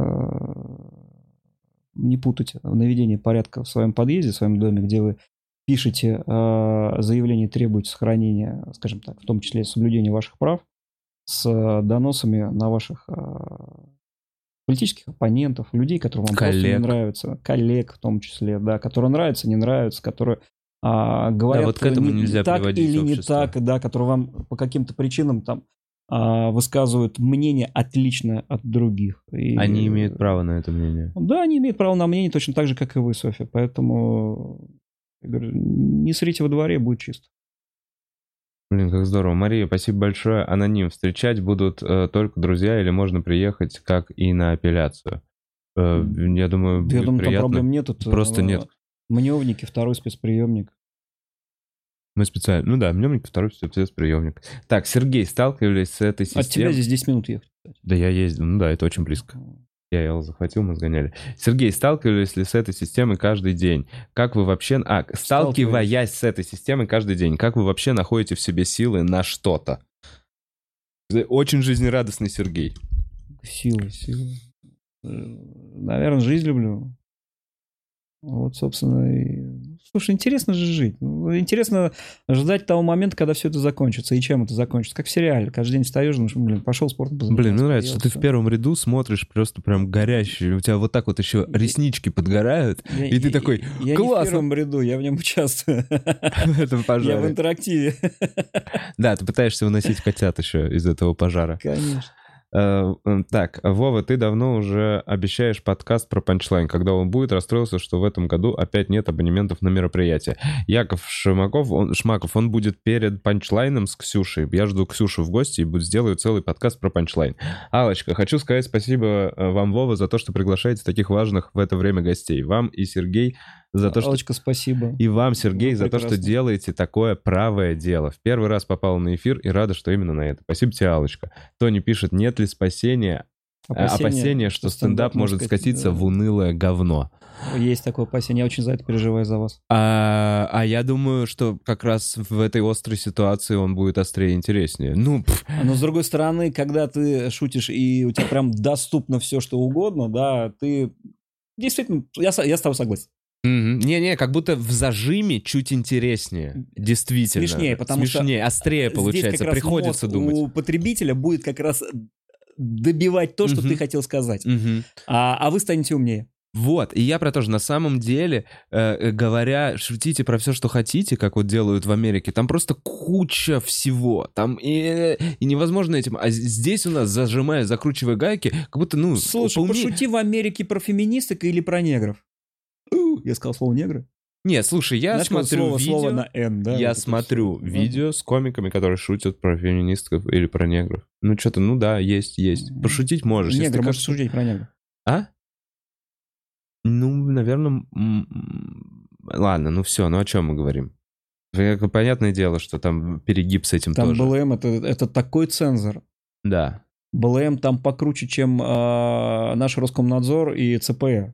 не путать наведение порядка в своем подъезде, в своем доме, где вы пишете заявление, требуете сохранения, скажем так, в том числе соблюдения ваших прав, с доносами на ваших политических оппонентов, людей, которые вам просто не нравятся, коллег в том числе, да, которые нравятся, не нравятся, которые говорят, да, вот к этому нельзя так приводить или общество. не так, да, которые вам по каким-то причинам там высказывают мнение отличное от других. И... Они имеют право на это мнение. Да, они имеют право на мнение точно так же, как и вы, Софья. Поэтому, я говорю, не срите во дворе, будет чисто. Блин, как здорово. Мария, спасибо большое. Аноним. Встречать будут только друзья или можно приехать, как и на апелляцию? Я думаю, будет приятно. Там проблем нет. Тут просто нет. Мневники, второй спецприемник. Мы специально... Ну да, мневники, второй спецприемник. Так, Сергей, сталкивались с этой системой? От тебя здесь 10 минут ехать. Да я ездил. Ну да, это очень близко. Я его захватил, мы сгоняли. Сергей, сталкивались ли с этой системой каждый день? Как вы вообще... сталкиваясь с этой системой каждый день, как вы вообще находите в себе силы на что-то? Очень жизнерадостный Сергей. Силы. Наверное, жизнь люблю. Вот, собственно, и... Слушай, интересно же жить. Интересно ждать того момента, когда все это закончится. И чем это закончится? Как в сериале. Каждый день встаешь, думаешь, пошел спортом позаниматься. Блин, мне нравится, что ты в первом ряду смотришь просто прям горящий. У тебя вот так вот еще реснички подгорают. И ты такой, классно. Я не в первом ряду, я в нем участвую. В этом пожаре. Я в интерактиве. Да, ты пытаешься выносить котят еще из этого пожара. Конечно. Так, Вова, ты давно уже обещаешь подкаст про панчлайн. Когда он будет, расстроился, что в этом году опять нет абонементов на мероприятие. Яков Шмаков, он будет перед панчлайном с Ксюшей. Я жду Ксюшу в гости и сделаю целый подкаст про панчлайн. Аллочка, хочу сказать спасибо вам, Вова, за то, что приглашаете таких важных в это время гостей. Вам и Сергей за то, Аллочка, спасибо. И вам, Сергей, за то, что делаете такое правое дело. В первый раз попал на эфир и рада, что именно на это. Спасибо тебе, Аллочка. Тони пишет, нет ли опасения, что стендап может скатиться в унылое говно. Есть такое опасение, я очень за это переживаю за вас. А я думаю, что как раз в этой острой ситуации он будет острее и интереснее. Но с другой стороны, когда ты шутишь и у тебя прям доступно все, что угодно, да, ты... Действительно, я с тобой согласен. Не-не, как будто в зажиме чуть интереснее. Действительно. Смешнее, потому что... острее получается, приходится думать. У потребителя будет как раз добивать то, что ты хотел сказать. А вы станете умнее. Вот, и я про то же, на самом деле, говоря, шутите про все, что хотите, как вот делают в Америке, там просто куча всего, там и невозможно этим, а здесь у нас, зажимая, закручивая гайки, как будто, ну... Слушай, пошути в Америке про феминисток или про негров. Я сказал слово негры. Нет, слушай, я смотрю слово на «Н», да? Я смотрю видео с комиками, которые шутят про феминистков или про негров. Ну, что-то, ну да, есть. Пошутить можешь. Негр может шутить про негров. А? Ну, наверное... Ладно, ну все, ну о чем мы говорим? Понятное дело, что там перегиб с этим там тоже. Там БЛМ это такой цензор. Да. БЛМ там покруче, чем наш Роскомнадзор и ЦПР.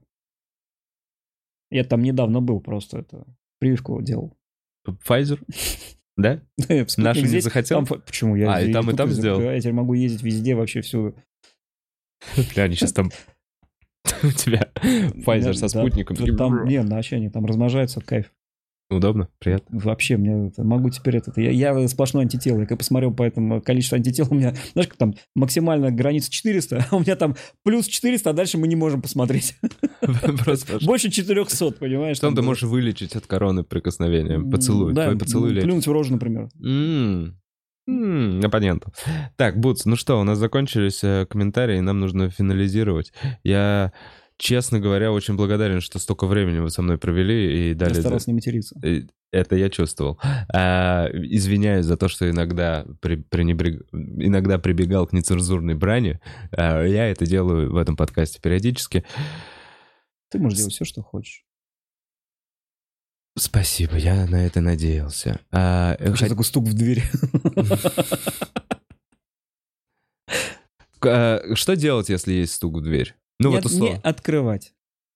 Я там недавно был просто, это прививку делал. Pfizer? Да? Наши не захотел? Почему? Я и там сделал? Я теперь могу ездить везде, вообще всюду. Бля, они сейчас там... У тебя Pfizer со спутником. Там, не, вообще они там размножаются, кайф. Удобно, приятно. Вообще, мне могу теперь я сплошной антител. Я как посмотрел по этому количеству антител, у меня, знаешь, как там максимальная граница 400, а у меня там плюс 400, а дальше мы не можем посмотреть. Больше 400, понимаешь? Что ты можешь вылечить от короны прикосновением? Поцелуй. Да, твой поцелуй лечит. плюнуть в рожу, например. Понятно. Так, Буц, ну что, у нас закончились комментарии, нам нужно финализировать. Я, честно говоря, очень благодарен, что столько времени вы со мной провели и дали... Я старался не материться. Это я чувствовал. Извиняюсь за то, что иногда прибегал к нецензурной брани. Я это делаю в этом подкасте периодически. Ты можешь делать все, что хочешь. Спасибо, я на это надеялся. Сейчас такой стук в дверь. Что делать, если есть стук в дверь? Ну, вот условно. Не открывать.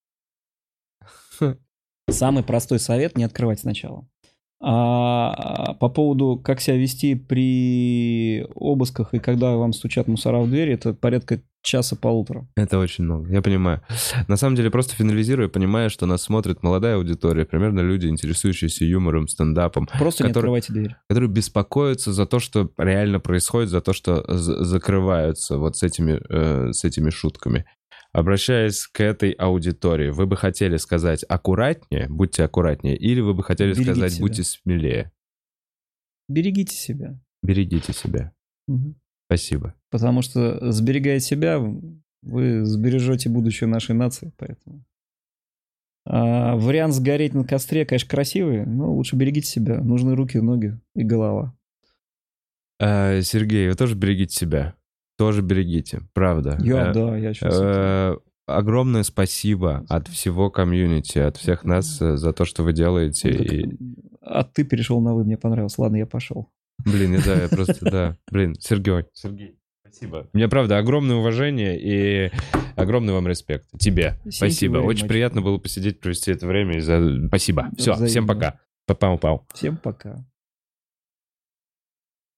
Самый простой совет — не открывать сначала. По поводу, как себя вести при обысках и когда вам стучат мусора в дверь, это порядка часа-полутора. Это очень много, я понимаю. На самом деле, просто финализируя, понимаю, что нас смотрит молодая аудитория, примерно люди, интересующиеся юмором, стендапом. Просто не открывайте дверь. Которые беспокоятся за то, что реально происходит, за то, что закрываются вот с этими шутками. Обращаясь к этой аудитории, вы бы хотели сказать аккуратнее, будьте аккуратнее, или вы бы хотели сказать себя. Будьте смелее? Берегите себя. Берегите себя. Угу. Спасибо. Потому что, сберегая себя, вы сбережете будущее нашей нации, поэтому... вариант сгореть на костре, конечно, красивый, но лучше берегите себя. Нужны руки, ноги и голова. Сергей, вы тоже берегите себя. Тоже берегите, правда. Я сейчас... Огромное спасибо от всего комьюнити, от всех нас за то, что вы делаете. А ты перешел на «вы», мне понравилось. Ладно, я пошел. Блин, я просто, да. Блин, Сергей, спасибо. Мне, правда, огромное уважение и огромный вам респект. Тебе спасибо. Очень приятно было посидеть, провести это время. Спасибо. Все, всем пока. Пау-пау. Всем пока.